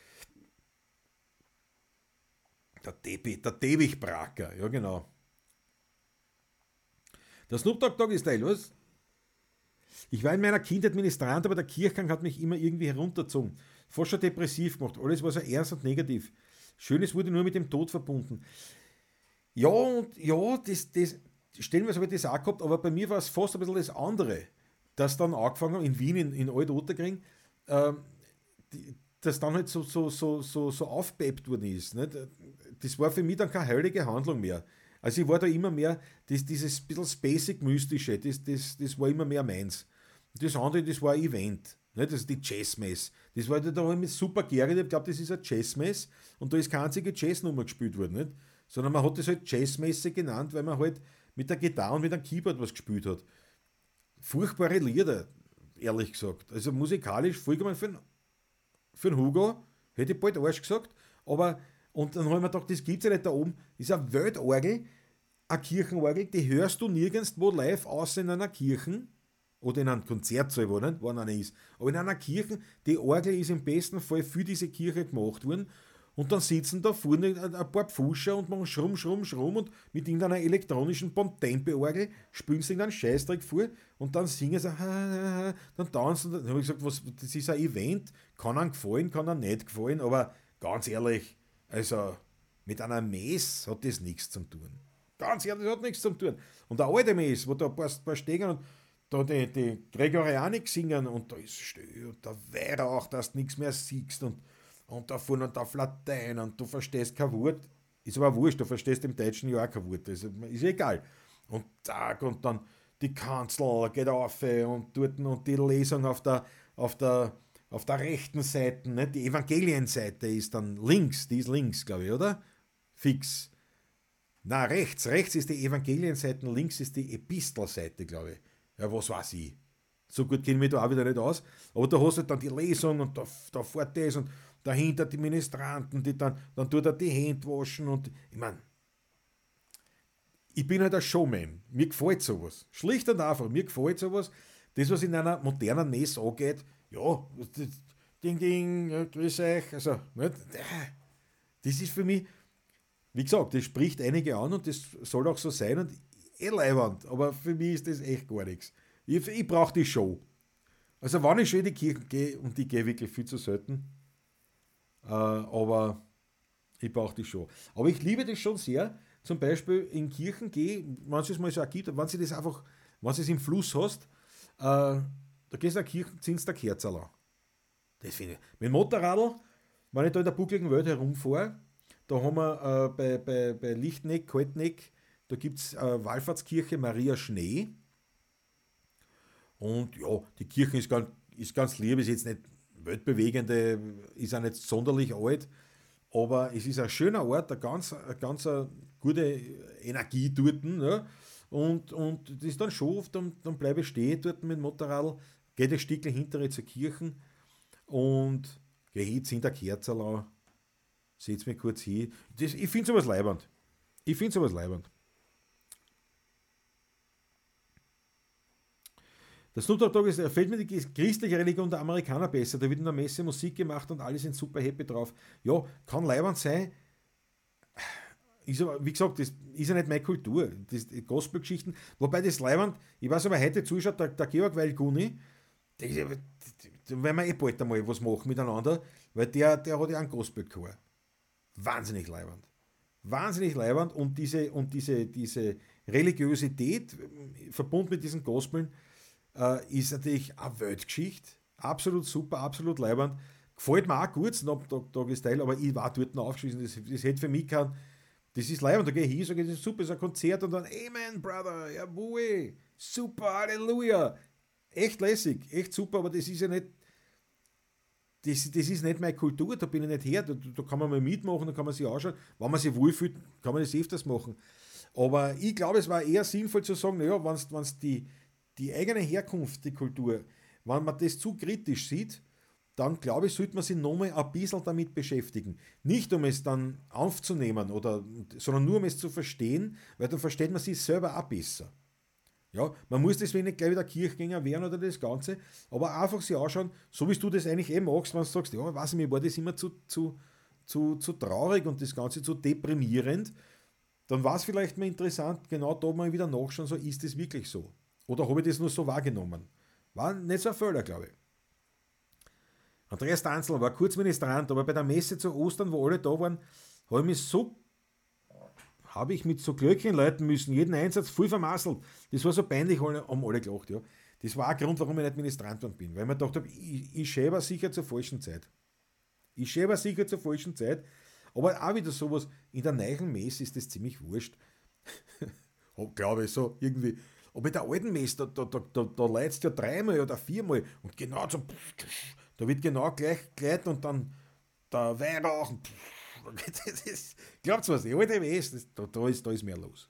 Der Teppich, der Teppichbracker, ja genau. Der Snoop Dogg Dogg ist Teil, was? Ich war in meiner Kindheit Ministrant, aber der Kirchgang hat mich immer irgendwie heruntergezogen. Fast schon depressiv gemacht. Alles war so ernst und negativ. Schönes wurde nur mit dem Tod verbunden. Ja, und ja, das, das, stellenweise habe ich das auch gehabt, aber bei mir war es fast ein bisschen das andere. Das dann angefangen in Wien, in, in Alt-Otterkring, ähm, das dann halt so, so, so, so, so aufgepept worden ist. Nicht? Das war für mich dann keine heilige Handlung mehr. Also ich war da immer mehr, das, dieses bisschen Basic-Mystische, das, das, das war immer mehr meins. Das andere, das war ein Event. Nicht? Das ist die Jazzmess. Das war da mit super Gerrit, ich glaube, das ist eine Jazzmess und da ist keine einzige Jazznummer gespielt worden. Nicht? Sondern man hat das halt Jazzmesse genannt, weil man halt mit der Gitarre und mit einem Keyboard was gespielt hat. Furchtbare Lieder, ehrlich gesagt. Also musikalisch vollkommen für, für den Hugo, hätte ich bald Arsch gesagt, aber und dann habe ich mir gedacht, das gibt es ja nicht da oben, das ist eine Weltorgel, eine Kirchenorgel, die hörst du nirgendwo live, außer in einer Kirche oder in einem Konzertsaal, wo nicht, wo einer ist, aber in einer Kirche, die Orgel ist im besten Fall für diese Kirche gemacht worden. Und dann sitzen da vorne ein paar Pfuscher und machen Schrumm, Schrumm, Schrumm und mit irgendeiner elektronischen Bontempe-Orgel spielen sie irgendeinen Scheißdreck vor und dann singen sie, dann tanzen. Dann habe ich gesagt, was, das ist ein Event, kann einem gefallen, kann einem nicht gefallen, aber ganz ehrlich, also mit einer Mess hat das nichts zu tun. Ganz ehrlich, das hat nichts zu tun. Und eine alte Mess, wo da ein paar, paar stehen und da die, die Gregorianik singen und da ist still und der Weihrauch, dass du nichts mehr siehst und und da vorne und auf Latein und du verstehst kein Wort. Ist aber wurscht, du verstehst im Deutschen ja auch kein Wort. Das ist egal. Und Tag und dann die Kanzel geht auf und dort und die Lesung auf der, auf der, auf der rechten Seite, ne? Die Evangelienseite ist dann links, die ist links, glaube ich, oder? Fix. Na, rechts, rechts ist die Evangelienseite, links ist die Epistelseite, glaube ich. Ja, was weiß ich. So gut kenne ich mich da auch wieder nicht aus. Aber da hast du halt dann die Lesung und da, da fährt das und dahinter die Ministranten, die dann, dann tut er die Hände waschen und ich meine, ich bin halt ein Showman. Mir gefällt sowas. Schlicht und einfach, mir gefällt sowas. Das, was in einer modernen Messe angeht, ja, das, Ding, Ding, ja, grüß euch, also, nicht? Das ist für mich, wie gesagt, das spricht einige an und das soll auch so sein und eh leiwand, aber für mich ist das echt gar nichts. Ich, ich brauche die Show. Also, wenn ich schon in die Kirche gehe, und ich gehe wirklich viel zu selten, äh, aber ich brauche die Show. Aber ich liebe das schon sehr, zum Beispiel in Kirchen gehe, wenn es mal so ergibt, wenn sie das einfach, wenn du es im Fluss hast, äh, da gehst du in die Kirche, ziehst du eine Kerze an. Das finde ich. Mit dem Motorradl, wenn ich da in der buckligen Welt herumfahre, da haben wir äh, bei, bei, bei Lichtneck, Kaltneck, da gibt es äh, Wallfahrtskirche Maria Schnee. Und ja, die Kirche ist ganz, ist ganz lieb, ist jetzt nicht weltbewegende, ist auch nicht sonderlich alt, aber es ist ein schöner Ort, eine ganz, eine ganz gute Energie dort. Ne? Und, und das ist dann schon oft, dann, dann bleibe ich stehen dort mit dem Motorrad, gehe das Stückchen hinterher zur Kirche und gehe hin, ziehe der Kerze an, setze mich kurz hin. Das, ich finde sowas leibend. Ich finde sowas leibend. Der Snoop Dogg ist, fällt mir die christliche Religion der Amerikaner besser. Da wird in der Messe Musik gemacht und alle sind super happy drauf. Ja, kann leibend sein. Ist aber, wie gesagt, das ist ja nicht meine Kultur. Das die Gospelgeschichten. Wobei das leibend, ich weiß aber heute zuschaut, der, der Georg Weilguni, da werden wir eh bald einmal was machen miteinander, weil der, der hat ja einen Gospelchor. Wahnsinnig leibend. Wahnsinnig leibend und diese, und diese, diese Religiosität verbunden mit diesen Gospeln äh, ist natürlich eine Weltgeschichte. Absolut super, absolut leibend. Gefällt mir auch gut, Snoop Dogg ist Teil, aber ich war dort noch aufgeschlossen. Das, das hätte für mich kein. Das ist leibend. Da gehe ich hin, sage, das ist super, das ist ein Konzert und dann Amen, Brother, jawohl, super, Halleluja. Echt lässig, echt super, aber das ist ja nicht. Das, das ist nicht meine Kultur, da bin ich nicht her, da, da kann man mal mitmachen, da kann man sich anschauen. Wenn man sich wohlfühlt, kann man das öfters machen. Aber ich glaube, es war eher sinnvoll zu sagen, naja, wenn es die, die eigene Herkunft, die Kultur, wenn man das zu kritisch sieht, dann glaube ich, sollte man sich nochmal ein bisschen damit beschäftigen. Nicht um es dann aufzunehmen, oder, sondern nur um es zu verstehen, weil dann versteht man sich selber auch besser. Ja, man muss deswegen nicht gleich wieder Kirchgänger werden oder das Ganze, aber einfach sich anschauen, so wie du das eigentlich eh magst, wenn du sagst, ja, weiß ich, mir war das immer zu, zu, zu, zu traurig und das Ganze zu deprimierend, dann war es vielleicht mal interessant, genau da mal wieder nachschauen, so ist es wirklich so. Oder habe ich das nur so wahrgenommen? War nicht so ein Fehler, glaube ich. Andreas Danzl war kurz Ministrant, aber bei der Messe zu Ostern, wo alle da waren, habe ich mich so, habe ich mit so Glöckchen läuten müssen, jeden Einsatz voll vermasselt. Das war so peinlich, alle, haben alle gelacht, ja. Das war ein Grund, warum ich nicht Ministrant bin, weil ich mir gedacht habe, ich, ich schäbe sicher zur falschen Zeit. Ich schäbe sicher zur falschen Zeit, aber auch wieder sowas, in der neuen Messe ist das ziemlich wurscht. Glaube ich so, irgendwie. Aber in der alten Messe, da, da, da, da, da leidest du ja dreimal oder viermal und genau zum, da wird genau gleich geleitet und dann der Weihrauch. Glaubt's was, die alte Messe, das, da, da, ist, da ist mehr los.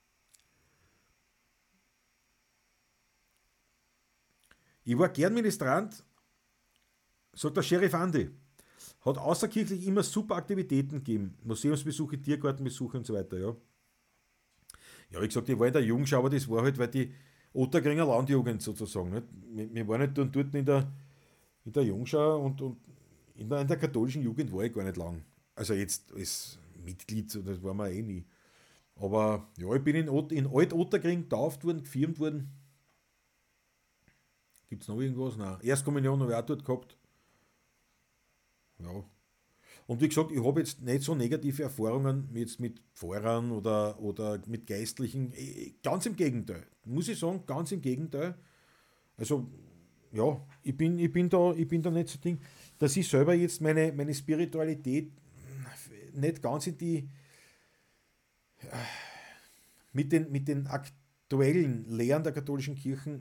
Ich war gern Ministrant, sagt der Sheriff Andi. Hat außerkirchlich immer super Aktivitäten gegeben. Museumsbesuche, Tiergartenbesuche und so weiter, ja. Ja, wie gesagt, ich war in der Jugendschau, aber das war halt, weil die Otterkringer Landjugend sozusagen, nicht? Wir, wir waren nicht dort in der, in der Jungschau und, und in, der, in der katholischen Jugend war ich gar nicht lang. Also jetzt als Mitglied, das war mir eh nie. Aber ja, ich bin in, in Alt-Otterkring getauft worden, gefirmt worden. Gibt es noch irgendwas? Nein. Erstkommunion habe ich auch dort gehabt. Ja. Und wie gesagt, ich habe jetzt nicht so negative Erfahrungen jetzt mit Pfarrern oder, oder mit Geistlichen. Ganz im Gegenteil. Muss ich sagen, ganz im Gegenteil. Also, ja, ich bin, ich bin, da, ich bin da nicht so Ding, dass ich selber jetzt meine, meine Spiritualität nicht ganz in die mit den, mit den aktuellen Lehren der katholischen Kirchen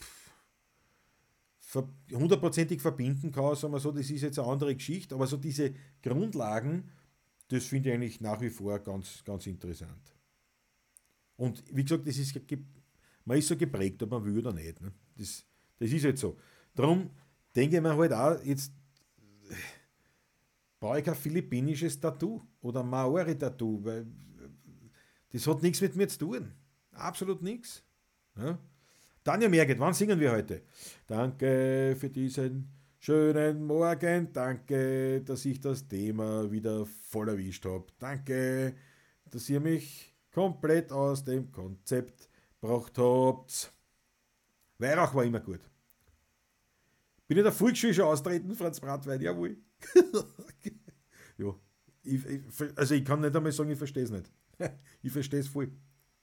hundertprozentig verbinden kann, sagen wir so, das ist jetzt eine andere Geschichte, aber so diese Grundlagen, das finde ich eigentlich nach wie vor ganz, ganz interessant. Und wie gesagt, das ist, man ist so geprägt, ob man will oder nicht. Ne? Das, Das ist halt so. Darum denke ich mir halt auch, jetzt brauche ich kein philippinisches Tattoo oder ein Maori-Tattoo, weil das hat nichts mit mir zu tun. Absolut nichts. Ja? Tanja Merget, wann singen wir heute? Danke für diesen schönen Morgen, danke, dass ich das Thema wieder voll erwischt habe. Danke, dass ihr mich komplett aus dem Konzept gebracht habt. Weihrauch war immer gut. Bin in der Volksschule schon austreten, Franz Bratwein, jawohl. Ja, ich, ich, also ich kann nicht einmal sagen, ich verstehe es nicht. Ich verstehe es voll.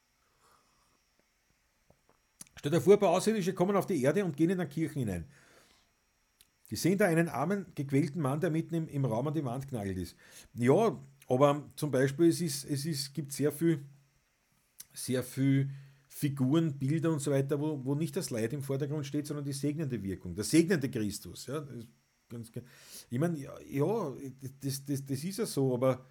Stell dir vor, ein paar Außerirdische kommen auf die Erde und gehen in eine Kirche hinein. Die sehen da einen armen, gequälten Mann, der mitten im, im Raum an die Wand genagelt ist. Ja, aber zum Beispiel, es, ist, es ist, gibt sehr viel, sehr viel Figuren, Bilder und so weiter, wo, wo nicht das Leid im Vordergrund steht, sondern die segnende Wirkung, der segnende Christus. Ja, das ist ganz, ich meine, ja, ja das, das, das ist ja so, aber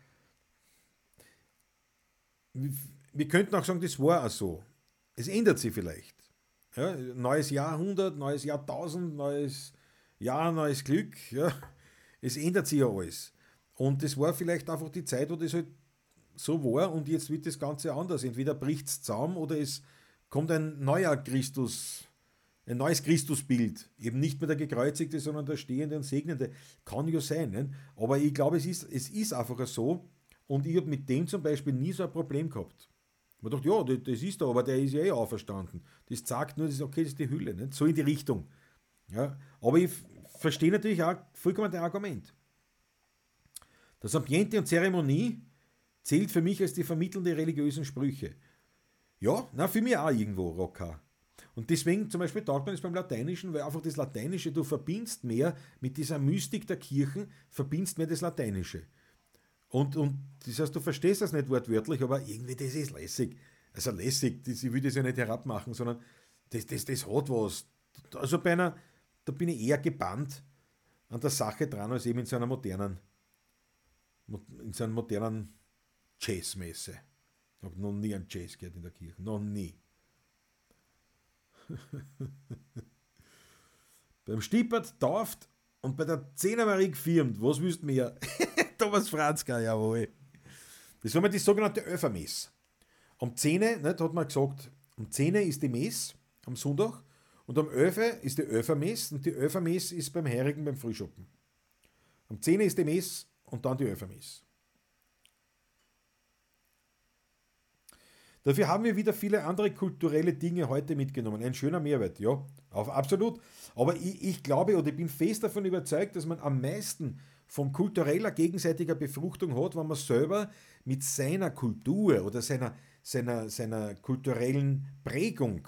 wir könnten auch sagen, das war auch so. Es ändert sich vielleicht. Ja, neues Jahrhundert, neues Jahrtausend, neues Jahr, neues Glück. Ja. Es ändert sich ja alles. Und das war vielleicht einfach die Zeit, wo das halt so war und jetzt wird das Ganze anders. Entweder bricht es zusammen oder es kommt ein neuer Christus, ein neues Christusbild. Eben nicht mehr der Gekreuzigte, sondern der Stehende und Segnende. Kann ja sein. Ne? Aber ich glaube, es ist, es ist einfach so und ich habe mit dem zum Beispiel nie so ein Problem gehabt. Man dachte, ja, das, das ist da, aber der ist ja eh auferstanden. Das sagt nur, das ist okay, das ist die Hülle. Nicht? So in die Richtung. Ja? Aber ich verstehe natürlich auch vollkommen das Argument. Das Ambiente und Zeremonie zählt für mich als die vermittelnde religiösen Sprüche. Ja, na, für mich auch irgendwo, Rocker. Und deswegen zum Beispiel taugt man es beim Lateinischen, weil einfach das Lateinische, du verbindest mehr mit dieser Mystik der Kirchen, verbindest mehr das Lateinische. Und, und das heißt, du verstehst das nicht wortwörtlich, aber irgendwie das ist lässig. Also lässig, das, ich will das ja nicht herabmachen, sondern das, das, das hat was. Also bei einer, da bin ich eher gebannt an der Sache dran, als eben in so einer modernen, in so einer modernen Jazzmesse. Ich habe noch nie einen Jazz gehört in der Kirche, noch nie. Beim Stiepert tauft und bei der Zehnermarie gefirmt, was willst du mehr? Thomas Franzka, jawohl. Das war mal die sogenannte Öffermesse. Um zehn Uhr, nicht, hat man gesagt, um zehn Uhr ist die Messe am Sonntag und um elf Uhr ist die Öffermesse und die Öffermesse ist beim Heirigen beim Frühschoppen. Um zehn Uhr ist die Messe und dann die Öffermesse. Dafür haben wir wieder viele andere kulturelle Dinge heute mitgenommen. Ein schöner Mehrwert, ja, auf, absolut. Aber ich, ich glaube oder ich bin fest davon überzeugt, dass man am meisten von kultureller gegenseitiger Befruchtung hat, wenn man selber mit seiner Kultur oder seiner, seiner, seiner kulturellen Prägung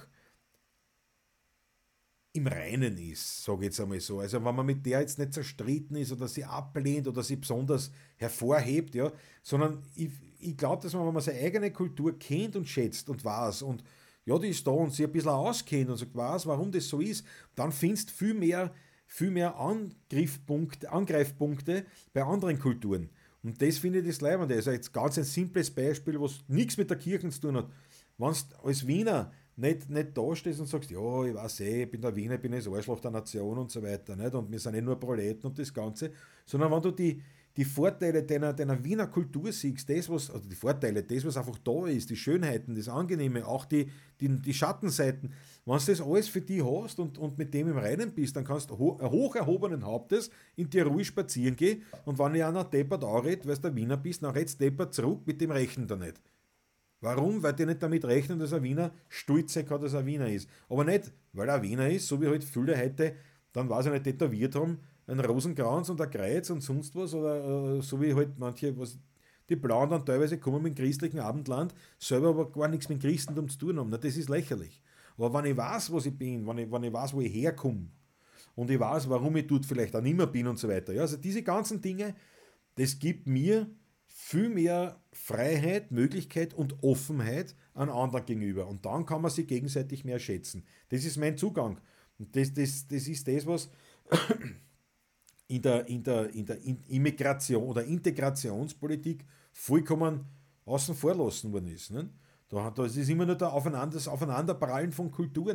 im Reinen ist, sage ich jetzt einmal so. Also wenn man mit der jetzt nicht zerstritten ist oder sie ablehnt oder sie besonders hervorhebt, ja, sondern ich, ich glaube, dass man, wenn man seine eigene Kultur kennt und schätzt und weiß und ja, die ist da und sie ein bisschen auskennt und sagt, weiß, warum das so ist, dann findest du viel mehr, viel mehr Angriffpunkte, Angreifpunkte bei anderen Kulturen. Und das finde ich das Leibende. Also jetzt ganz ein simples Beispiel, was nichts mit der Kirche zu tun hat. Wenn du als Wiener nicht, nicht da stehst und sagst, ja, ich weiß eh, ich bin der Wiener, ich bin das Arschloch der Nation und so weiter, nicht? Und wir sind eh nur Proleten und das Ganze, sondern wenn du die, die Vorteile deiner, deiner Wiener Kultur siehst, das, was, also die Vorteile, das, was einfach da ist, die Schönheiten, das Angenehme, auch die, die, die Schattenseiten, wenn du das alles für dich hast und, und mit dem im Reinen bist, dann kannst du ho hoch erhobenen Hauptes in Tirol spazieren gehen und wenn ich einer deppert anredet, weil du der Wiener bist, dann redst deppert zurück, mit dem rechnen da nicht. Warum? Weil die nicht damit rechnen, dass ein Wiener Stulzeck hat, dass er Wiener ist. Aber nicht, weil er Wiener ist, so wie halt viele heute, dann weiß ich nicht, tätowiert haben, ein Rosenkranz und ein Kreuz und sonst was, oder äh, so wie halt manche, was die Blauen dann teilweise kommen mit dem christlichen Abendland, selber aber gar nichts mit dem Christentum zu tun haben. Na, das ist lächerlich. Aber wenn ich weiß, was ich bin, wenn ich, wenn ich weiß, wo ich herkomme, und ich weiß, warum ich dort vielleicht auch nicht mehr bin und so weiter, ja, also diese ganzen Dinge, das gibt mir viel mehr Freiheit, Möglichkeit und Offenheit an anderen gegenüber. Und dann kann man sich gegenseitig mehr schätzen. Das ist mein Zugang. Und das, das, das ist das, was in der, in der, in der Immigration oder Integrationspolitik vollkommen außen vor lassen worden ist. Ne? Da, das ist immer nur der Aufeinander, das Aufeinanderprallen von Kulturen.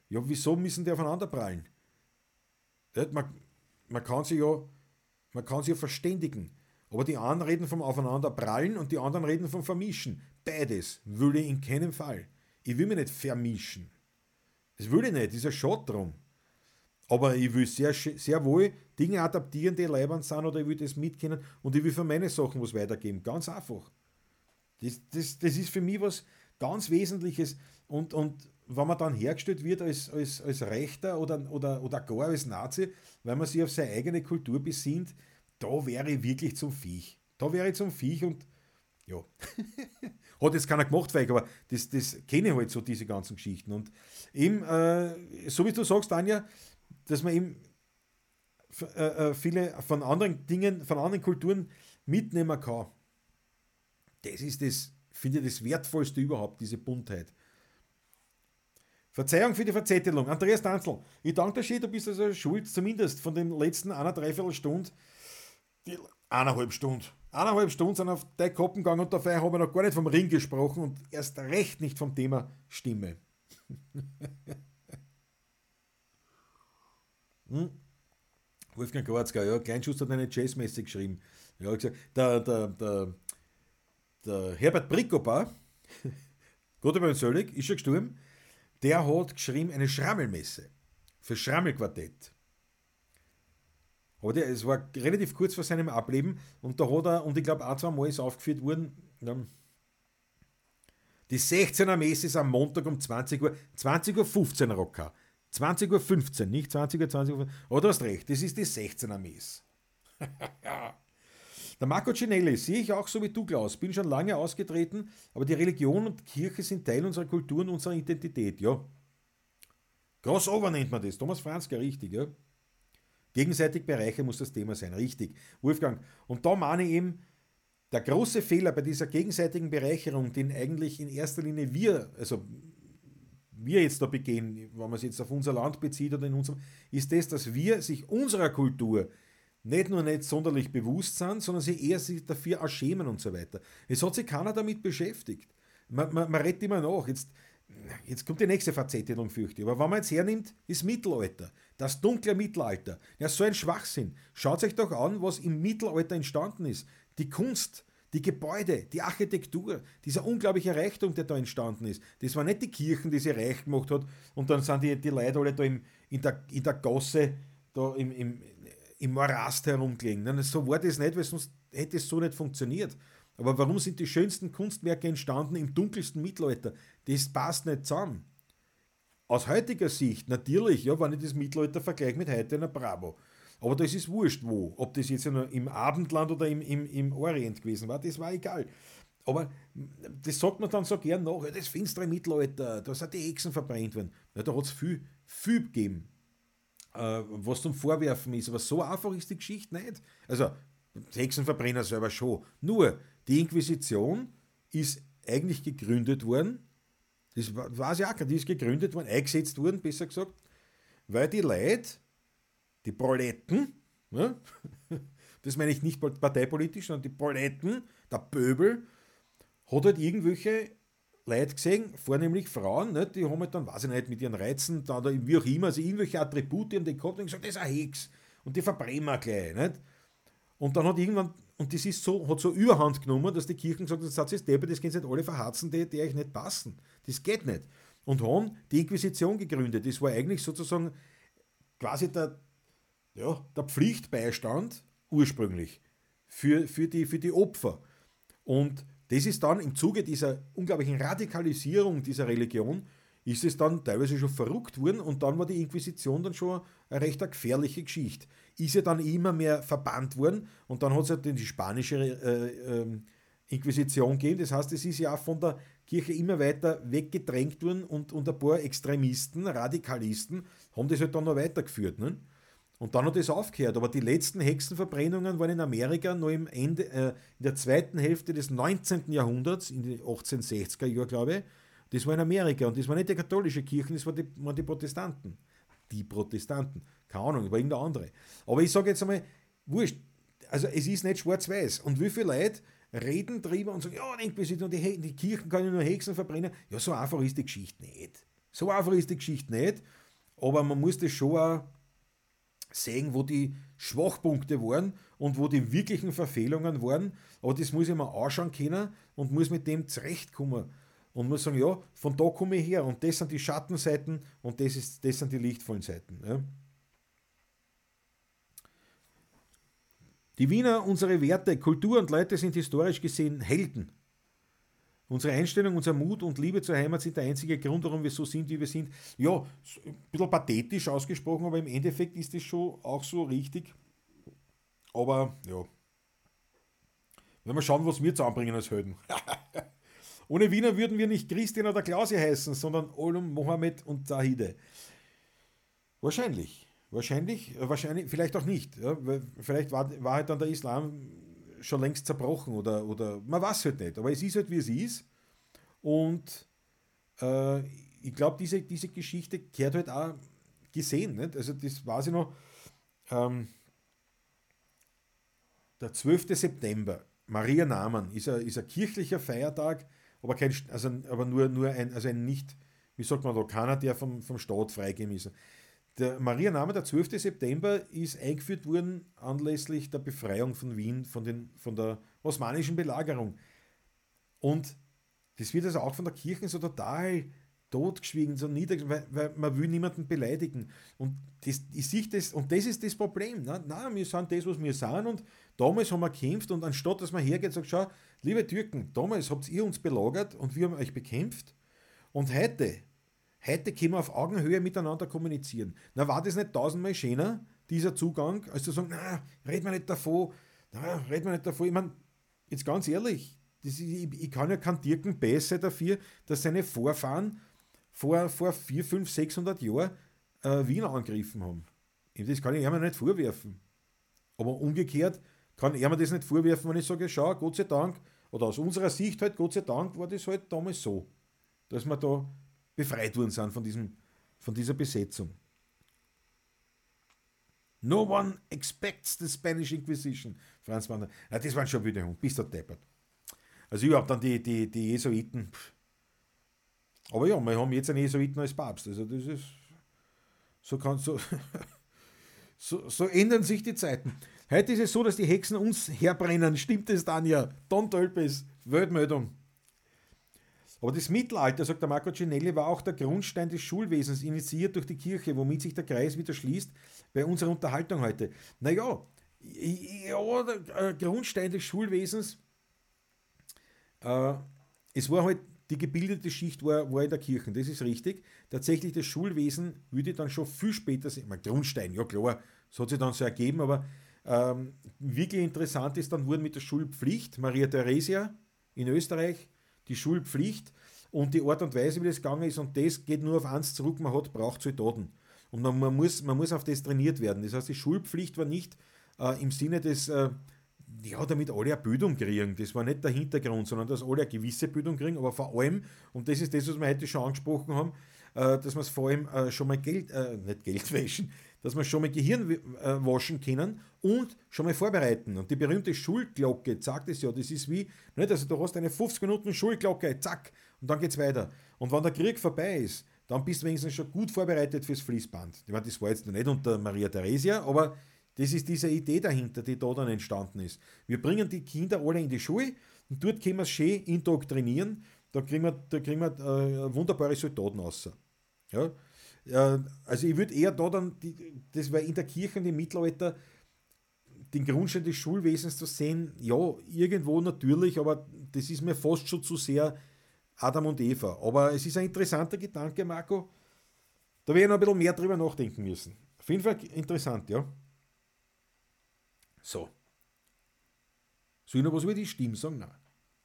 Ja, wieso müssen die aufeinander prallen? Man, man, kann sich ja, man kann sich ja verständigen. Aber die einen reden vom Aufeinanderprallen und die anderen reden vom Vermischen. Beides will ich in keinem Fall. Ich will mich nicht vermischen. Das will ich nicht, das ist ein Schott drum. Aber ich will sehr, sehr wohl Dinge adaptieren, die leibend sind, oder ich will das mitkennen und ich will für meine Sachen was weitergeben. Ganz einfach. Das, das, das ist für mich was ganz Wesentliches. Und, und wenn man dann hergestellt wird als, als, als Rechter oder, oder, oder gar als Nazi, weil man sich auf seine eigene Kultur besinnt, da wäre ich wirklich zum Viech. Da wäre ich zum Viech und ja, hat jetzt keiner gemacht, aber das, das kenne ich halt so, diese ganzen Geschichten. Und eben, äh, so wie du sagst, Anja, dass man eben äh, viele von anderen Dingen, von anderen Kulturen mitnehmen kann. Das ist das, finde ich, das Wertvollste überhaupt, diese Buntheit. Verzeihung für die Verzettelung. Andreas Danzl, ich danke dir schön, du bist also schuld, zumindest von den letzten einer Dreiviertelstunde, die eineinhalb Stunden. Eineinhalb Stunden sind auf dein Koppen gegangen und dafür habe ich noch gar nicht vom Ring gesprochen und erst recht nicht vom Thema Stimme. hm? Wolfgang Gorzka, ja, Kleinschuster hat eine Jazzmesse geschrieben. Ja, gesagt, der, der, der, der Herbert Brickopa, Gott über den Selig, ist schon gestorben, der hat geschrieben eine Schrammelmesse für Schrammelquartett. Aber der, es war relativ kurz vor seinem Ableben und da hat er, und ich glaube auch zweimal ist aufgeführt worden, die sechzehner Messe ist am Montag um zwanzig Uhr, zwanzig Uhr fünfzehn Rocker. zwanzig Uhr fünfzehn, nicht zwanzig Uhr, zwanzig Uhr. Aber du hast recht, das ist die sechzehner Messe. Der Marco Cinelli, sehe ich auch so wie du, Klaus, bin schon lange ausgetreten, aber die Religion und Kirche sind Teil unserer Kultur und unserer Identität, ja. Crossover nennt man das, Thomas Franzke, richtig, ja. Gegenseitig bereichern muss das Thema sein, richtig. Wolfgang, und da meine ich eben, der große Fehler bei dieser gegenseitigen Bereicherung, den eigentlich in erster Linie wir, also wir jetzt da begehen, wenn man es jetzt auf unser Land bezieht oder in unserem, ist das, dass wir sich unserer Kultur nicht nur nicht sonderlich bewusst sind, sondern sie eher sich dafür auch schämen und so weiter. Es hat sich keiner damit beschäftigt. Man, man, man redet immer nach. Jetzt, jetzt kommt die nächste Verzettelung, fürchte ich. Aber wenn man jetzt hernimmt, ist Mittelalter. Das dunkle Mittelalter. Ja, so ein Schwachsinn. Schaut euch doch an, was im Mittelalter entstanden ist. Die Kunst, die Gebäude, die Architektur, dieser unglaubliche Reichtum, der da entstanden ist. Das waren nicht die Kirchen, die sie reich gemacht hat und dann sind die, die Leute alle da im, in, der, in der Gasse, da im, im, im Morast herumgelegen. Nein, so war das nicht, weil sonst hätte es so nicht funktioniert. Aber warum sind die schönsten Kunstwerke entstanden im dunkelsten Mittelalter? Das passt nicht zusammen. Aus heutiger Sicht, natürlich, ja, wenn ich das Mittelalter vergleiche mit heute, na bravo. Aber das ist wurscht wo. Ob das jetzt im Abendland oder im, im, im Orient gewesen war, das war egal. Aber das sagt man dann so gern nach, ja, das finstere Mittelalter, da sind die Hexen verbrannt worden. Ja, da hat es viel, viel gegeben, äh, was zum Vorwerfen ist. Aber so einfach ist die Geschichte nicht. Also, Hexenverbrenner selber schon. Nur, die Inquisition ist eigentlich gegründet worden, das weiß ich auch nicht, die ist gegründet worden, eingesetzt worden, besser gesagt, weil die Leute, die Proletten, ja, das meine ich nicht parteipolitisch, sondern die Proletten, der Pöbel, hat halt irgendwelche Leute gesehen, vornehmlich Frauen, nicht, die haben halt dann, weiß ich nicht, mit ihren Reizen, da, oder wie auch immer, also irgendwelche Attribute haben die gehabt und gesagt, das ist eine Hex und die verbrennen wir gleich, nicht? Und dann hat irgendwann, und das ist so, hat so Überhand genommen, dass die Kirchen gesagt haben, das ist Deppe, das können sie nicht alle verharzen, die, die euch nicht passen. Das geht nicht. Und haben die Inquisition gegründet. Das war eigentlich sozusagen quasi der, ja, der Pflichtbeistand ursprünglich für, für, die, für die Opfer. Und das ist dann im Zuge dieser unglaublichen Radikalisierung dieser Religion, ist es dann teilweise schon verrückt worden und dann war die Inquisition dann schon eine recht gefährliche Geschichte. Ist ja dann immer mehr verbannt worden und dann hat es halt die spanische äh, äh, Inquisition gegeben. Das heißt, es ist ja auch von der Kirche immer weiter weggedrängt worden und, und ein paar Extremisten, Radikalisten haben das halt dann noch weitergeführt. Ne? Und dann hat es aufgehört. Aber die letzten Hexenverbrennungen waren in Amerika noch im Ende, äh, in der zweiten Hälfte des neunzehnten Jahrhunderts, in den achtzehnhundertsechziger Jahren, glaube ich. Das war in Amerika und das war nicht die katholische Kirche, das waren die, waren die Protestanten. Die Protestanten. Keine Ahnung, das war irgendeine andere. Aber ich sage jetzt einmal, wurscht, also es ist nicht schwarz-weiß. Und wie viele Leute reden drüber und sagen, ja, die Inquisition, die, die Kirchen können nur Hexen verbrennen. Ja, so einfach ist die Geschichte nicht. So einfach ist die Geschichte nicht, aber man muss das schon auch sehen, wo die Schwachpunkte waren und wo die wirklichen Verfehlungen waren, aber das muss ich mir anschauen können und muss mit dem zurechtkommen und muss sagen, ja, von da komme ich her und das sind die Schattenseiten und das, ist, das sind die lichtvollen Seiten. Ja. Die Wiener, unsere Werte, Kultur und Leute sind historisch gesehen Helden. Unsere Einstellung, unser Mut und Liebe zur Heimat sind der einzige Grund, warum wir so sind, wie wir sind. Ja, ein bisschen pathetisch ausgesprochen, aber im Endeffekt ist das schon auch so richtig. Aber ja, wenn wir schauen, was wir zusammenbringen als Helden. Ohne Wiener würden wir nicht Christian oder Klausi heißen, sondern Olum, Mohammed und Zahide. Wahrscheinlich. Wahrscheinlich, wahrscheinlich, vielleicht auch nicht. Ja, weil vielleicht war, war halt dann der Islam schon längst zerbrochen oder, oder man weiß halt nicht. Aber es ist halt, wie es ist. Und äh, ich glaube, diese, diese Geschichte gehört halt auch gesehen. Nicht? Also das weiß ich noch. Ähm, der zwölfte September, Maria Namen, ist ein, ist ein kirchlicher Feiertag, aber, kein, also, aber nur, nur ein, also ein nicht, wie sagt man da, keiner, der vom, vom Staat freigegeben ist. Der Maria Namen, der zwölfte September, ist eingeführt worden anlässlich der Befreiung von Wien von, den, von der osmanischen Belagerung. Und das wird also auch von der Kirche so total totgeschwiegen, so nieder, weil, weil man will niemanden beleidigen. Und das, ich sehe das, und das ist das Problem. Ne? Nein, wir sind das, was wir sind, und damals haben wir gekämpft, und anstatt dass man hergeht und sagt, schau, liebe Türken, damals habt ihr uns belagert und wir haben euch bekämpft, und heute, heute können wir auf Augenhöhe miteinander kommunizieren. Na, war das nicht tausendmal schöner, dieser Zugang, als zu sagen, na, red mir nicht davon, na, red mir nicht davon. Ich meine, jetzt ganz ehrlich, das ist, ich, ich kann ja keinen Türken besser dafür, dass seine Vorfahren vor, vor vierhundert, fünfhundert, sechshundert Jahren äh, Wien angegriffen haben. Das kann ich ihm nicht vorwerfen. Aber umgekehrt kann er mir das nicht vorwerfen, wenn ich sage, schau, Gott sei Dank, oder aus unserer Sicht halt, Gott sei Dank, war das halt damals so, dass wir da befreit worden sind von, diesem, von dieser Besetzung. No one expects the Spanish Inquisition, Franz Wander. Ja, das waren schon wieder Hund, bist du deppert. Also überhaupt dann die, die, die Jesuiten. Aber ja, wir haben jetzt einen Jesuiten als Papst. Also das ist, so kann so, so, so ändern sich die Zeiten. Heute ist es so, dass die Hexen uns herbrennen. Stimmt es, Tanja? Don Tölpes, Weltmeldung. Aber das Mittelalter, sagt der Marco Cinelli, war auch der Grundstein des Schulwesens, initiiert durch die Kirche, womit sich der Kreis wieder schließt bei unserer Unterhaltung heute. Naja, ja, der Grundstein des Schulwesens, äh, es war halt, die gebildete Schicht war, war in der Kirche, das ist richtig. Tatsächlich das Schulwesen würde dann schon viel später sein. Mein Grundstein, ja klar, das hat sich dann so ergeben, aber ähm, wirklich interessant ist dann wurden mit der Schulpflicht, Maria Theresia in Österreich, die Schulpflicht und die Art und Weise, wie das gegangen ist, und das geht nur auf eins zurück, man hat, braucht Soldaten. Und man, man, muss, man muss auf das trainiert werden. Das heißt, die Schulpflicht war nicht äh, im Sinne des, äh, ja, damit alle eine Bildung kriegen. Das war nicht der Hintergrund, sondern dass alle eine gewisse Bildung kriegen, aber vor allem, und das ist das, was wir heute schon angesprochen haben, äh, dass wir es vor allem äh, schon mal Geld, äh, nicht Geld waschen, dass wir schon mal Gehirn äh, waschen können und schon mal vorbereiten. Und die berühmte Schulglocke sagt es ja, das ist wie, nicht, also du hast eine fünfzig Minuten Schulglocke, zack, und dann geht's weiter. Und wenn der Krieg vorbei ist, dann bist du wenigstens schon gut vorbereitet fürs Fließband. Ich meine, das war jetzt noch nicht unter Maria Theresia, aber das ist diese Idee dahinter, die da dann entstanden ist. Wir bringen die Kinder alle in die Schule und dort können wir es schön indoktrinieren, da kriegen wir, da kriegen wir äh, wunderbare Soldaten raus. Ja? Äh, also ich würde eher da dann, die, das war in der Kirche und im Mittelalter, den Grundstein des Schulwesens zu sehen, ja, irgendwo natürlich, aber das ist mir fast schon zu sehr Adam und Eva. Aber es ist ein interessanter Gedanke, Marco. Da werde ich noch ein bisschen mehr drüber nachdenken müssen. Auf jeden Fall interessant, ja. So. Soll ich noch was über die Stimme sagen? Nein.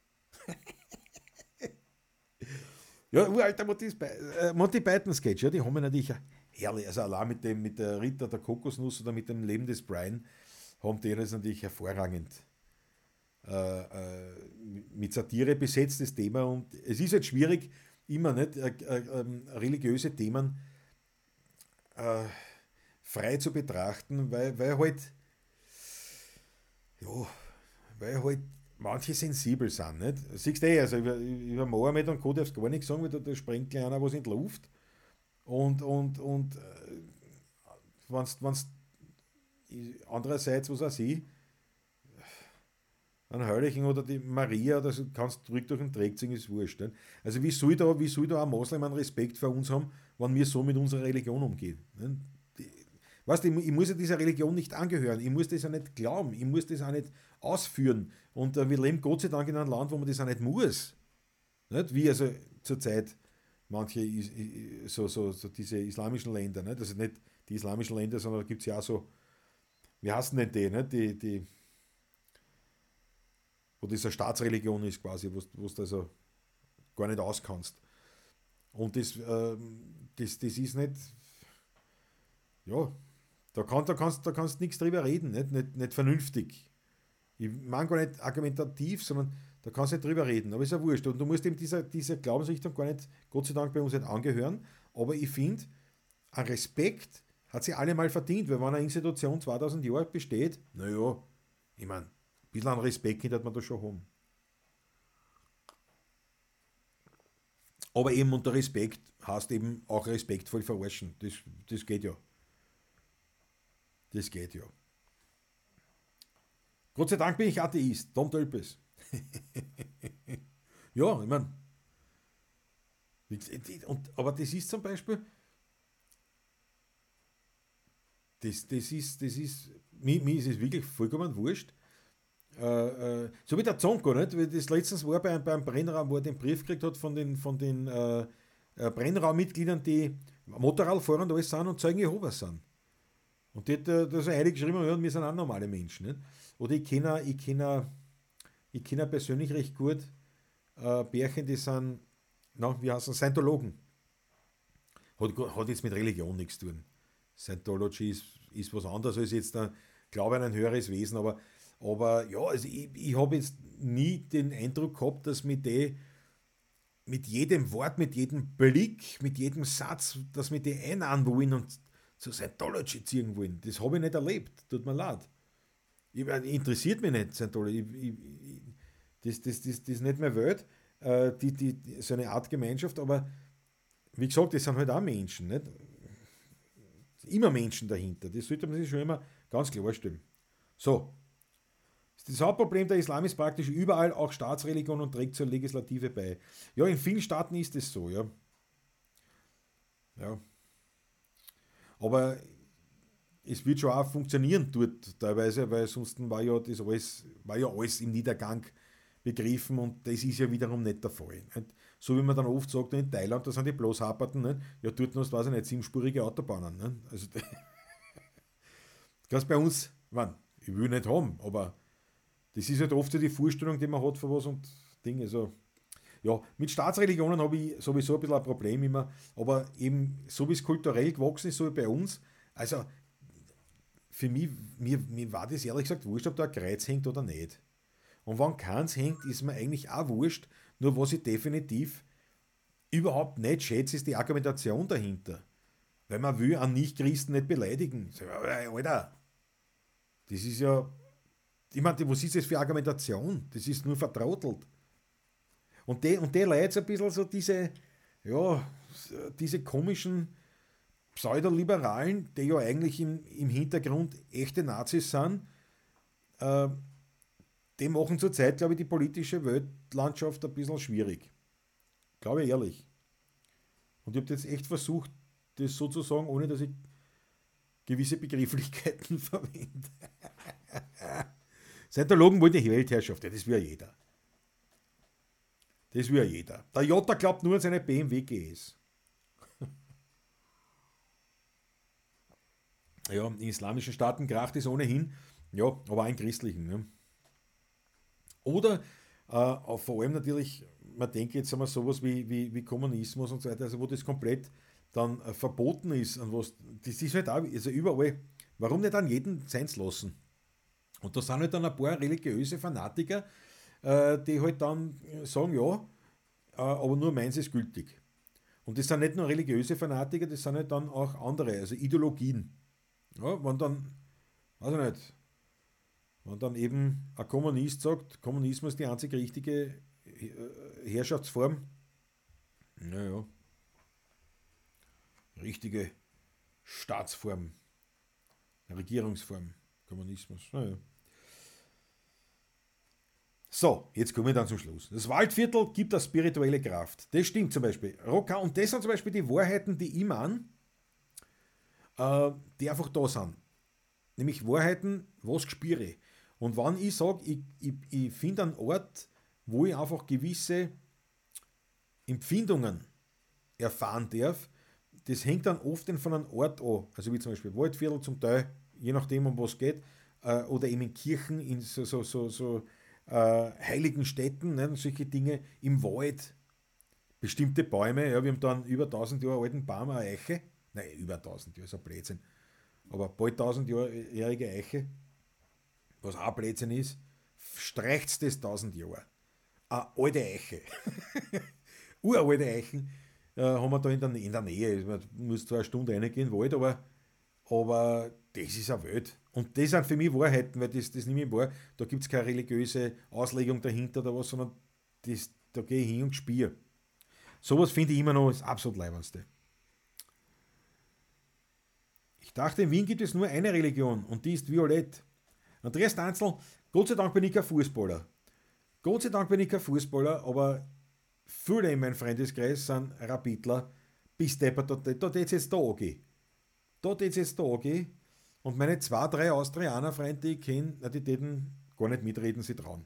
Ja, uralter Monty Python Sketch, ja, die haben wir natürlich herrlich. Also allein mit dem, mit der Ritter der Kokosnuss oder mit dem Leben des Brian haben die das natürlich hervorragend äh, äh, mit Satire besetzt, das Thema. Und es ist halt schwierig, immer nicht äh, äh, religiöse Themen äh, frei zu betrachten, weil, weil halt ja, weil halt manche sensibel sind, nicht? Siehst du eh, also über, über Mohammed und Co. darfst du gar nichts sagen, weil da, da sprengt gleich einer was in die Luft. Und, und, und äh, wenn's, wenn's andererseits, was auch sie, ein Heiligen oder die Maria, oder so, kannst du ruhig durch den Dreck ziehen, ist wurscht. Nicht? Also wie soll da, wie soll da ein Moslem einen Respekt vor uns haben, wenn wir so mit unserer Religion umgehen? Nicht? Die, weißt du, ich, ich muss ja dieser Religion nicht angehören, ich muss das ja nicht glauben, ich muss das auch nicht ausführen. Und äh, wir leben Gott sei Dank in einem Land, wo man das auch nicht muss. Nicht? Wie also zurzeit manche is- i- so, so, so diese islamischen Länder, nicht? Also nicht die islamischen Länder, sondern da gibt es ja auch so, wie heißen denn die, nicht? Die, die, wo das eine Staatsreligion ist quasi, wo du also gar nicht auskannst. Und das, ähm, das, das ist nicht, ja, da, kann, da kannst du da kannst nichts drüber reden, nicht, nicht, nicht vernünftig. Ich meine gar nicht argumentativ, sondern da kannst du nicht drüber reden, aber ist ja wurscht. Und du musst eben dieser, dieser Glaubensrichtung gar nicht, Gott sei Dank, bei uns nicht angehören. Aber ich finde, ein Respekt hat sie alle mal verdient, weil wenn eine Institution zweitausend Jahre besteht, naja, ich meine, ein bisschen an Respekt könnte man da schon haben. Aber eben unter Respekt heißt eben auch respektvoll verarschen. Das, das geht ja. Das geht ja. Gott sei Dank bin ich Atheist. Tom Tölpes. Ja, ich meine, aber das ist zum Beispiel, das, das ist, das ist, mir, mir ist es wirklich vollkommen wurscht. Äh, äh, so wie der Zonko, nicht? Wie das letztens war beim, beim Brennraum, wo er den Brief gekriegt hat von den, von den äh, äh, Brennraummitgliedern, die Motorradfahrer und alles sind und Zeugen Jehovas sind. Und die hat äh, da so einige geschrieben, ja, wir sind auch normale Menschen. Nicht? Oder ich kenne ich kenn, ich kenn persönlich recht gut äh, Bärchen, die sind, na, wie heißen Scientologen. Hat, hat jetzt mit Religion nichts zu tun. Scientology ist, ist was anderes als jetzt der Glaube an ein höheres Wesen, aber, aber ja, also ich, ich habe jetzt nie den Eindruck gehabt, dass mit die mit jedem Wort, mit jedem Blick, mit jedem Satz, dass mit die einladen wollen und zu Scientology ziehen wollen. Das habe ich nicht erlebt. Tut mir leid. Ich, interessiert mich nicht, Scientology. Ich, ich, ich, das, das, das, das ist nicht mehr Welt, äh, die, die, die, so eine Art Gemeinschaft, aber wie gesagt, das sind halt auch Menschen. Nicht? Immer Menschen dahinter. Das sollte man sich schon immer ganz klarstellen. So, das Hauptproblem der Islam ist praktisch überall auch Staatsreligion und trägt zur Legislative bei. Ja, in vielen Staaten ist es so, ja. Ja. Aber es wird schon auch funktionieren dort teilweise, weil sonst war ja das alles, war ja alles im Niedergang begriffen und das ist ja wiederum nicht der Fall. Nicht? So wie man dann oft sagt, in Thailand, da sind die bloß Haperten, nicht? Ja, dort hast du, weiß ich nicht, siebenspurige Autobahnen. Nicht? Also, das kannst bei uns, ich, mein, ich will nicht haben, aber das ist halt oft so die Vorstellung, die man hat von was und Dinge. Also, ja, mit Staatsreligionen habe ich sowieso ein bisschen ein Problem immer, aber eben so wie es kulturell gewachsen ist, so wie bei uns, also für mich, mir, mir war das ehrlich gesagt wurscht, ob da ein Kreuz hängt oder nicht. Und wenn keins hängt, ist mir eigentlich auch wurscht, nur was ich definitiv überhaupt nicht schätze, ist die Argumentation dahinter. Weil man will einen Nicht-Christen nicht beleidigen. So, Alter, das ist ja, ich meine, was ist das für Argumentation? Das ist nur vertrautelt. Und die, und die Leute ein bisschen so diese, ja, diese komischen Pseudoliberalen, die ja eigentlich im, im Hintergrund echte Nazis sind, äh, die machen zurzeit, glaube ich, die politische Weltlandschaft ein bisschen schwierig. Glaube ich ehrlich. Und ich habe jetzt echt versucht, das so zu sagen, ohne dass ich gewisse Begrifflichkeiten verwende. Scientologen wollen die Weltherrschaft, ja, das will ja jeder. Das will ja jeder. Der Jota glaubt nur an seine B M W G S. Ja, in islamischen Staaten kracht es ohnehin, ja, aber auch in christlichen. Ne? Oder äh, vor allem natürlich, man denkt jetzt einmal sowas wie, wie, wie Kommunismus und so weiter, also wo das komplett dann äh, verboten ist. Und was, das ist halt auch, also überall, warum nicht an jeden seins lassen? Und da sind halt dann ein paar religiöse Fanatiker, äh, die halt dann sagen, ja, äh, aber nur meins ist gültig. Und das sind nicht nur religiöse Fanatiker, das sind halt dann auch andere, also Ideologien. Ja, wenn dann, weiß ich nicht, wenn dann eben ein Kommunist sagt, Kommunismus ist die einzig richtige Herrschaftsform, naja, richtige Staatsform, Regierungsform, Kommunismus. Naja. So, jetzt kommen wir dann zum Schluss. Das Waldviertel gibt eine spirituelle Kraft. Das stimmt zum Beispiel. Rocker, und das sind zum Beispiel die Wahrheiten, die ich meine, äh, die einfach da sind. Nämlich Wahrheiten, was spüre. Und wenn ich sage, ich, ich, ich finde einen Ort, wo ich einfach gewisse Empfindungen erfahren darf, das hängt dann oft von einem Ort an. Also wie zum Beispiel Waldviertel zum Teil, je nachdem, um was es geht, äh, oder eben in Kirchen, in so, so, so, so äh, heiligen Städten, ne, solche Dinge, im Wald, bestimmte Bäume, ja, wir haben da einen über tausend Jahre alten Baum, eine Eiche, nein, über tausend Jahre, ist ein Blödsinn, aber bald tausend jährige Eiche, was auch Blödsinn ist, streicht das tausend Jahre. Eine alte Eiche. Uralte Eichen äh, haben wir da in der, in der Nähe, man muss zwar eine Stunde reingehen, Wald, aber, aber das ist eine Welt. Und das sind für mich Wahrheiten, weil das, das nehme ich wahr. Da gibt es keine religiöse Auslegung dahinter oder was, sondern das, da gehe ich hin und spiele. Sowas finde ich immer noch das absolut Leibendste. Ich dachte, in Wien gibt es nur eine Religion und die ist Violett. Andreas Danzl, Gott sei Dank bin ich kein Fußballer. Gott sei Dank bin ich kein Fußballer, aber viele in meinem Freundeskreis sind Rapidler, bis deppert, da tät es jetzt da angehen. Da tät es jetzt da angehen. Und meine zwei, drei Austrianer-Freunde, die ich kenne, die täten gar nicht mitreden, sie trauen.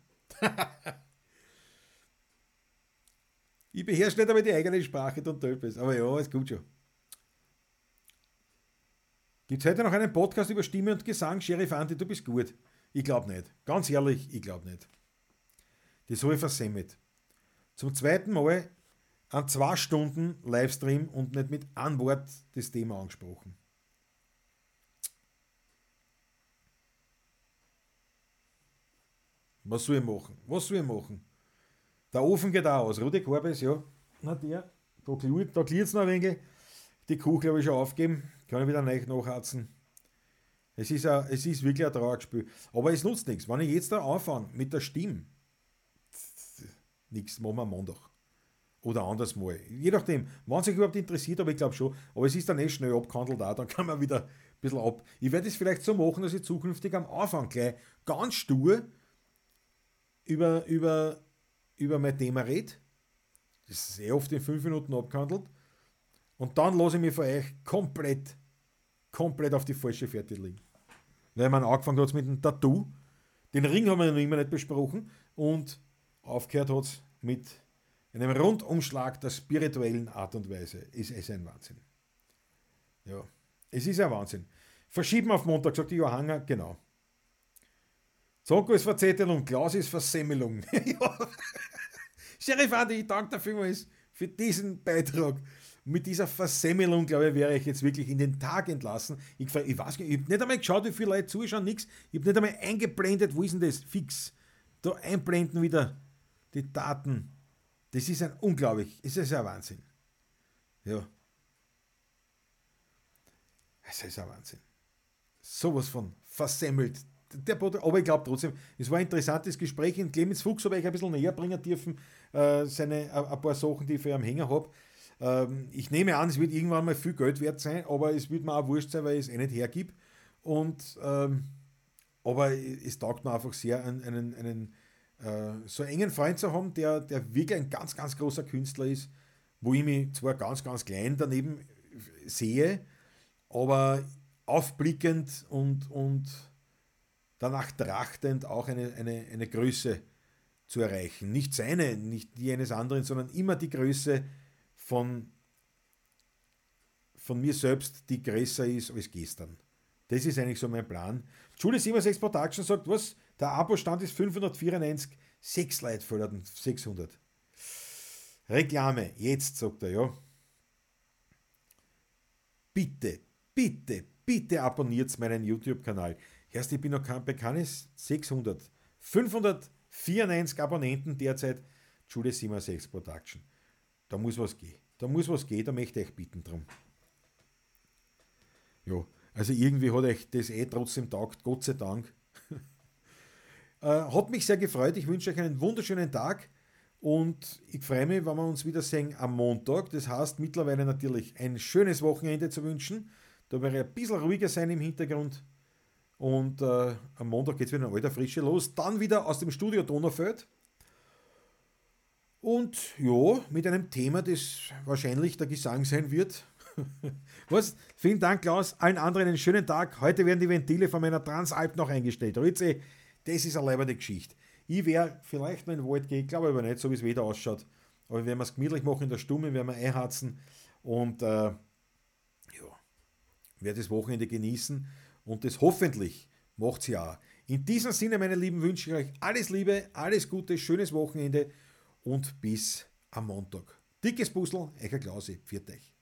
Ich beherrsche nicht einmal die eigene Sprache, und Tölpes. Aber ja, ist gut schon. Gibt es heute noch einen Podcast über Stimme und Gesang? Sheriff Andy, du bist gut. Ich glaube nicht. Ganz ehrlich, ich glaube nicht. Das habe ich versemmelt. Zum zweiten Mal an zwei Stunden Livestream und nicht mit einem Wort das Thema angesprochen. Was soll ich machen? Was soll ich machen? Der Ofen geht auch aus. Rudi Korbes, ja. Na der, da glüht da es noch ein wenig. Die Kuchen habe ich schon aufgegeben. Kann ich wieder neu nachhatzen. Es ist, ein, es ist wirklich ein trauriges Spiel. Aber es nutzt nichts. Wenn ich jetzt da anfange mit der Stimme, nichts, machen wir am Montag. Oder anders mal. Je nachdem, wenn es sich überhaupt interessiert, aber ich glaube schon. Aber es ist dann eh schnell abgehandelt auch, dann kann man wieder ein bisschen ab. Ich werde es vielleicht so machen, dass ich zukünftig am Anfang gleich ganz stur über, über, über mein Thema rede. Das ist sehr oft in fünf Minuten abgehandelt. Und dann lasse ich mich von euch komplett, komplett auf die falsche Fährte liegen. Weil man angefangen hat mit dem Tattoo. Den Ring haben wir noch immer nicht besprochen. Und aufgehört hat es mit einem Rundumschlag der spirituellen Art und Weise. Es ist ein Wahnsinn. Ja, es ist ein Wahnsinn. Verschieben auf Montag, sagt die Johanna, genau. Zonko ist Verzettelung, Klaus ist Versemmelung. Ja. Sheriff Andi, ich danke dir vielmals für diesen Beitrag. Mit dieser Versemmelung, glaube ich, wäre ich jetzt wirklich in den Tag entlassen. Ich, ich weiß nicht, ich habe nicht einmal geschaut, wie viele Leute zuschauen, nichts. Ich habe nicht einmal eingeblendet, wo ist denn das? Fix. Da einblenden wieder die Daten. Das ist ein unglaublich, es ist ein Wahnsinn. Ja. Es ist ein Wahnsinn. Sowas von versemmelt. Der Pod- aber ich glaube trotzdem, es war ein interessantes Gespräch. In Clemens Fuchs habe ich ein bisschen näher bringen dürfen, äh, seine, ein paar Sachen, die ich für ihn am Hänger habe. Ähm, ich nehme an, es wird irgendwann mal viel Geld wert sein, aber es wird mir auch wurscht sein, weil ich es eh nicht hergib. Und, ähm, aber es taugt mir einfach sehr, einen, einen, einen äh, so engen Freund zu haben, der, der wirklich ein ganz, ganz großer Künstler ist, wo ich mich zwar ganz, ganz klein daneben sehe, aber aufblickend und, und danach trachtend auch eine, eine, eine Größe zu erreichen. Nicht seine, nicht die eines anderen, sondern immer die Größe von, von mir selbst, die größer ist als gestern. Das ist eigentlich so mein Plan. Julie sechsundsiebzig Production sagt, was? Der Abo-Stand ist fünfhundertvierundneunzig, sechs Leute forderten sechshundert. Reklame, jetzt, sagt er, ja. Bitte, bitte, bitte abonniert meinen YouTube-Kanal. Erst, ich bin noch kein bekanntes sechshundert. fünfhundertvierundneunzig Abonnenten derzeit, Julie sechsundsiebzig Production. Da muss was gehen. Da muss was gehen, da möchte ich euch bitten drum. Ja, also irgendwie hat euch das eh trotzdem taugt, Gott sei Dank. äh, hat mich sehr gefreut. Ich wünsche euch einen wunderschönen Tag Und ich freue mich, wenn wir uns wiedersehen am Montag. Das heißt, mittlerweile natürlich ein schönes Wochenende zu wünschen. Da werde ich ein bisschen ruhiger sein im Hintergrund. Und äh, am Montag geht es wieder in alter Frische los. Dann wieder aus dem Studio Donaufeld. Und ja, mit einem Thema, das wahrscheinlich der Gesang sein wird. Was? Vielen Dank, Klaus. Allen anderen einen schönen Tag. Heute werden die Ventile von meiner Transalp noch eingestellt. Ritze, das ist eine leibende Geschichte. Ich werde vielleicht noch in den Wald gehen, glaube aber nicht, so wie es wieder ausschaut. Aber wir werden es gemütlich machen in der Stumme, werden wir einharzen und äh, ja, werde das Wochenende genießen und das hoffentlich macht es ja auch. In diesem Sinne, meine Lieben, wünsche ich euch alles Liebe, alles Gute, schönes Wochenende und bis am Montag. Dickes Puzzle, euer Klausi, pfiat euch.